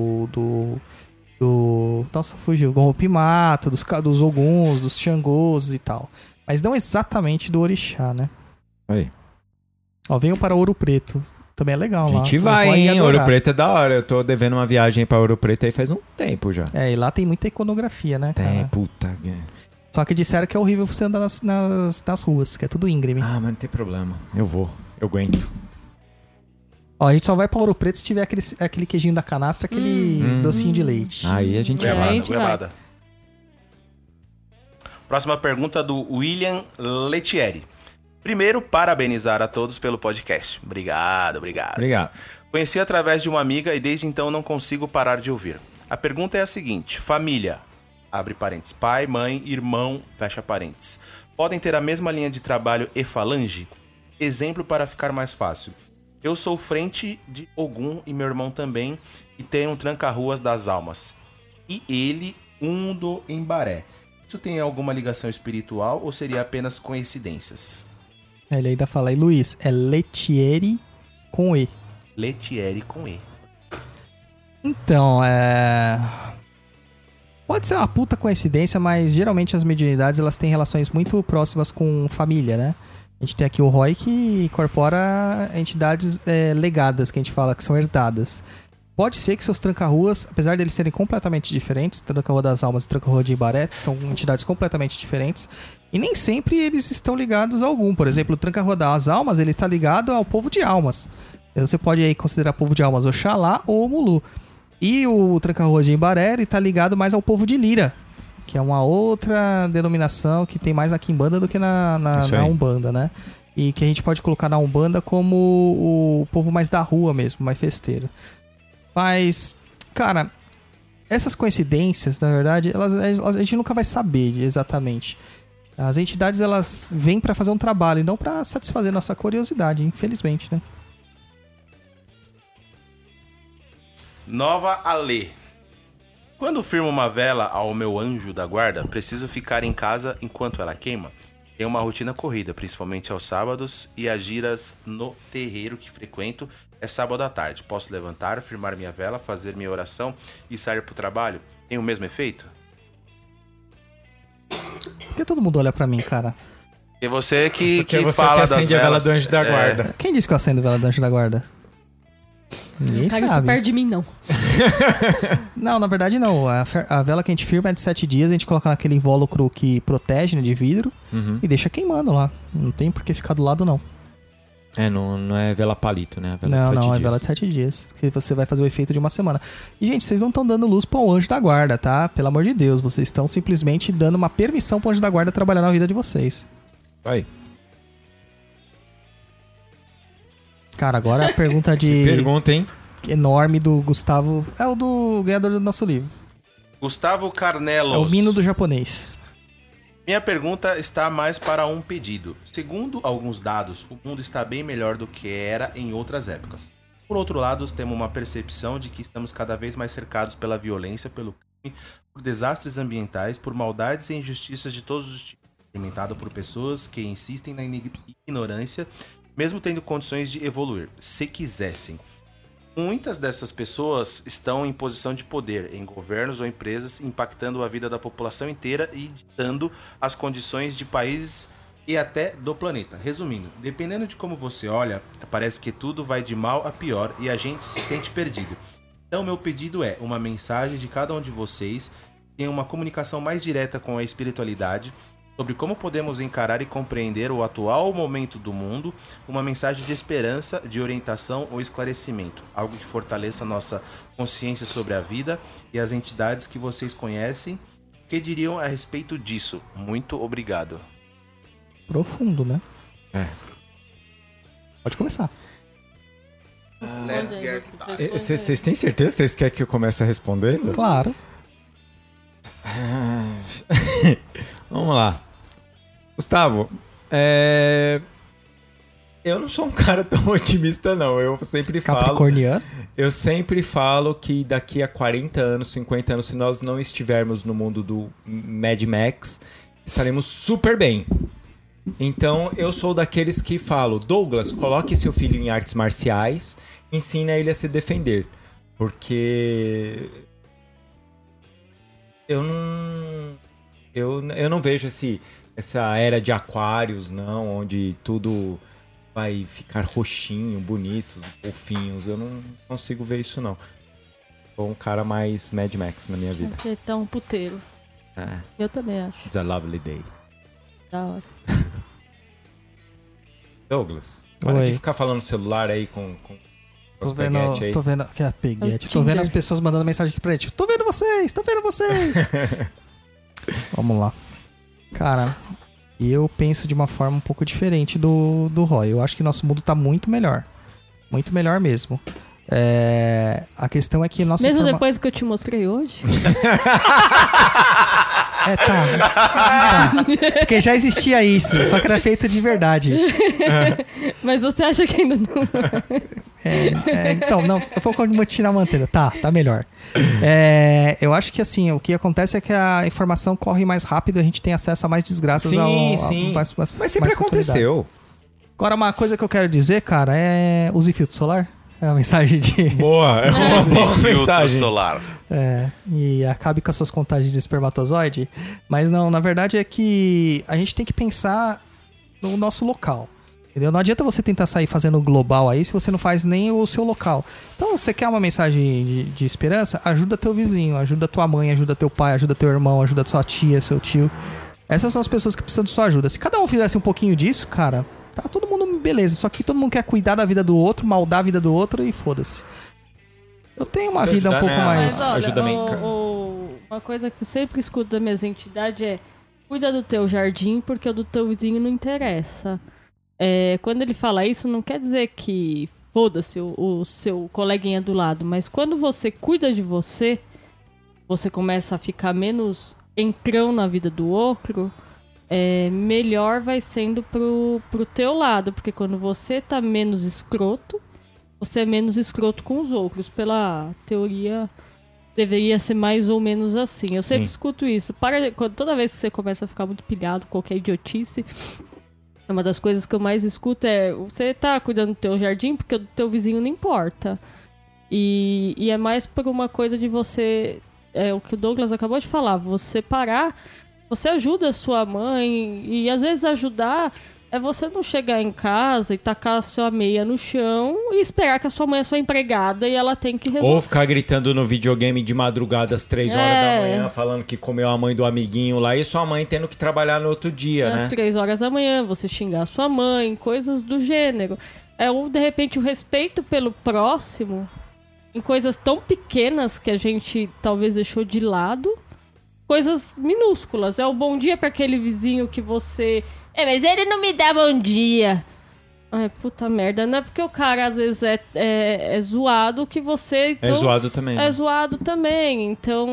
nossa, fugiu. Gorropimato, dos oguns, dos xangôs e tal. Mas não exatamente do orixá, né? Aí. Ó, venham para Ouro Preto. Também é legal lá. A gente vai, hein? Ouro Preto é da hora. Eu tô devendo uma viagem pra Ouro Preto aí faz um tempo já. E lá tem muita iconografia, né, cara? Tem, puta. Só que disseram que é horrível você andar nas ruas, que é tudo íngreme. Ah, mas não tem problema. Eu aguento. Ó, a gente só vai pra Ouro Preto se tiver aquele queijinho da canastra, aquele docinho de leite. Aí a gente vai. Goiabada. Próxima pergunta do William Letieri. Primeiro, parabenizar a todos pelo podcast. Obrigado. Conheci através de uma amiga e desde então não consigo parar de ouvir. A pergunta é a seguinte: família, abre parênteses, pai, mãe, irmão, fecha parênteses, podem ter a mesma linha de trabalho e falange? Exemplo para ficar mais fácil. Eu sou frente de Ogum e meu irmão também, e tem um tranca-ruas das almas. E ele, um do Embaré. Isso tem alguma ligação espiritual ou seria apenas coincidências? Ele ainda fala aí, Luiz, é Letieri com E. Letieri com E. Então, pode ser uma puta coincidência, mas geralmente as mediunidades elas têm relações muito próximas com família, né? A gente tem aqui o Roy que incorpora entidades legadas, que a gente fala que são herdadas. Pode ser que seus tranca-ruas, apesar de eles serem completamente diferentes, Tranca-Rua das Almas e Tranca-Rua de Ibaré, são entidades completamente diferentes, e nem sempre eles estão ligados a algum. Por exemplo, o Tranca-Rua das Almas, ele está ligado ao povo de almas. Então, você pode aí considerar povo de almas Oxalá ou Mulu. E o Tranca-Rua de Ibaré, ele está ligado mais ao povo de Lira, que é uma outra denominação que tem mais na Quimbanda do que na Umbanda, né? E que a gente pode colocar na Umbanda como o povo mais da rua mesmo, mais festeiro. Mas, cara, essas coincidências, na verdade, a gente nunca vai saber exatamente. As entidades, elas vêm pra fazer um trabalho e não pra satisfazer nossa curiosidade, infelizmente, né? Nova Alê. Quando firmo uma vela ao meu anjo da guarda, preciso ficar em casa enquanto ela queima? Tenho uma rotina corrida, principalmente aos sábados, e as giras no terreiro que frequento é sábado à tarde. Posso levantar, firmar minha vela, fazer minha oração e sair pro trabalho? Tem o mesmo efeito? Por que todo mundo olha pra mim, cara? E você que você fala que acende das a vela velas, do anjo da guarda. Quem disse que eu acendo a vela do anjo da guarda? Ninguém Caga isso sabe. perto de mim, não. Não, na verdade não. A vela que a gente firma é de 7 dias, a gente coloca naquele invólucro que protege, né, de vidro, e deixa queimando lá. Não tem por que ficar do lado, não. Não é vela palito, né? Vela de 7 dias. É vela de 7 dias. Que você vai fazer o efeito de uma semana. E, gente, vocês não estão dando luz pro anjo da guarda, tá? Pelo amor de Deus. Vocês estão simplesmente dando uma permissão pro anjo da guarda trabalhar na vida de vocês. Vai. Cara, agora a pergunta de... Que pergunta, hein? Enorme do Gustavo. É o do ganhador do nosso livro. Gustavo Carnelos. É o Mino do japonês. Minha pergunta está mais para um pedido. Segundo alguns dados, o mundo está bem melhor do que era em outras épocas. Por outro lado, temos uma percepção de que estamos cada vez mais cercados pela violência, pelo crime, por desastres ambientais, por maldades e injustiças de todos os tipos, alimentado por pessoas que insistem na ignorância, mesmo tendo condições de evoluir, se quisessem. Muitas dessas pessoas estão em posição de poder, em governos ou empresas, impactando a vida da população inteira e ditando as condições de países e até do planeta. Resumindo, dependendo de como você olha, parece que tudo vai de mal a pior e a gente se sente perdido. Então, meu pedido é uma mensagem de cada um de vocês que tenha uma comunicação mais direta com a espiritualidade, sobre como podemos encarar e compreender o atual momento do mundo, uma mensagem de esperança, de orientação ou esclarecimento, algo que fortaleça nossa consciência sobre a vida e as entidades que vocês conhecem. O que diriam a respeito disso? Muito obrigado. Profundo, né? Pode começar. Let's get started. Vocês têm certeza que vocês querem que eu comece respondendo? Claro. Vamos lá. Gustavo, eu não sou um cara tão otimista, não. Eu sempre Capricorniano? Eu sempre falo que daqui a 40 anos, 50 anos, se nós não estivermos no mundo do Mad Max, estaremos super bem. Então, eu sou daqueles que falo, Douglas, coloque seu filho em artes marciais, ensina ele a se defender. Porque eu não vejo essa era de aquários, não, onde tudo vai ficar roxinho, bonitos, fofinhos. Eu não consigo ver isso, não. Sou um cara mais Mad Max na minha vida. Você tá um puteiro. Eu também acho. It's a lovely day. Da hora. Douglas, para de ficar falando no celular aí com Tô vendo que é a peguete. Tô vendo as pessoas mandando mensagem aqui pra gente. Tô vendo vocês. Vamos lá. Cara, eu penso de uma forma um pouco diferente do Roy. Eu acho que nosso mundo tá muito melhor. Muito melhor mesmo. A questão é que nossa mesmo depois que eu te mostrei hoje? Tá. Porque já existia isso, só que era feito de verdade. Mas você acha que ainda não... Então, não, eu vou tirar a manteiga. Tá melhor. Eu acho que assim, o que acontece é que a informação corre mais rápido, a gente tem acesso a mais desgraças. Sim. Mas sempre aconteceu. Agora, uma coisa que eu quero dizer, cara, use filtro solar. É uma mensagem de... Boa, é uma boa mensagem. Solar. E acabe com as suas contagens de espermatozoide. Mas não, na verdade é que a gente tem que pensar no nosso local. Entendeu? Não adianta você tentar sair fazendo global aí se você não faz nem o seu local. Então, você quer uma mensagem de esperança? Ajuda teu vizinho, ajuda tua mãe, ajuda teu pai, ajuda teu irmão, ajuda sua tia, seu tio. Essas são as pessoas que precisam de sua ajuda. Se cada um fizesse um pouquinho disso, cara, tá todo mundo beleza. Só que todo mundo quer cuidar da vida do outro, maldar a vida do outro e foda-se. Eu tenho uma vida um pouco mais... Mas olha, uma coisa que eu sempre escuto das minhas entidades é: cuida do teu jardim porque o do teu vizinho não interessa. Quando ele fala isso, não quer dizer que foda-se o seu coleguinha do lado, mas quando você cuida de você, você começa a ficar menos entrão na vida do outro, melhor vai sendo pro teu lado, porque quando você tá menos escroto, você é menos escroto com os outros. Pela teoria, deveria ser mais ou menos assim. Eu sempre escuto isso. Toda vez que você começa a ficar muito pilhado com qualquer idiotice, uma das coisas que eu mais escuto é: você tá cuidando do teu jardim porque o do teu vizinho não importa. E é mais por uma coisa de você... o que o Douglas acabou de falar. Você parar, você ajuda a sua mãe, e às vezes ajudar é você não chegar em casa e tacar a sua meia no chão e esperar que a sua mãe é sua empregada e ela tem que resolver. Ou ficar gritando no videogame de madrugada às 3 horas da manhã, falando que comeu a mãe do amiguinho lá, e sua mãe tendo que trabalhar no outro dia, né? Às 3 horas da manhã, você xingar a sua mãe, coisas do gênero. Ou, de repente, o respeito pelo próximo, em coisas tão pequenas que a gente talvez deixou de lado, coisas minúsculas. O bom dia para aquele vizinho que você... mas ele não me dá bom dia. Ai, puta merda. Não é porque o cara às vezes é zoado que você... Então, é zoado também. É zoado também. Então,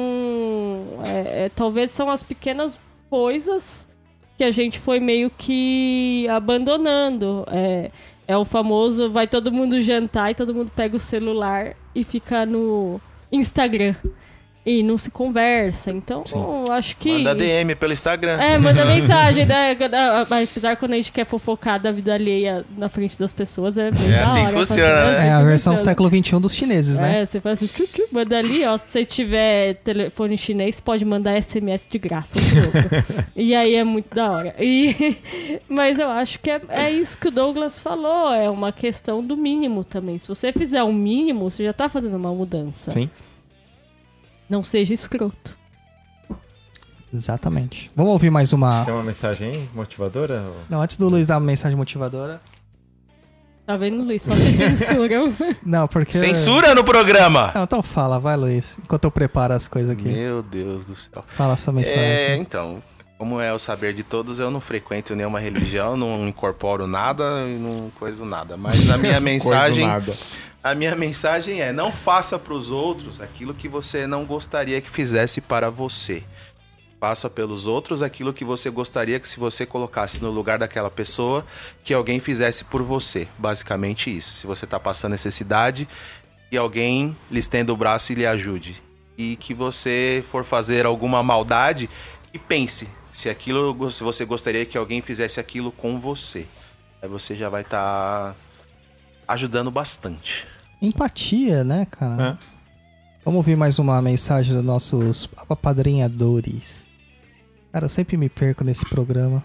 talvez são as pequenas coisas que a gente foi meio que abandonando. É o famoso, vai todo mundo jantar e todo mundo pega o celular e fica no Instagram. e não se conversa. Então, eu acho que... Manda DM pelo Instagram. Manda mensagem, né? Apesar que quando a gente quer fofocar da vida alheia na frente das pessoas, é bem da assim hora, que funciona, né? É a versão século XXI dos chineses, né? Você faz assim, manda ali, ó. Se você tiver telefone chinês, pode mandar SMS de graça. E aí é muito da hora. Mas eu acho que é isso que o Douglas falou. É uma questão do mínimo também. Se você fizer o mínimo, você já tá fazendo uma mudança. Sim. Não seja escroto. Exatamente. Vamos ouvir mais uma... Tem uma mensagem aí, motivadora? Não, antes do Luiz dar uma mensagem motivadora... Tá vendo, Luiz? Só te censuram. Não, porque... Censura no programa! Não, então fala, vai, Luiz. Enquanto eu preparo as coisas aqui. Meu Deus do céu. Fala a sua mensagem. Então, como é o saber de todos, eu não frequento nenhuma religião, não incorporo nada e não coiso nada. Mas a minha mensagem... A minha mensagem é: não faça para os outros aquilo que você não gostaria que fizesse para você. Faça pelos outros aquilo que você gostaria que, se você colocasse no lugar daquela pessoa, que alguém fizesse por você. Basicamente isso. Se você está passando necessidade, que alguém lhe estenda o braço e lhe ajude. E que você for fazer alguma maldade, que pense se você gostaria que alguém fizesse aquilo com você. Aí você já vai estar ajudando bastante. Empatia, né, cara? Vamos ouvir mais uma mensagem dos nossos apadrinhadores. Cara, eu sempre me perco nesse programa.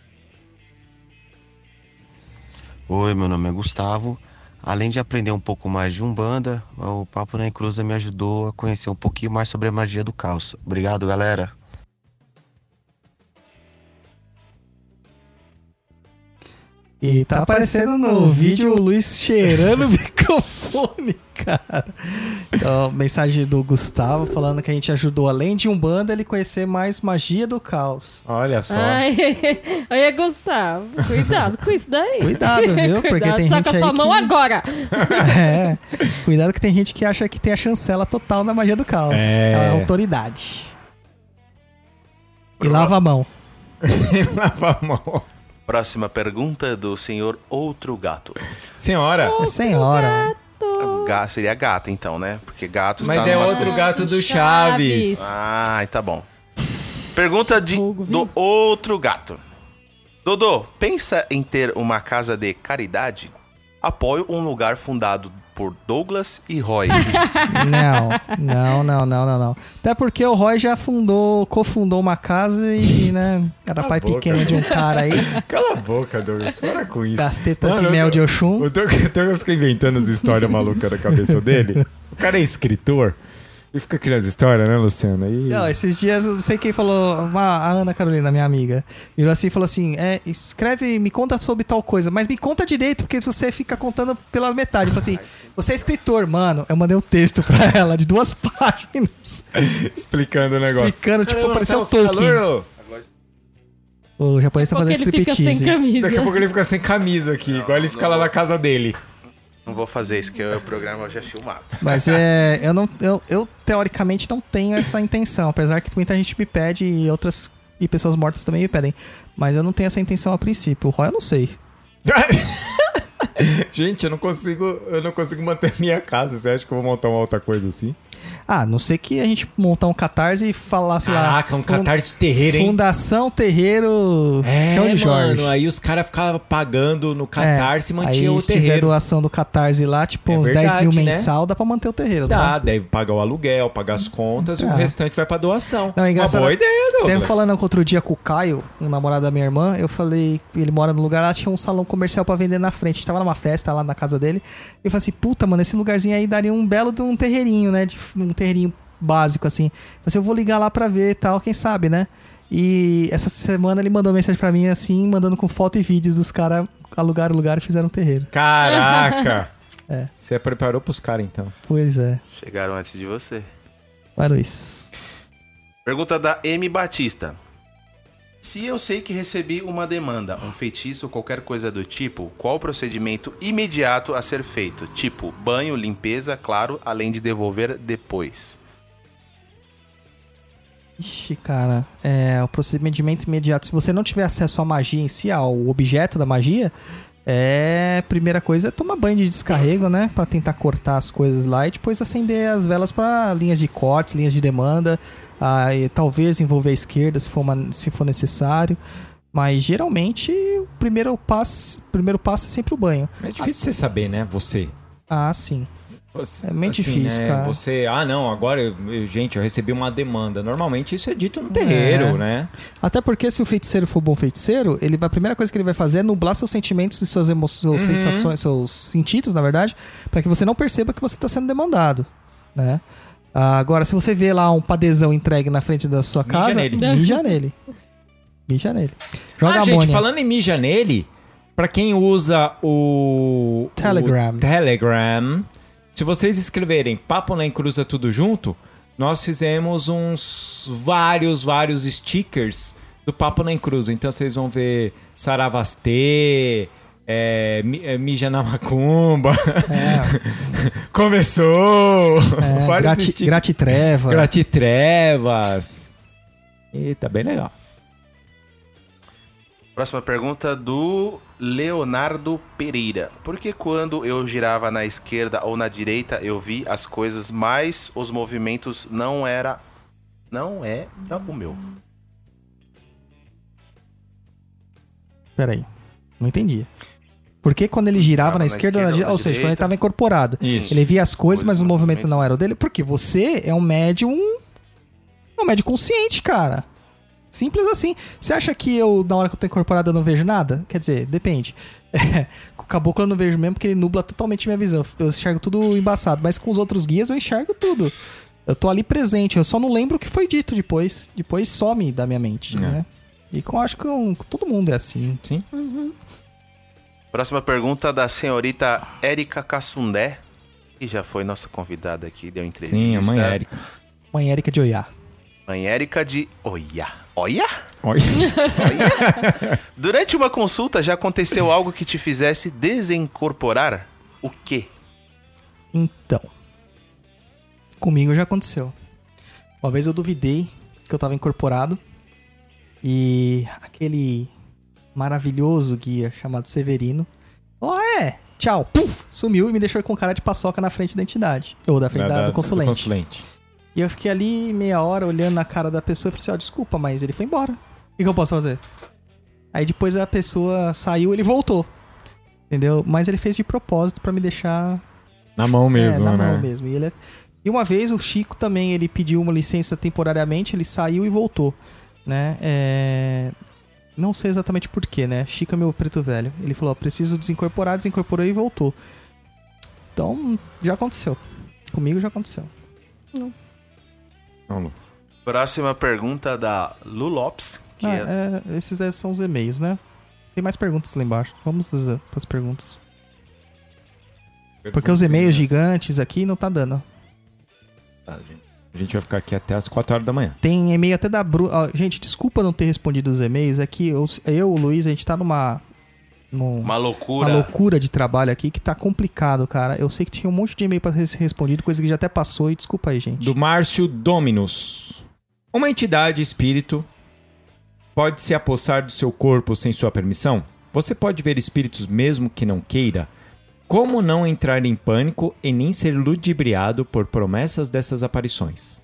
Oi, meu nome é Gustavo. Além de aprender um pouco mais de Umbanda, o Papo na Encruza me ajudou a conhecer um pouquinho mais sobre a magia do caos. Obrigado, galera. E tá aparecendo no vídeo o Luiz cheirando o microfone, cara. Então, mensagem do Gustavo falando que a gente ajudou, além de Umbanda, ele conhecer mais magia do caos. Olha só. Olha, Gustavo, cuidado com isso daí. Cuidado, viu? Porque Cuidado, tem gente saca aí sua mão agora. Cuidado que tem gente que acha que tem a chancela total na magia do caos. Ela é autoridade. E lava a mão. E lava a mão. Próxima pergunta do senhor Outro Gato. Senhora. É senhora. Seria gata, então, né? Porque gato está... Mas é outro gato do Chaves. Ah, tá bom. Pergunta do Outro Gato. Dodô, pensa em ter uma casa de caridade? Apoio um lugar fundado por Douglas e Roy. Não. Até porque o Roy já cofundou uma casa e, né, era pai pequeno de um cara aí. Cala a boca, Douglas, para com isso. Das tetas de mel de Oxum. O Douglas fica inventando as histórias malucas na cabeça dele. O cara é escritor. E fica criando história, né, Luciano? Não, esses dias, eu não sei quem falou, a Ana Carolina, minha amiga, virou assim e falou assim, escreve, me conta sobre tal coisa, mas me conta direito, porque você fica contando pela metade. Eu falei assim, você é escritor, mano. Eu mandei um texto pra ela de 2 páginas. Explicando o negócio. Explicando, tipo, parecia o Tolkien. O japonês tá fazendo striptease. Daqui a pouco ele fica sem camisa aqui, igual ele fica lá na casa dele. Não vou fazer isso, que o programa já é filmado. Mas eu teoricamente não tenho essa intenção, apesar que muita gente me pede e pessoas mortas também me pedem. Mas eu não tenho essa intenção a princípio. O Roy eu não sei. Gente, eu não consigo manter minha casa. Você acha que eu vou montar uma outra coisa assim? Ah, não sei que a gente montar um Catarse e falar, sei lá... Caraca, um Catarse terreiro, hein? Fundação Terreiro Chão de Jorge. Mano, aí os caras ficavam pagando no Catarse e mantinham o terreiro. Aí se tiver doação do Catarse lá, tipo uns 10 mil mensal, dá pra manter o terreiro. Dá, deve pagar o aluguel, pagar as contas e o restante vai pra doação. Não, é engraçado. Uma boa ideia, Douglas. Até falando outro dia com o Caio, um namorado da minha irmã, eu falei, ele mora no lugar lá, tinha um salão comercial pra vender na frente. A gente tava numa festa lá na casa dele. Eu falei assim, puta, mano, esse lugarzinho aí daria um belo de um terreirinho, né? Um terreirinho básico, assim. Eu falei assim, eu vou ligar lá pra ver e tal, quem sabe, né? E essa semana ele mandou mensagem pra mim, assim, mandando com foto e vídeos dos caras alugaram o lugar e fizeram um terreiro. Caraca! Você preparou pros caras, então. Pois é. Chegaram antes de você. Vai, Luiz. Pergunta da M. Batista. Se eu sei que recebi uma demanda, um feitiço ou qualquer coisa do tipo, qual o procedimento imediato a ser feito? Tipo, banho, limpeza, claro, além de devolver depois. Ixi, cara, o procedimento imediato, se você não tiver acesso à magia em si, ao objeto da magia, Primeira coisa é tomar banho de descarrego, né? Pra tentar cortar as coisas lá e depois acender as velas para linhas de cortes, linhas de demanda. E talvez envolver a esquerda se for necessário. Mas geralmente o primeiro passo é sempre o banho. É difícil você saber, né? Você. Ah, sim. É meio difícil, né? cara. Você, não, agora eu recebi uma demanda. Normalmente isso é dito no terreiro, né? Até porque se o feiticeiro for bom feiticeiro, a primeira coisa que ele vai fazer é nublar seus sentimentos e suas emoções, suas sensações, seus sentidos, na verdade, para que você não perceba que você está sendo demandado, né? Agora, se você vê lá um padezão entregue na frente da sua casa, mija nele. Mija nele. Joga gente, amônia. falando em mija nele, pra quem usa o Telegram, se vocês escreverem Papo na Encruza tudo junto, nós fizemos vários stickers do Papo na Encruza. Então vocês vão ver Saravastê, Mija na Macumba, Começou, Gratitrevas. E tá bem legal. Próxima pergunta do Leonardo Pereira. Por que quando eu girava na esquerda ou na direita eu vi as coisas, mas os movimentos não era o meu? Peraí, não entendi. Por que quando ele girava na esquerda ou na direita? Ou seja, quando ele estava incorporado. Isso. Ele via as coisas, mas o movimento não era o dele? Porque você é um médium consciente, cara. Simples assim. Você acha que na hora que eu tô incorporado, eu não vejo nada? Quer dizer, depende. Com o caboclo eu não vejo mesmo, porque ele nubla totalmente minha visão. Eu enxergo tudo embaçado. Mas com os outros guias eu enxergo tudo. Eu tô ali presente. Eu só não lembro o que foi dito depois. Depois some da minha mente, né? E eu acho que todo mundo é assim. Sim. Uhum. Próxima pergunta da senhorita Érica Cassundé, que já foi nossa convidada aqui, deu entrevista. Sim, a mãe Érica. Mãe Érica de Oiá. Mãe Érica de Oiá. Olha. Durante uma consulta já aconteceu algo que te fizesse desincorporar? O quê? Então, comigo já aconteceu. Uma vez eu duvidei que eu tava incorporado e aquele maravilhoso guia chamado Severino tchau, puf, sumiu e me deixou com cara de paçoca na frente da entidade. Ou da frente do consulente. E eu fiquei ali meia hora olhando na cara da pessoa e falei assim, desculpa, mas ele foi embora. O que eu posso fazer? Aí depois a pessoa saiu, ele voltou. Entendeu? Mas ele fez de propósito pra me deixar... Na mão mesmo, na né? mão mesmo. E uma vez o Chico também, ele pediu uma licença temporariamente, ele saiu e voltou, né? Não sei exatamente porquê, né? Chico é meu preto velho. Ele falou, preciso desincorporar, desincorporou e voltou. Então, já aconteceu. Comigo já aconteceu. Não. Próxima pergunta da Lu Lopes. Esses são os e-mails, né? Tem mais perguntas lá embaixo. Vamos para as perguntas. Porque os e-mails gigantes aqui não tá dando. A gente vai ficar aqui até as 4 horas da manhã. Tem e-mail até da Bruna. Gente, desculpa não ter respondido os e-mails. É que eu e o Luiz, a gente tá uma loucura. Uma loucura de trabalho aqui que tá complicado, cara. Eu sei que tinha um monte de e-mail pra ser respondido, coisa que já até passou, e desculpa aí, gente. Do Márcio Dominus. Uma entidade espírito pode se apossar do seu corpo sem sua permissão? Você pode ver espíritos mesmo que não queira? Como não entrar em pânico e nem ser ludibriado por promessas dessas aparições?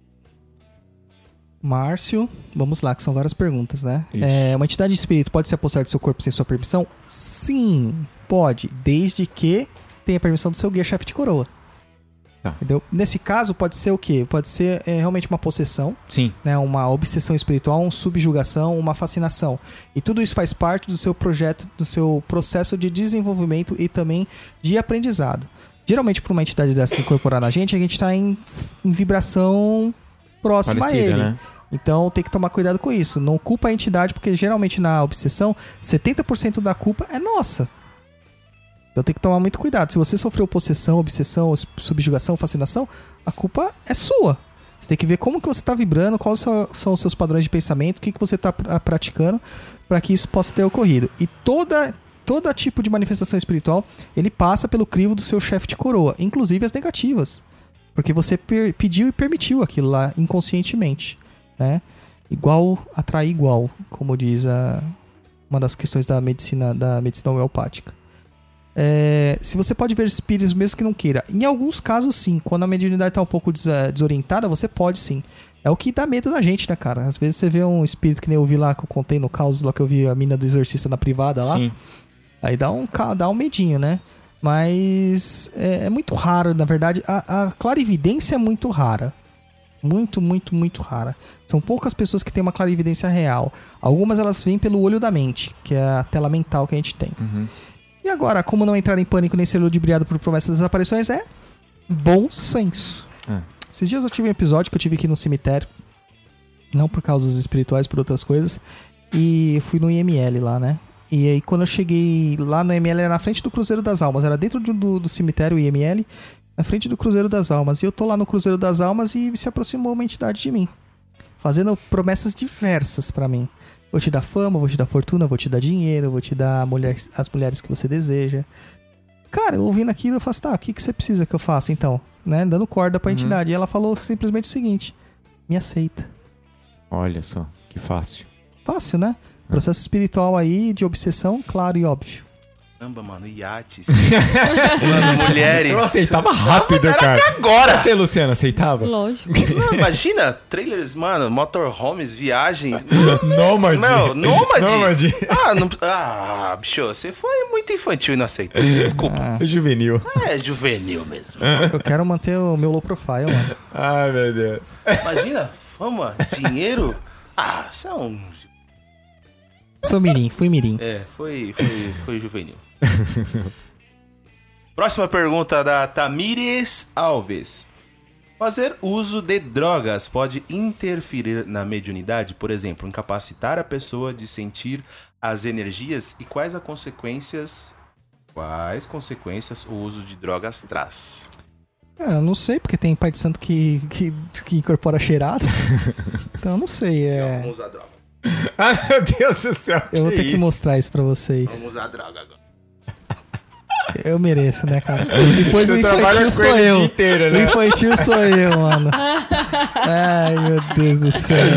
Márcio, vamos lá, que são várias perguntas, né? Isso. Uma entidade de espírito pode se apossar do seu corpo sem sua permissão? Sim, pode, desde que tenha permissão do seu guia-chefe de coroa. Tá. Entendeu? Nesse caso, pode ser o quê? Pode ser realmente uma possessão, sim, né? Uma obsessão espiritual, uma subjugação, uma fascinação. E tudo isso faz parte do seu projeto, do seu processo de desenvolvimento e também de aprendizado. Geralmente, para uma entidade dessa se incorporar na gente, a gente está em vibração próxima parecida, a ele. Né? Então tem que tomar cuidado com isso. Não culpa a entidade, porque geralmente na obsessão, 70% da culpa é nossa. Então tem que tomar muito cuidado. Se você sofreu possessão, obsessão, subjugação, fascinação, a culpa é sua. Você tem que ver como que você está vibrando, quais são os seus padrões de pensamento, o que você está praticando para que isso possa ter ocorrido. E todo tipo de manifestação espiritual, ele passa pelo crivo do seu chefe de coroa, inclusive as negativas. Porque você pediu e permitiu aquilo lá inconscientemente, né? Igual atrai igual, como diz Uma das questões da medicina homeopática. Se você pode ver espíritos mesmo que não queira. Em alguns casos, sim. Quando a mediunidade tá um pouco desorientada, você pode, sim. É o que dá medo da gente, né, cara? Às vezes você vê um espírito que nem eu vi lá, que eu contei no caos, lá que eu vi a mina do exorcista na privada lá. Sim. Aí dá um medinho, né? Mas é muito raro, na verdade. A clarividência é muito rara. Muito, muito, muito rara. São poucas pessoas que têm uma clarividência real. Algumas elas vêm pelo olho da mente, que é a tela mental que a gente tem. Uhum. E agora, como não entrar em pânico nem ser ludibriado por promessas das aparições é bom senso. Esses dias eu tive um episódio que eu tive aqui no cemitério. Não por causas espirituais, por outras coisas. E fui no IML lá, né? E aí quando eu cheguei lá no IML, era na frente do Cruzeiro das Almas. Era dentro do cemitério IML, na frente do Cruzeiro das Almas. E eu tô lá no Cruzeiro das Almas e se aproximou uma entidade de mim. Fazendo promessas diversas pra mim. Vou te dar fama, vou te dar fortuna, vou te dar dinheiro, vou te dar as mulheres que você deseja. Cara, eu ouvindo aquilo, eu faço, tá, o que você precisa que eu faça então? Né? Dando corda pra entidade. E ela falou simplesmente o seguinte: me aceita. Olha só, que fácil. Fácil, né? Processo espiritual aí, de obsessão, claro e óbvio. Caramba, mano, iates. Mano, mulheres. Eu aceitava rápido, era cara. Agora! Você, Luciano, aceitava? Lógico. Não, imagina, trailers, mano, motorhomes, viagens. Nômade. Não, nômade. Nômade. Bicho, você foi muito infantil e não aceitou. Desculpa. Juvenil. É juvenil mesmo. Eu quero manter o meu low profile, mano. Ai, meu Deus. Imagina, fama, dinheiro. Isso é um... Fui mirim. Foi juvenil. Próxima pergunta da Tamires Alves. Fazer uso de drogas pode interferir na mediunidade? Por exemplo, incapacitar a pessoa de sentir as energias? E quais consequências o uso de drogas traz? Eu não sei, porque tem pai de santo que incorpora cheirada. Então eu não sei. Vamos usar droga. Ai, meu Deus do céu. Eu vou ter que mostrar isso pra vocês. Vamos usar droga agora. Eu mereço, né, cara? Depois o infantil sou eu. Inteiro, né? O infantil sou eu, mano. Ai, meu Deus do céu.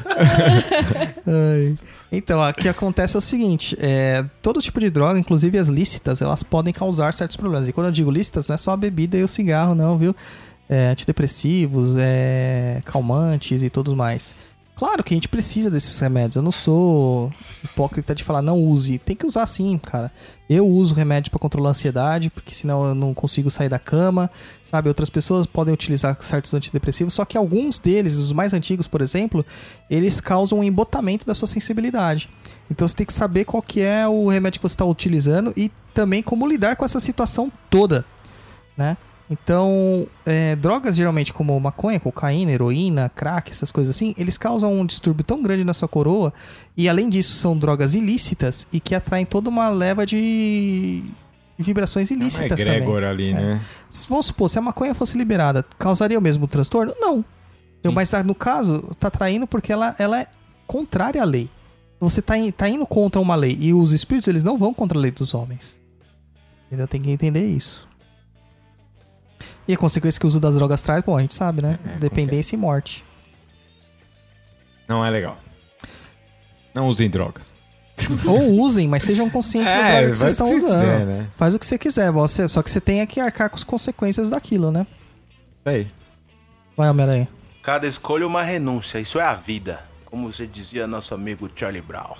Ai. Então, o que acontece é o seguinte: todo tipo de droga, inclusive as lícitas, elas podem causar certos problemas. E quando eu digo lícitas, não é só a bebida e o cigarro, não, viu? Antidepressivos, calmantes e tudo mais. Claro que a gente precisa desses remédios. Eu não sou hipócrita de falar não use. Tem que usar sim, cara. Eu uso remédio pra controlar a ansiedade, porque senão eu não consigo sair da cama, sabe? Outras pessoas podem utilizar certos antidepressivos, só que alguns deles, os mais antigos, por exemplo, eles causam um embotamento da sua sensibilidade. Então você tem que saber qual que é o remédio que você está utilizando e também como lidar com essa situação toda, né? Então, drogas geralmente como maconha, cocaína, heroína, crack, essas coisas assim, eles causam um distúrbio tão grande na sua coroa, e além disso são drogas ilícitas e que atraem toda uma leva de vibrações ilícitas também. É uma egrégora ali, né? Vamos supor, se a maconha fosse liberada, causaria o mesmo transtorno? Não. Mas no caso, tá atraindo porque ela é contrária à lei. Você tá indo contra uma lei, e os espíritos eles não vão contra a lei dos homens. Ainda tem que entender isso. E a consequência que o uso das drogas traz, a gente sabe, né? Dependência e morte. Não é legal. Não usem drogas. Ou usem, mas sejam conscientes da droga que vocês estão usando. Quiser, né? Faz o que você quiser, só que você tem que arcar com as consequências daquilo, né? Aí. Vai, Homem-Aranha. Cada escolha é uma renúncia, isso é a vida. Como você dizia nosso amigo Charlie Brown.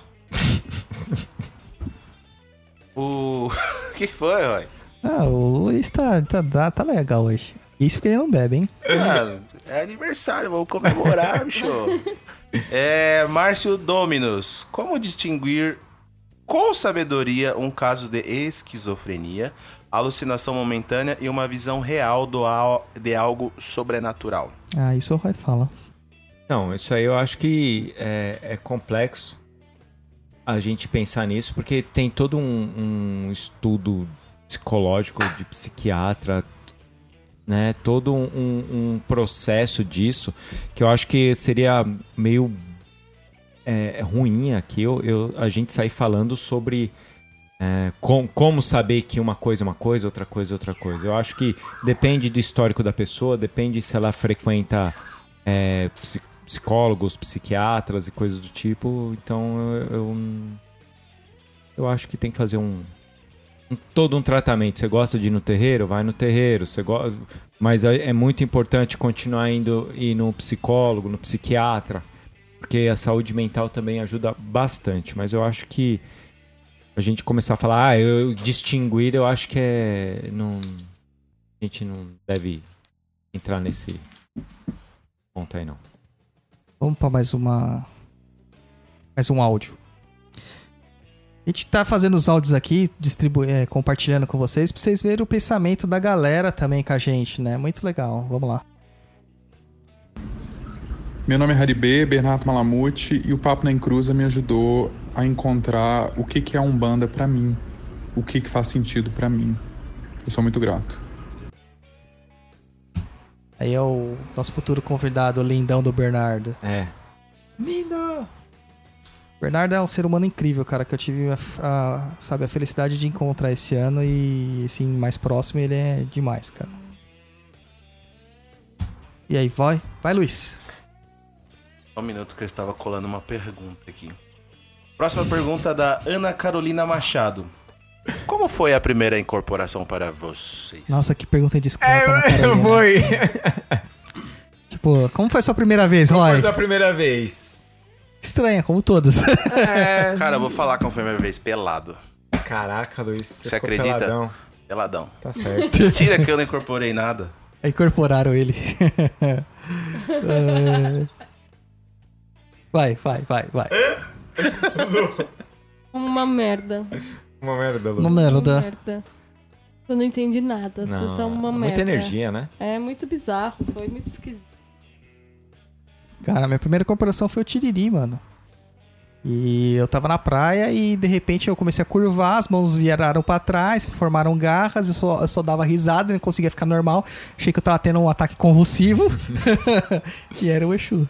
O que foi, Roy? O Luiz tá legal hoje. Isso porque ele não bebe, hein? É aniversário, vamos comemorar, bicho. Márcio Dominus. Como distinguir com sabedoria um caso de esquizofrenia, alucinação momentânea e uma visão real de algo sobrenatural? Isso o Roy fala. Não, isso aí eu acho que é complexo a gente pensar nisso, porque tem todo um estudo psicológico de psiquiatra, né? Todo um processo disso que eu acho que seria meio ruim aqui a gente sair falando sobre como saber que uma coisa é uma coisa, outra coisa é outra coisa. Eu acho que depende do histórico da pessoa, depende se ela frequenta psicólogos, psiquiatras e coisas do tipo. Então eu acho que tem que fazer todo um tratamento. Você gosta de ir no terreiro? Vai no terreiro. Mas é muito importante continuar indo no psicólogo, no psiquiatra, porque a saúde mental também ajuda bastante. Mas eu acho que a gente começar a falar, eu distinguir, eu acho que a gente não deve entrar nesse ponto aí, não. Vamos para mais um áudio. A gente tá fazendo os áudios aqui, compartilhando com vocês, pra vocês verem o pensamento da galera também com a gente, né? Muito legal. Vamos lá. Meu nome é Haribê, Bernardo Malamute, e o Papo na Encruza me ajudou a encontrar o que é a Umbanda pra mim. O que faz sentido pra mim. Eu sou muito grato. Aí é o nosso futuro convidado, o lindão do Bernardo. É. Lindo! Bernardo é um ser humano incrível, cara, que eu tive a felicidade de encontrar esse ano e, assim, mais próximo ele é demais, cara. E aí, vai, Luiz. Só um minuto que eu estava colando uma pergunta aqui. Próxima pergunta da Ana Carolina Machado. Como foi a primeira incorporação para vocês? Nossa, que pergunta indiscreta, Ana Carolina. Foi! Tipo, como foi a sua primeira vez, Roy? Como foi a sua primeira vez? Estranha, como todas. Cara, eu vou falar como foi a minha vez, pelado. Caraca, Luiz, você acredita? Peladão. Tá certo. Mentira que eu não incorporei nada. Incorporaram ele. Vai. Uma merda. Uma merda, Lu. Uma merda. Eu não entendi nada. Vocês são uma merda. Muita energia, né? É muito bizarro. Foi muito esquisito. Cara, minha primeira incorporação foi o Tiriri, mano. E eu tava na praia e de repente eu comecei a curvar, as mãos viraram pra trás, formaram garras, eu só dava risada, não conseguia ficar normal. Achei que eu tava tendo um ataque convulsivo. E era o Exu.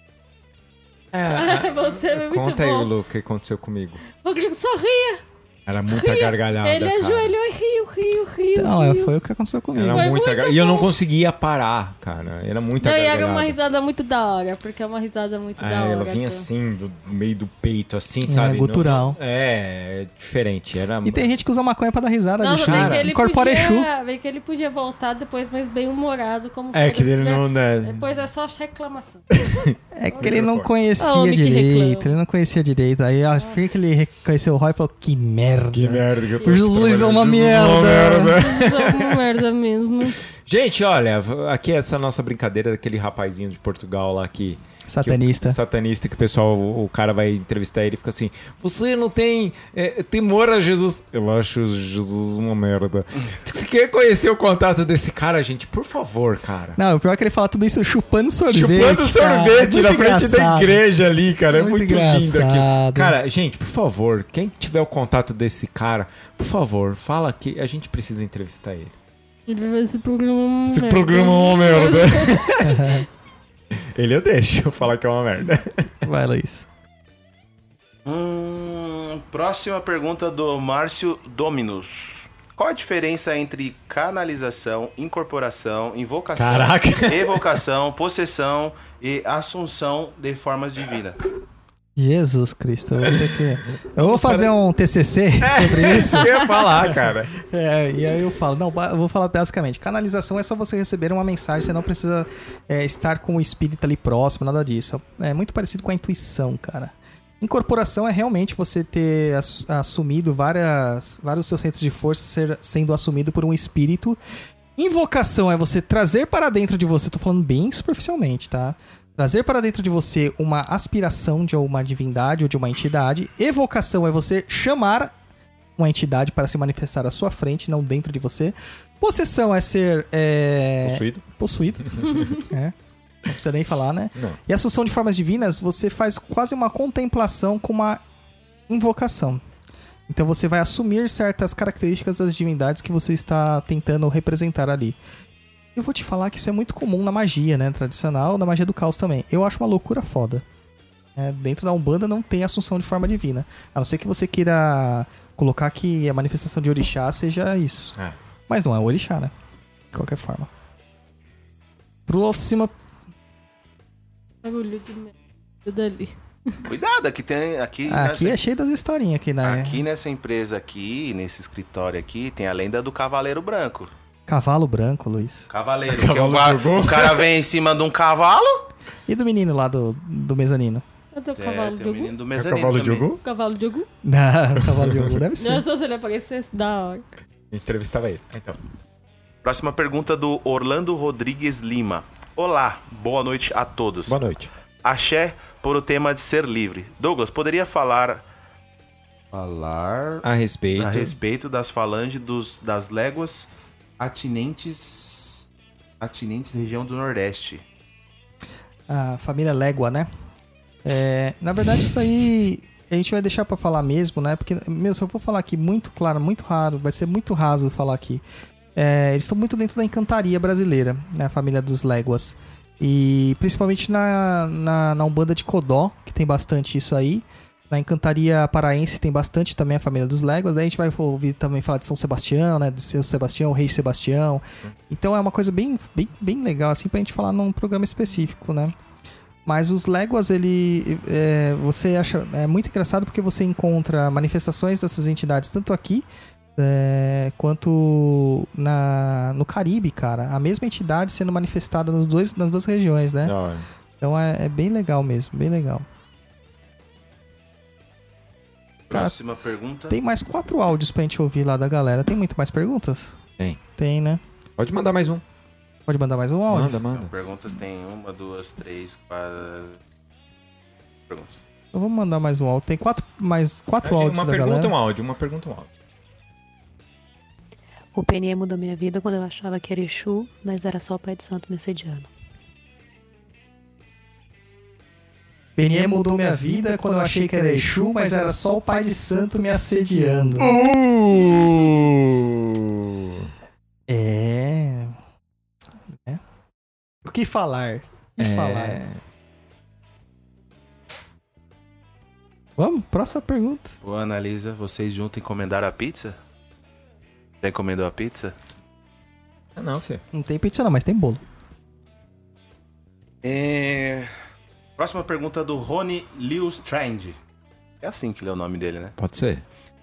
Você é muito Conta aí, bom. Lu, o que aconteceu comigo. O Rodrigo sorria. Era muita gargalhada, Ele ajoelhou e riu. Não, foi o que aconteceu comigo. Era muita e eu não conseguia parar, cara. Era muita gargalhada. E era uma risada muito da hora, porque é uma risada muito da hora. Ela vinha assim, do meio do peito, assim, sabe? Gutural. É diferente. E tem gente que usa maconha pra dar risada, Nossa, cara. Incorpora Exu. Bem que ele podia voltar depois, mas bem humorado. Como que ele não... Depois é só reclamação. É que ele não conhecia direito. Ele não conhecia direito. Aí assim que ele reconheceu o Roy, falou, que merda. Que merda que eu tô O Jesus é uma merda. É uma merda mesmo. Gente, olha, aqui essa nossa brincadeira daquele rapazinho de Portugal lá que... Satanista. Satanista, que o pessoal, o cara vai entrevistar ele e fica assim, você não tem temor a Jesus? Eu acho Jesus uma merda. Você quer conhecer o contato desse cara, gente? Por favor, cara. Não, o pior é que ele fala tudo isso chupando sorvete. Chupando sorvete na frente da igreja ali, cara. É muito lindo engraçado. aqui. Cara, gente, por favor, quem tiver o contato desse cara, por favor, fala que a gente precisa entrevistar ele. Ele vai esse programa. Esse programa é uma merda. Ele eu deixo eu falar que é uma merda. Vai, Luiz. Próxima pergunta do Márcio Dominus. Qual a diferença entre canalização, incorporação, invocação, evocação, possessão e assunção de formas divinas? Jesus Cristo, eu vou fazer um TCC sobre isso. Eu ia falar, cara. E aí eu falo, eu vou falar basicamente. Canalização é só você receber uma mensagem, você não precisa estar com o espírito ali próximo, nada disso. É muito parecido com a intuição, cara. Incorporação é realmente você ter assumido vários dos seus centros de força sendo assumido por um espírito. Invocação é você trazer para dentro de você, tô falando bem superficialmente, tá? Trazer para dentro de você uma aspiração de uma divindade ou de uma entidade. Evocação é você chamar uma entidade para se manifestar à sua frente, não dentro de você. Possessão é ser... Possuído. Não precisa nem falar, né? Não. E assunção de formas divinas, você faz quase uma contemplação com uma invocação. Então você vai assumir certas características das divindades que você está tentando representar ali. Eu vou te falar que isso é muito comum na magia, né? Tradicional, na magia do caos também. Eu acho uma loucura foda. Dentro da Umbanda não tem assunção de forma divina. A não ser que você queira colocar que a manifestação de orixá seja isso. Mas não é o orixá, né? De qualquer forma. Próxima. Barulho do dali. Cuidado, aqui tem... Aqui é cheio das historinhas aqui, né? Aqui nessa empresa aqui, nesse escritório aqui, tem a lenda do Cavaleiro Branco. Cavalo branco, Luiz. Cavaleiro. O cara vem em cima de um cavalo. E do menino lá do mezanino? Tem o cavalo tem o menino do mezanino cavalo também. Diogo? Cavalo Diogo? Não, o cavalo Diogo deve ser. Não, só se ele aparecesse da hora. Entrevistava ele. Então. Próxima pergunta do Orlando Rodrigues Lima. Olá, boa noite a todos. Boa noite. Axé por o tema de ser livre. Douglas, poderia falar a respeito das falanges das léguas atinentes região do Nordeste. A família Légua, né? Na verdade, isso aí a gente vai deixar pra falar mesmo, né? Porque, se eu for falar aqui muito claro, muito raro, vai ser muito raso falar aqui. Eles estão muito dentro da encantaria brasileira, né? A família dos Léguas. E principalmente na Umbanda de Codó, que tem bastante isso aí. Na encantaria paraense tem bastante também a família dos Léguas. Daí a gente vai ouvir também falar de São Sebastião, né? De São Sebastião, o Rei Sebastião. Então é uma coisa bem legal, assim, pra gente falar num programa específico, né? Mas os Léguas, você acha muito engraçado porque você encontra manifestações dessas entidades tanto aqui quanto no Caribe, cara. A mesma entidade sendo manifestada nas duas regiões, né? Então é bem legal mesmo, bem legal. Próxima pergunta. Tem mais 4 áudios pra gente ouvir lá da galera. Tem muito mais perguntas? Tem, né? Pode mandar mais um. Pode mandar mais um áudio? Manda. Então, perguntas tem 1, 2, 3, 4 perguntas. Então vamos mandar mais um áudio. Tem mais quatro áudios da galera. Uma pergunta, um áudio. O PNE mudou minha vida quando eu achava que era Exu, mas era só o Pai de Santo me assediando. PNE mudou minha vida quando eu achei que era Exu, mas era só o Pai de Santo me assediando. O que falar? Vamos, próxima pergunta. Ô, Analisa, vocês juntos encomendaram a pizza? Já encomendou a pizza? Não, filho. Não tem pizza não, mas tem bolo. Próxima pergunta do Rony Lewstrand. É assim que lê o nome dele, né? Pode ser.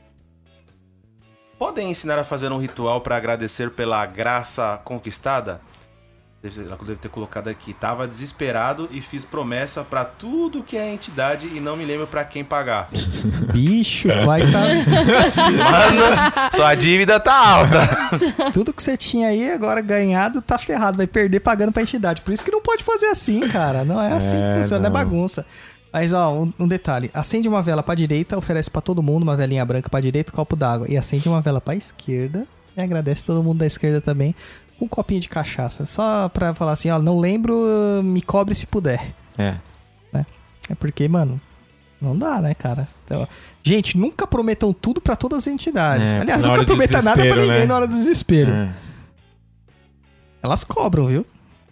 Podem ensinar a fazer um ritual para agradecer pela graça conquistada? Deve ter colocado aqui. Tava desesperado e fiz promessa pra tudo que é entidade e não me lembro pra quem pagar. Bicho, vai tá... Mano, sua dívida tá alta. Tudo que você tinha aí agora ganhado tá ferrado. Vai perder pagando pra entidade. Por isso que não pode fazer assim, cara. Não é assim que funciona, não é bagunça. Mas, ó, um detalhe. Acende uma vela pra direita, oferece pra todo mundo uma velinha branca pra direita, um copo d'água. E acende uma vela pra esquerda e agradece todo mundo da esquerda também. Um copinho de cachaça. Só pra falar assim, ó, não lembro, me cobre se puder. Né? É porque, mano, não dá, né, cara? Então, gente, nunca prometam tudo pra todas as entidades. Aliás, nunca prometa nada pra ninguém, né? Na hora do desespero. Elas cobram, viu?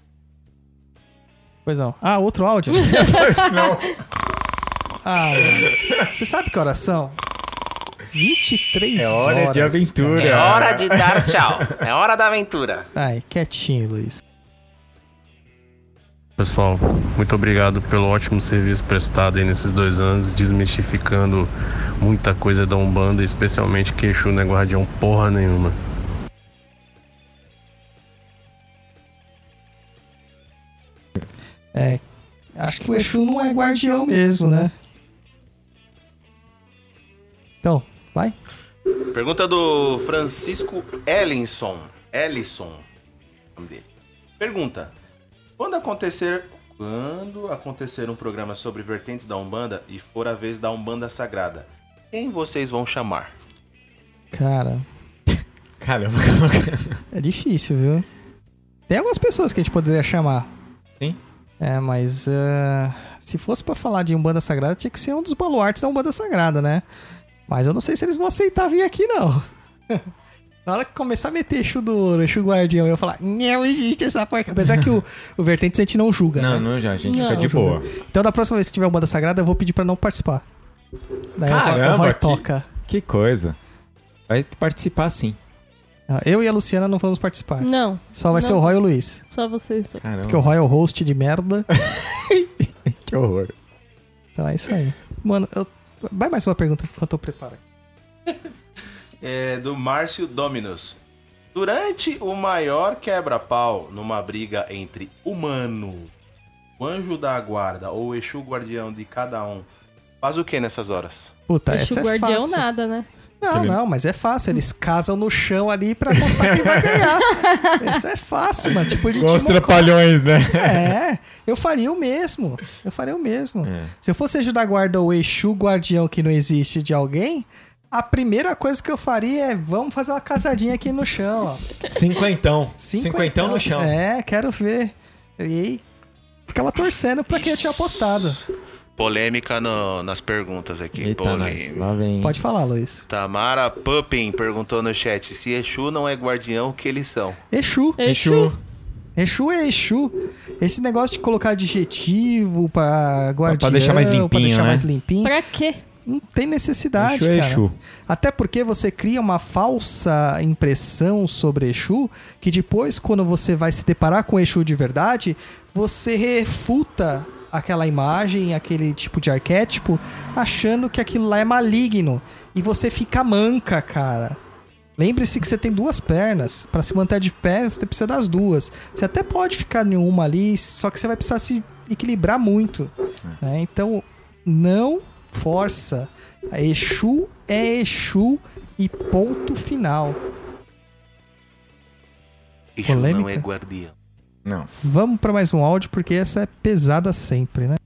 Pois não. Ah, outro áudio? Pois não. Você sabe que oração? 23 horas. É hora de aventura. É hora de dar tchau. É hora da aventura. Ai, quietinho, Luiz. Pessoal, muito obrigado pelo ótimo serviço prestado aí nesses 2 anos, desmistificando muita coisa da Umbanda, especialmente que Exu não é guardião porra nenhuma. Acho que o Exu não é guardião mesmo, né? Então, vai. Pergunta do Francisco Ellison, nome dele. Pergunta: Quando acontecer um programa sobre vertentes da Umbanda e for a vez da Umbanda Sagrada, quem vocês vão chamar? Cara, caramba. É difícil, viu? Tem algumas pessoas que a gente poderia chamar. Sim. Mas se fosse pra falar de Umbanda Sagrada, tinha que ser um dos baluartes da Umbanda Sagrada, né? Mas eu não sei se eles vão aceitar vir aqui, não. Na hora que começar a meter Exu do ouro, Exu guardião, eu vou falar, não existe essa porca. Apesar que o Vertentes a gente não julga, né? Não, já, a gente fica de boa. Então, da próxima vez que tiver Umbanda Sagrada, eu vou pedir pra não participar. Daí caramba, o Roy toca. Que coisa. Vai participar sim. Eu e a Luciana não vamos participar. Não. Só vai ser o Roy e o Luiz. Só vocês. Porque o Roy é o host de merda. Que horror. Então é isso aí. Mano, vai mais uma pergunta enquanto eu preparo. Do Márcio Dominus. Durante o maior quebra-pau numa briga entre humano, o anjo da guarda ou o Exu guardião de cada um, faz o que nessas horas? Puta, Exu essa é guardião fácil. nada, né? Não, mas é fácil. Eles casam no chão ali pra mostrar quem vai ganhar. Isso é fácil, mano. Tipo de Os trapalhões, né? Eu faria o mesmo. Se eu fosse Exu da guarda ou Exu guardião que não existe de alguém, a primeira coisa que eu faria é vamos fazer uma casadinha aqui no chão, ó. Cinquentão no chão. Quero ver. E aí, ficava torcendo pra quem eu tinha apostado. Polêmica nas perguntas aqui. Eita, nós. Lá vem. Pode falar, Luiz. Tamara Puppin perguntou no chat: se Exu não é guardião, o que eles são? Exu é Exu. Esse negócio de colocar adjetivo pra guardião, pra deixar mais limpinho, mais limpinho. Pra quê? Não tem necessidade, Exu é cara. Exu. Até porque você cria uma falsa impressão sobre Exu, que depois, quando você vai se deparar com Exu de verdade, você refuta aquela imagem, aquele tipo de arquétipo, achando que aquilo lá é maligno. E você fica manca, cara. Lembre-se que você tem 2 pernas. Pra se manter de pé, você precisa das 2. Você até pode ficar em uma ali, só que você vai precisar se equilibrar muito. Né? Então, não força. A Exu é Exu e ponto final. Exu Polêmica? não é guardião. Não. Vamos para mais um áudio, porque essa é pesada sempre, né?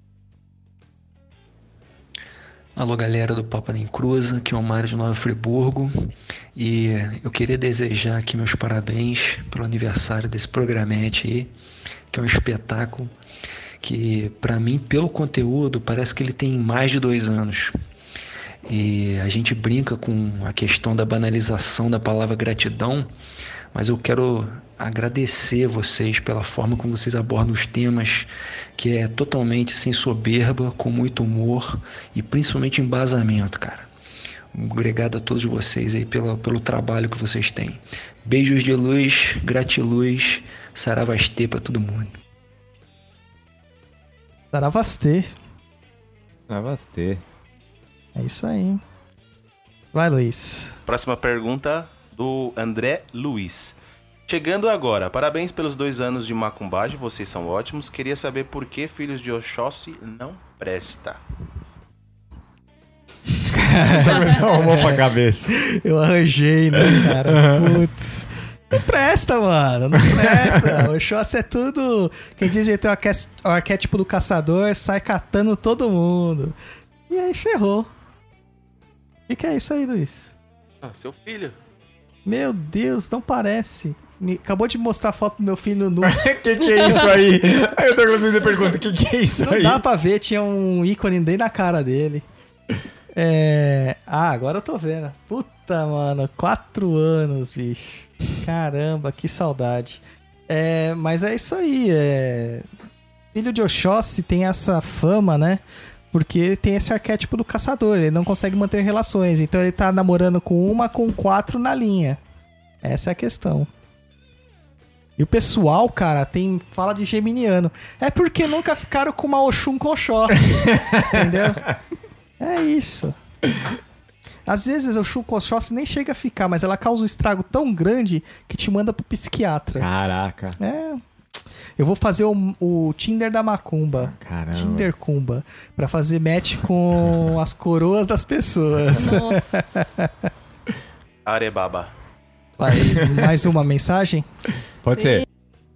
Alô, galera do Papo Nem Cruza, aqui é o Mário de Nova Friburgo. E eu queria desejar aqui meus parabéns pelo aniversário desse programete aí, que é um espetáculo que, para mim, pelo conteúdo, parece que ele tem mais de 2 anos. E a gente brinca com a questão da banalização da palavra gratidão, mas eu quero agradecer vocês pela forma como vocês abordam os temas, que é totalmente sem soberba, com muito humor e principalmente embasamento, cara. Obrigado a todos vocês aí pelo trabalho que vocês têm. Beijos de luz, gratiluz, saravastê pra todo mundo. Saravastê. Saravastê. É isso aí. Vai, Luiz. Próxima pergunta do André Luiz. Chegando agora, parabéns pelos 2 anos de macumbagem, vocês são ótimos. Queria saber por que Filhos de Oxóssi não presta. Arrumou pra cabeça. Eu arranjei, né, cara? Putz. Não presta, mano. Não presta. O Oxóssi é tudo... Quem diz que tem o arquétipo do caçador, sai catando todo mundo. E aí ferrou. O que é isso aí, Luiz? Seu filho. Meu Deus, não parece. Acabou de mostrar a foto do meu filho nu. Que é isso aí? Aí eu tô gostando da pergunta, que é isso aí? Não dá pra ver, tinha um ícone bem na cara dele. Agora eu tô vendo. Puta, mano, 4 anos, bicho. Caramba, que saudade. Mas é isso aí. Filho de Oxóssi tem essa fama, né? Porque tem esse arquétipo do caçador. Ele não consegue manter relações. Então ele tá namorando com 4 na linha. Essa é a questão. E o pessoal, cara, fala de geminiano. É porque nunca ficaram com uma Oxum com Oxóssi. Entendeu? É isso. Às vezes a Oxum com Oxóssi nem chega a ficar, mas ela causa um estrago tão grande que te manda pro psiquiatra. Caraca. Eu vou fazer o Tinder da Macumba. Caramba. Tinder Cumba. Pra fazer match com as coroas das pessoas. Nossa. Arebaba. Vai, mais uma mensagem? Pode ser.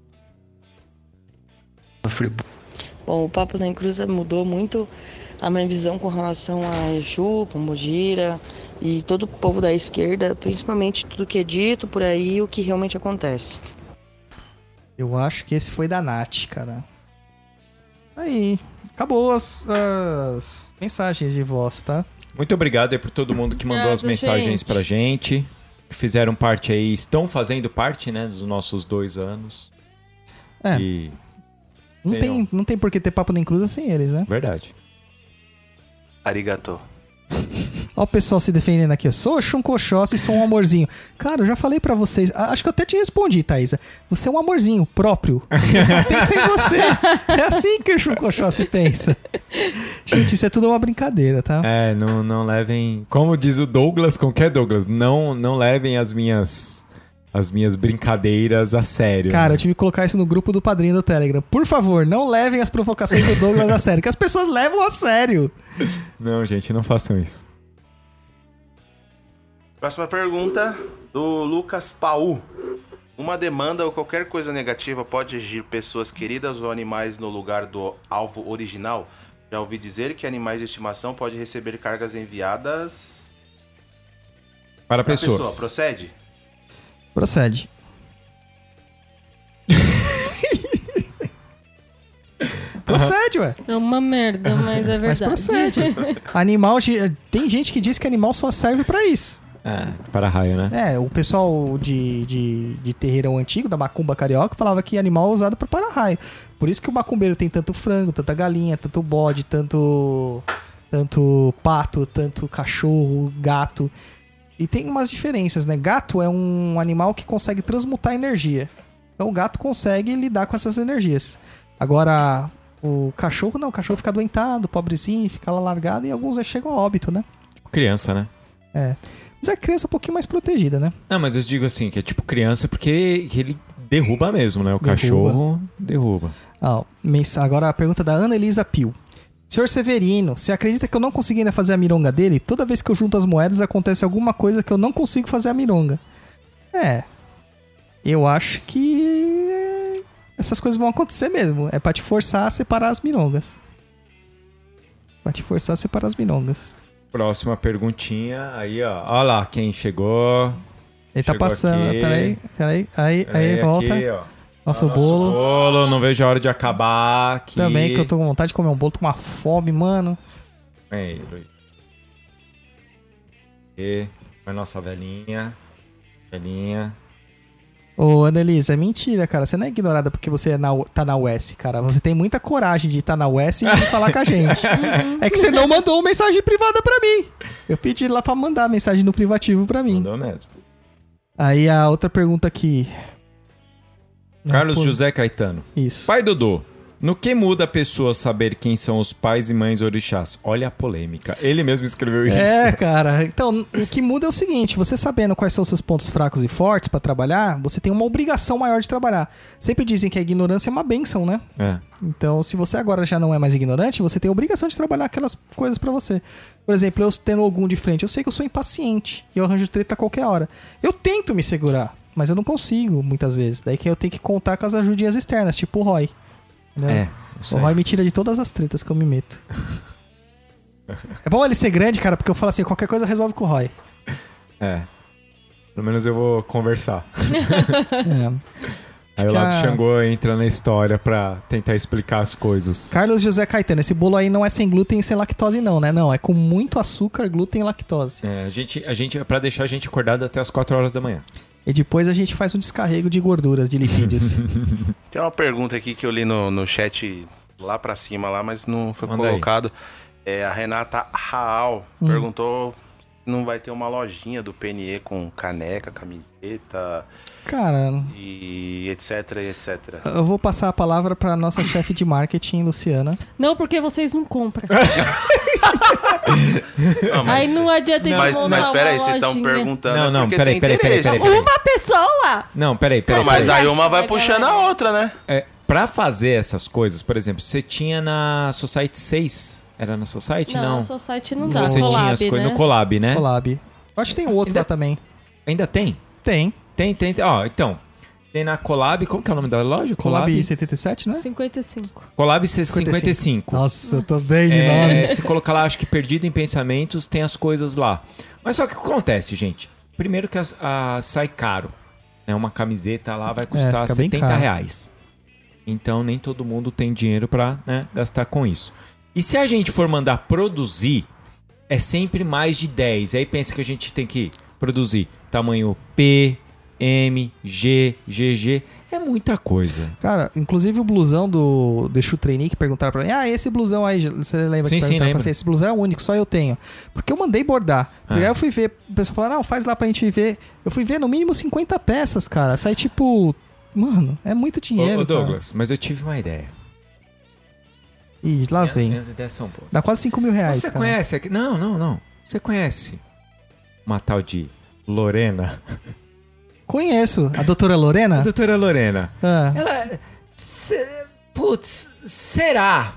Bom, o Papo Nem Cruza mudou muito a minha visão com relação a Exu, Pombogira e todo o povo da esquerda, principalmente tudo que é dito por aí e o que realmente acontece. Eu acho que esse foi da Nath, cara. Aí, acabou as mensagens de voz, tá? Muito obrigado aí por todo mundo que mandou as mensagens pra gente. Que fizeram parte aí, estão fazendo parte, né, dos nossos 2 anos. E... Não tem por que ter Papo Nem Cruza sem eles, né? Verdade. Arigato. Ó o pessoal se defendendo aqui, ó. Sou Chuncoxós e sou um amorzinho. Cara, eu já falei pra vocês, acho que eu até te respondi, Thaisa. Você é um amorzinho próprio. Você só pensa em você. É assim que o Chuncoxós se pensa. Gente, isso é tudo uma brincadeira, tá? Não levem... Como diz o Douglas, qualquer Douglas, não levem as minhas brincadeiras a sério. Cara, eu tive que colocar isso no grupo do Padrinho do Telegram. Por favor, não levem as provocações do Douglas a sério, que as pessoas levam a sério. Não, gente, não façam isso. Próxima pergunta do Lucas Paul. Uma demanda ou qualquer coisa negativa pode agir pessoas queridas ou animais no lugar do alvo original? Já ouvi dizer que animais de estimação podem receber cargas enviadas para pessoas. Pessoa. Procede? Procede. Procede, ué. É uma merda, mas é verdade. Mas procede. Animal... Tem gente que diz que animal só serve pra isso. Para-raio, né? O pessoal de terreirão antigo, da macumba carioca, falava que animal é usado pra para-raio. Por isso que o macumbeiro tem tanto frango, tanta galinha, tanto bode, tanto pato, tanto cachorro, gato. E tem umas diferenças, né? Gato é um animal que consegue transmutar energia. Então o gato consegue lidar com essas energias. Agora, o cachorro não. O cachorro fica adoentado, pobrezinho, fica lá largado e alguns chegam a óbito, né? Tipo criança, né? Mas a criança é um pouquinho mais protegida, né? Não, mas eu digo assim, que é tipo criança porque ele derruba mesmo, né? O cachorro derruba. Agora a pergunta da Ana Elisa Pio. Senhor Severino, você acredita que eu não consegui ainda fazer a mironga dele? Toda vez que eu junto as moedas acontece alguma coisa que eu não consigo fazer a mironga. Eu acho que essas coisas vão acontecer mesmo. É pra te forçar a separar as mirongas. Próxima perguntinha. Aí, ó. Olha lá quem chegou. Ele tá passando. Aqui. Peraí. Aí volta. Aqui, ó. Nosso bolo. Não vejo a hora de acabar aqui. Também que eu tô com vontade de comer um bolo, tô com uma fome, mano. Aí, Luiz. E a nossa velhinha. Ô, Annelise, é mentira, cara. Você não é ignorada porque você tá na UES, cara. Você tem muita coragem de estar na UES e falar com a gente. É que você não mandou uma mensagem privada pra mim. Eu pedi lá pra mandar mensagem no privativo pra mim. Mandou mesmo. Aí a outra pergunta aqui. Carlos José Caetano. Isso. Pai Dodô, no que muda a pessoa saber quem são os pais e mães orixás? Olha a polêmica. Ele mesmo escreveu isso. Cara. Então, o que muda é o seguinte. Você sabendo quais são os seus pontos fracos e fortes pra trabalhar, você tem uma obrigação maior de trabalhar. Sempre dizem que a ignorância é uma bênção, né? Então, se você agora já não é mais ignorante, você tem a obrigação de trabalhar aquelas coisas pra você. Por exemplo, eu tendo algum de frente, eu sei que eu sou impaciente e eu arranjo treta a qualquer hora. Eu tento me segurar, mas eu não consigo, muitas vezes. Daí que eu tenho que contar com as ajudinhas externas, tipo o Roy. Né? O Roy me tira de todas as tretas que eu me meto. É bom ele ser grande, cara, porque eu falo assim, qualquer coisa resolve com o Roy. Pelo menos eu vou conversar. Aí o lado Xangô entra na história pra tentar explicar as coisas. Carlos José Caetano, esse bolo aí não é sem glúten e sem lactose não, né? Não, é com muito açúcar, glúten e lactose. A gente é pra deixar a gente acordado até as 4 horas da manhã. E depois a gente faz um descarrego de gorduras, de lipídios. Tem uma pergunta aqui que eu li no chat lá pra cima, lá, mas não foi colocado. A Renata Raal perguntou se não vai ter uma lojinha do PNE com caneca, camiseta... Cara... E etc, etc. Eu vou passar a palavra pra nossa chefe de marketing, Luciana. Não, porque vocês não compram. Aí não adianta Mas peraí, vocês estão perguntando. Não, peraí. Uma pessoa! Não, peraí. Mas aí uma vai puxando a outra, né? Pra fazer essas coisas, por exemplo, você tinha na Society 6. Era na Society? Não. Na Society não dá. Você tinha as coisas no Collab, né? Collab. Eu acho que tem outro lá também. Ainda tem? Tem. Tem. Ó, então. Tem na Collab. Como que é o nome da loja? Collab 77, né? 55. Collab 55. Nossa, eu tô bem de nome. Se colocar lá, acho que Perdido em Pensamentos, tem as coisas lá. Mas só que o que acontece, gente? Primeiro que sai caro. Né? Uma camiseta lá vai custar R$70. Então nem todo mundo tem dinheiro pra gastar com isso. E se a gente for mandar produzir, é sempre mais de 10. Aí pensa que a gente tem que produzir tamanho P, M, G, GG. É muita coisa. Cara, inclusive o blusão do Exu Trainee que perguntaram pra mim, esse blusão aí, você lembra que perguntaram assim, esse blusão é único, só eu tenho. Porque eu mandei bordar. Porque aí eu fui ver, o pessoal falou, não, faz lá pra gente ver. Eu fui ver no mínimo 50 peças, cara. Sai tipo, mano, é muito dinheiro, Ô Douglas, mas eu tive uma ideia. Ih, lá vem. Minhas ideias são boas. Dá quase 5 mil reais, Você cara. conhece aqui? Não. Você conhece uma tal de Lorena? Conheço. A doutora Lorena? A doutora Lorena. Ah. Ela... Putz, será?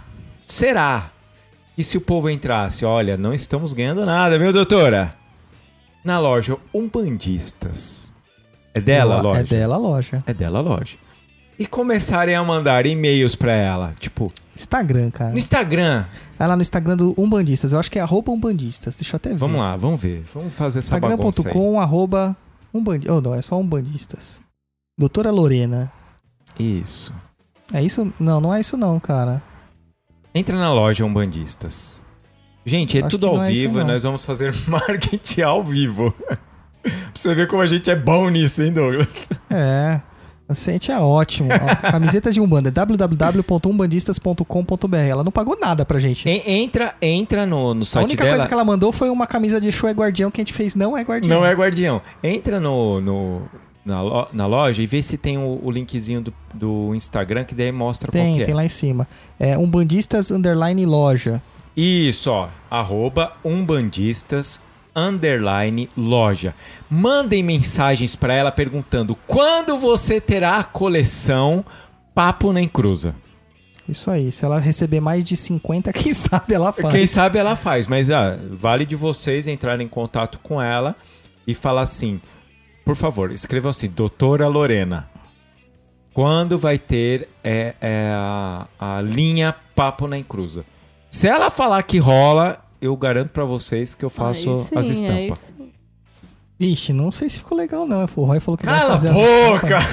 E se o povo entrasse? Olha, não estamos ganhando nada, viu, doutora? Na loja Umbandistas. É dela a loja? É dela a loja. É dela a loja. E começarem a mandar e-mails pra ela, tipo... Instagram, cara. No Instagram. Vai lá no Instagram do Umbandistas. Eu acho que é @Umbandistas. Deixa eu até ver. Vamos lá, vamos ver. Vamos fazer essa bagunça aí. Instagram.com/ Umbandistas. Oh, não, é só Umbandistas. Doutora Lorena. Isso. É isso? Não é isso não, cara. Entra na loja Umbandistas. Gente, é tudo ao vivo e nós vamos fazer marketing ao vivo. Pra você ver como a gente é bom nisso, hein, Douglas? É. A gente é ótimo. Ó, camisetas de Umbanda. www.umbandistas.com.br. Ela não pagou nada pra gente. Entra no site dela. A única coisa que ela mandou foi uma camisa de Exu é Guardião que a gente fez. Não é Guardião. Não é Guardião. Entra na loja e vê se tem o linkzinho do Instagram, que daí mostra qual que é. Tem lá em cima. É Umbandistas_loja. Isso, ó. @umbandistas_loja. Mandem mensagens pra ela perguntando quando você terá a coleção Papo na Encruza. Isso aí. Se ela receber mais de 50, quem sabe ela faz. Quem sabe ela faz. Mas vale de vocês entrarem em contato com ela e falar assim... Por favor, escrevam assim, doutora Lorena, quando vai ter a linha Papo na Encruza? Se ela falar que rola, eu garanto pra vocês que eu faço as estampas. Ixi, não sei se ficou legal não. O Roy falou que vai fazer as estampas.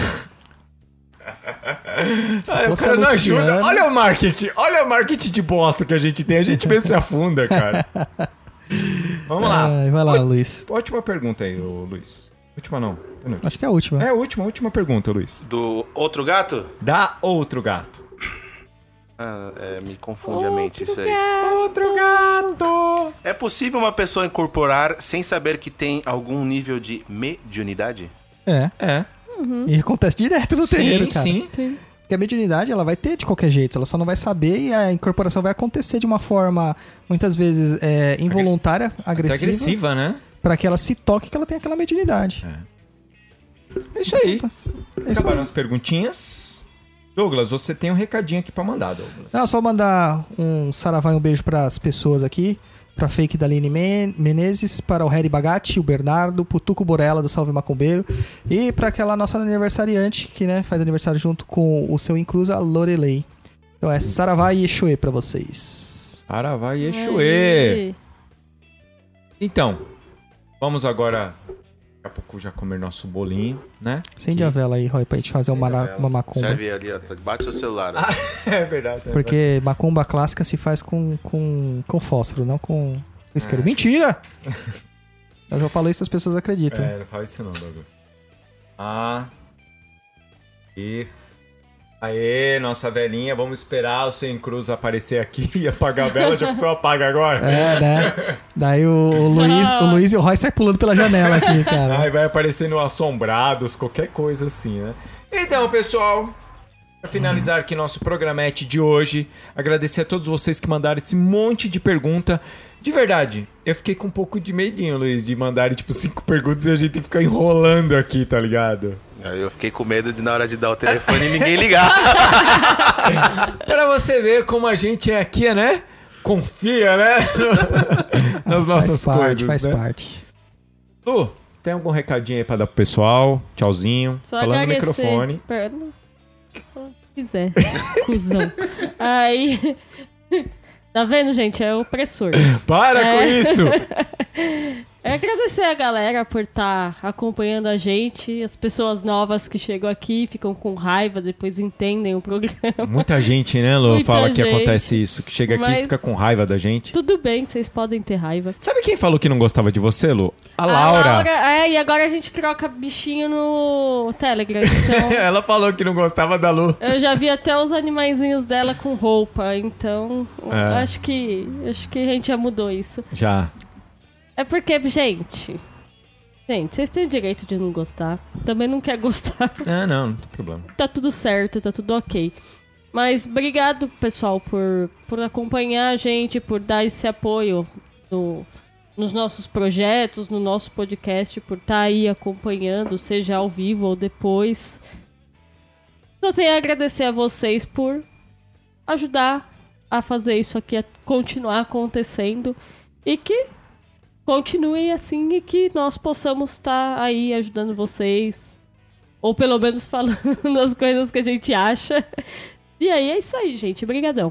Cala a boca! Não ajuda. Olha o marketing de bosta que a gente tem. A gente mesmo se afunda, cara. Vamos lá. Vai lá, Luiz. Ótima pergunta aí, Luiz. Última não. Acho que é a última. É a última pergunta, Luiz. Do outro gato? Da outro gato. Me confunde a mente isso aí. Outro gato! É possível uma pessoa incorporar sem saber que tem algum nível de mediunidade? É. Uhum. E acontece direto no terreiro, cara. Sim. Porque a mediunidade, ela vai ter de qualquer jeito. Ela só não vai saber e a incorporação vai acontecer de uma forma, muitas vezes, involuntária, agressiva, né? Pra que ela se toque que ela tem aquela mediunidade. É isso aí. Acabaram as perguntinhas. Douglas, você tem um recadinho aqui pra mandar, Douglas. Não, só mandar um saravá e um beijo pras pessoas aqui. Pra Fake da Aline Menezes, para o Harry Bagatti, o Bernardo, pro Tuco Borella do Salve Macumbeiro. E pra aquela nossa aniversariante, que faz aniversário junto com o seu Encruza, a Lorelei. Então é saravá e Exuê pra vocês. Saravá e Exuê. Então... Vamos agora, daqui a pouco, já comer nosso bolinho, né? Acende a vela aí, Roy, pra gente fazer uma macumba. Serve ali, ó, bate seu celular. É verdade. Porque macumba clássica se faz com fósforo, não com isqueiro. Mentira! Eu já falei isso, as pessoas acreditam. Não fala isso não, Douglas. Aê, nossa velhinha, vamos esperar o seu Encruza aparecer aqui e apagar a vela, já a pessoa apaga agora. Né? Daí o Luiz e o Roy saem pulando pela janela aqui, cara. Aí vai aparecendo assombrados, qualquer coisa assim, né? Então, pessoal, para finalizar aqui nosso programete de hoje, agradecer a todos vocês que mandaram esse monte de pergunta. De verdade, eu fiquei com um pouco de medinho, Luiz, de mandarem 5 perguntas e a gente ficar enrolando aqui, tá ligado? Eu fiquei com medo de na hora de dar o telefone e ninguém ligar. Pra você ver como a gente é aqui, né? Confia, né? Nas nossas coisas, faz né? parte. Lu, tem algum recadinho aí pra dar pro pessoal? Tchauzinho. Só falando no agradecer. microfone. Se quiser. Cusão. Aí... Tá vendo, gente? É opressor. Para com isso! Agradecer a galera por estar acompanhando a gente. As pessoas novas que chegam aqui ficam com raiva, depois entendem o programa. Muita gente, né, Lu, fala que acontece isso. Que chega aqui e fica com raiva da gente. Tudo bem, vocês podem ter raiva. Sabe quem falou que não gostava de você, Lu? A Laura. E agora a gente troca bichinho no Telegram. Então... Ela falou que não gostava da Lu. Eu já vi até os animaizinhos dela com roupa, então acho que a gente já mudou isso. Já. É porque, gente, vocês têm o direito de não gostar. Também não quer gostar. Não tem problema. Tá tudo certo, tá tudo ok. Mas obrigado, pessoal, por acompanhar a gente, por dar esse apoio nos nossos projetos, no nosso podcast, por estar aí acompanhando, seja ao vivo ou depois. Só tenho a agradecer a vocês por ajudar a fazer isso aqui a continuar acontecendo e que continuem assim e que nós possamos estar aí ajudando vocês. Ou pelo menos falando as coisas que a gente acha. E aí, é isso aí, gente. Obrigadão.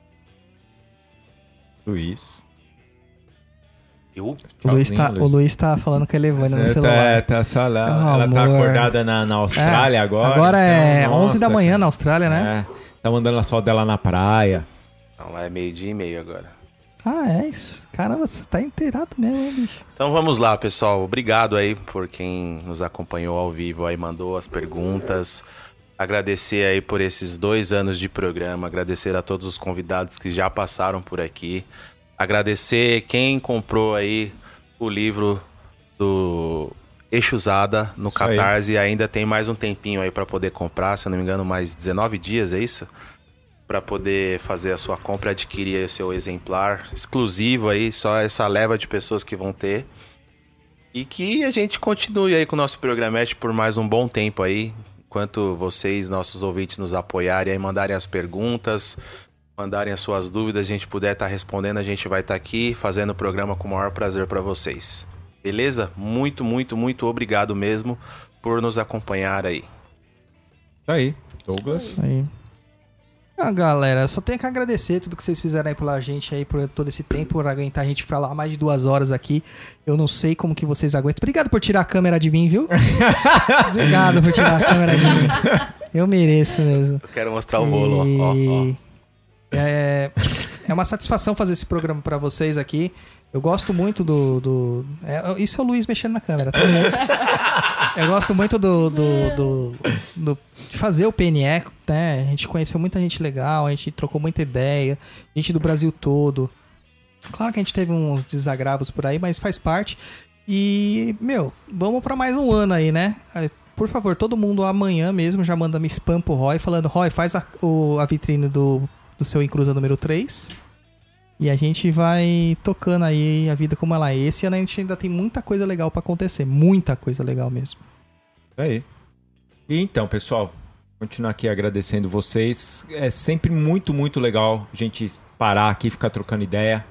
Luiz. Eu? O Luiz tá falando com a Elevânia no celular. Tá só lá. Ela tá acordada na Austrália agora. Agora é então, 11 da manhã na Austrália, né? Tá mandando as fotos dela na praia. Não, lá é 12:30 agora. É isso. Caramba, você tá inteirado mesmo, hein, bicho? Então vamos lá, pessoal. Obrigado aí por quem nos acompanhou ao vivo aí, mandou as perguntas. Agradecer aí por esses 2 anos de programa. Agradecer a todos os convidados que já passaram por aqui. Agradecer quem comprou aí o livro do Exusada no Isso Catarse. Ainda tem mais um tempinho aí para poder comprar, se eu não me engano, mais 19 dias, é isso? Para poder fazer a sua compra e adquirir seu exemplar exclusivo aí, só essa leva de pessoas que vão ter. E que a gente continue aí com o nosso programete por mais um bom tempo aí, enquanto vocês, nossos ouvintes, nos apoiarem e mandarem as perguntas, mandarem as suas dúvidas, a gente puder estar respondendo, a gente vai estar aqui fazendo o programa com o maior prazer para vocês. Beleza? Muito, muito, muito obrigado mesmo por nos acompanhar aí. Aí, Douglas. Aí. Galera, só tenho que agradecer tudo que vocês fizeram aí pela gente aí por todo esse tempo, por aguentar a gente falar mais de 2 horas aqui. Eu não sei como que vocês aguentam. Obrigado por tirar a câmera de mim, viu? Obrigado por tirar a câmera de mim. Eu mereço mesmo. Eu quero mostrar o bolo, ó. É uma satisfação fazer esse programa pra vocês aqui. Eu gosto muito isso é o Luiz mexendo na câmera, tá? Eu gosto muito de fazer o PNE, né? A gente conheceu muita gente legal, a gente trocou muita ideia, gente do Brasil todo. Claro que a gente teve uns desagravos por aí, mas faz parte. E, vamos pra mais um ano aí, né? Por favor, todo mundo amanhã mesmo já manda spam pro Roy, falando: Roy, faz a vitrine do seu Encruza número 3. E a gente vai tocando aí a vida como ela é. Esse ano a gente ainda tem muita coisa legal pra acontecer. Muita coisa legal mesmo. Aí. E então, pessoal, continuar aqui agradecendo vocês. É sempre muito, muito legal a gente parar aqui e ficar trocando ideia.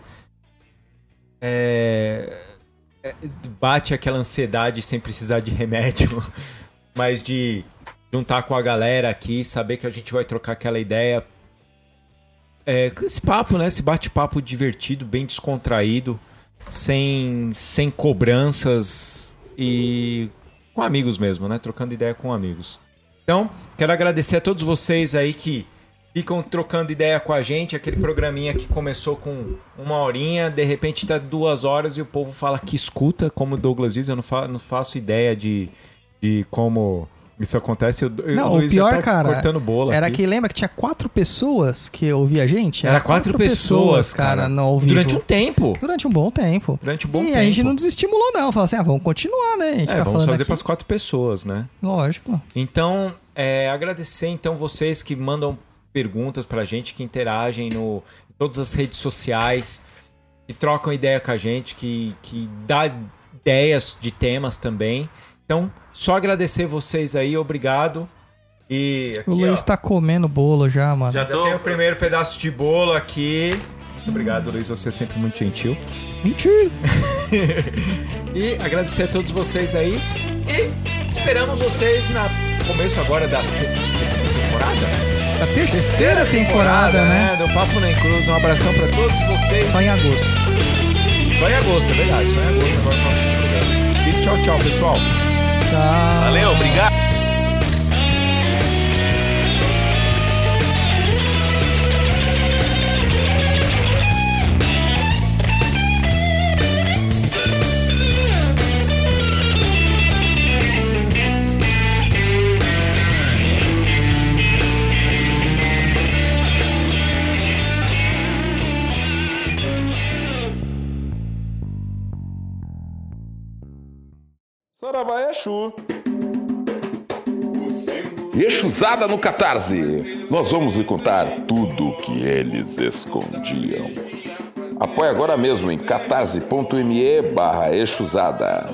Bate aquela ansiedade sem precisar de remédio, mas de juntar com a galera aqui, saber que a gente vai trocar aquela ideia. Esse papo, né? Esse bate-papo divertido, bem descontraído, sem cobranças e com amigos mesmo, né? Trocando ideia com amigos. Então, quero agradecer a todos vocês aí que ficam trocando ideia com a gente. Aquele programinha que começou com 1 horinha, de repente tá 2 horas e o povo fala que escuta, como o Douglas diz. Eu não faço ideia de como isso acontece. Não, o pior, cara, cortando bolo era aqui. que lembra que tinha 4 pessoas que ouvia a gente? Era 4 pessoas, cara, ao vivo. Durante um tempo. Durante um bom tempo. E a gente não desestimulou, não. Falou assim, vamos continuar, né? A gente tá vamos falando fazer aqui. para as 4 pessoas, né? Lógico. Então, agradecer então vocês que mandam perguntas pra gente, que interagem em todas as redes sociais, que trocam ideia com a gente, que dá ideias de temas também. Então, só agradecer vocês aí, obrigado. E aqui, o Luiz tá comendo bolo já, mano. Já tem o primeiro pedaço de bolo aqui. Muito obrigado, Luiz, você é sempre muito gentil. Mentira! E agradecer a todos vocês aí. E esperamos vocês no começo agora da temporada. Da terceira temporada, né? Do Papo na Encruza. Um abração pra todos vocês. Só em agosto. Só em agosto, é verdade. Só em agosto agora no nosso programa. E tchau, pessoal. Tchau. Valeu, obrigado. Saravá Exu. Exusada no Catarse. Nós vamos lhe contar tudo o que eles escondiam. Apoie agora mesmo em catarse.me/Exusada.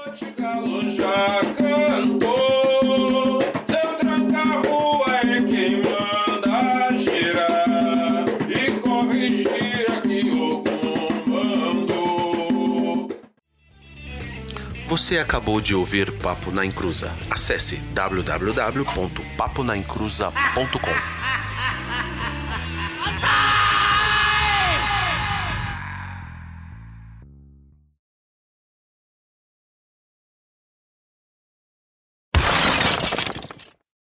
Você acabou de ouvir Papo na Encruza. Acesse www.paponaencruza.com.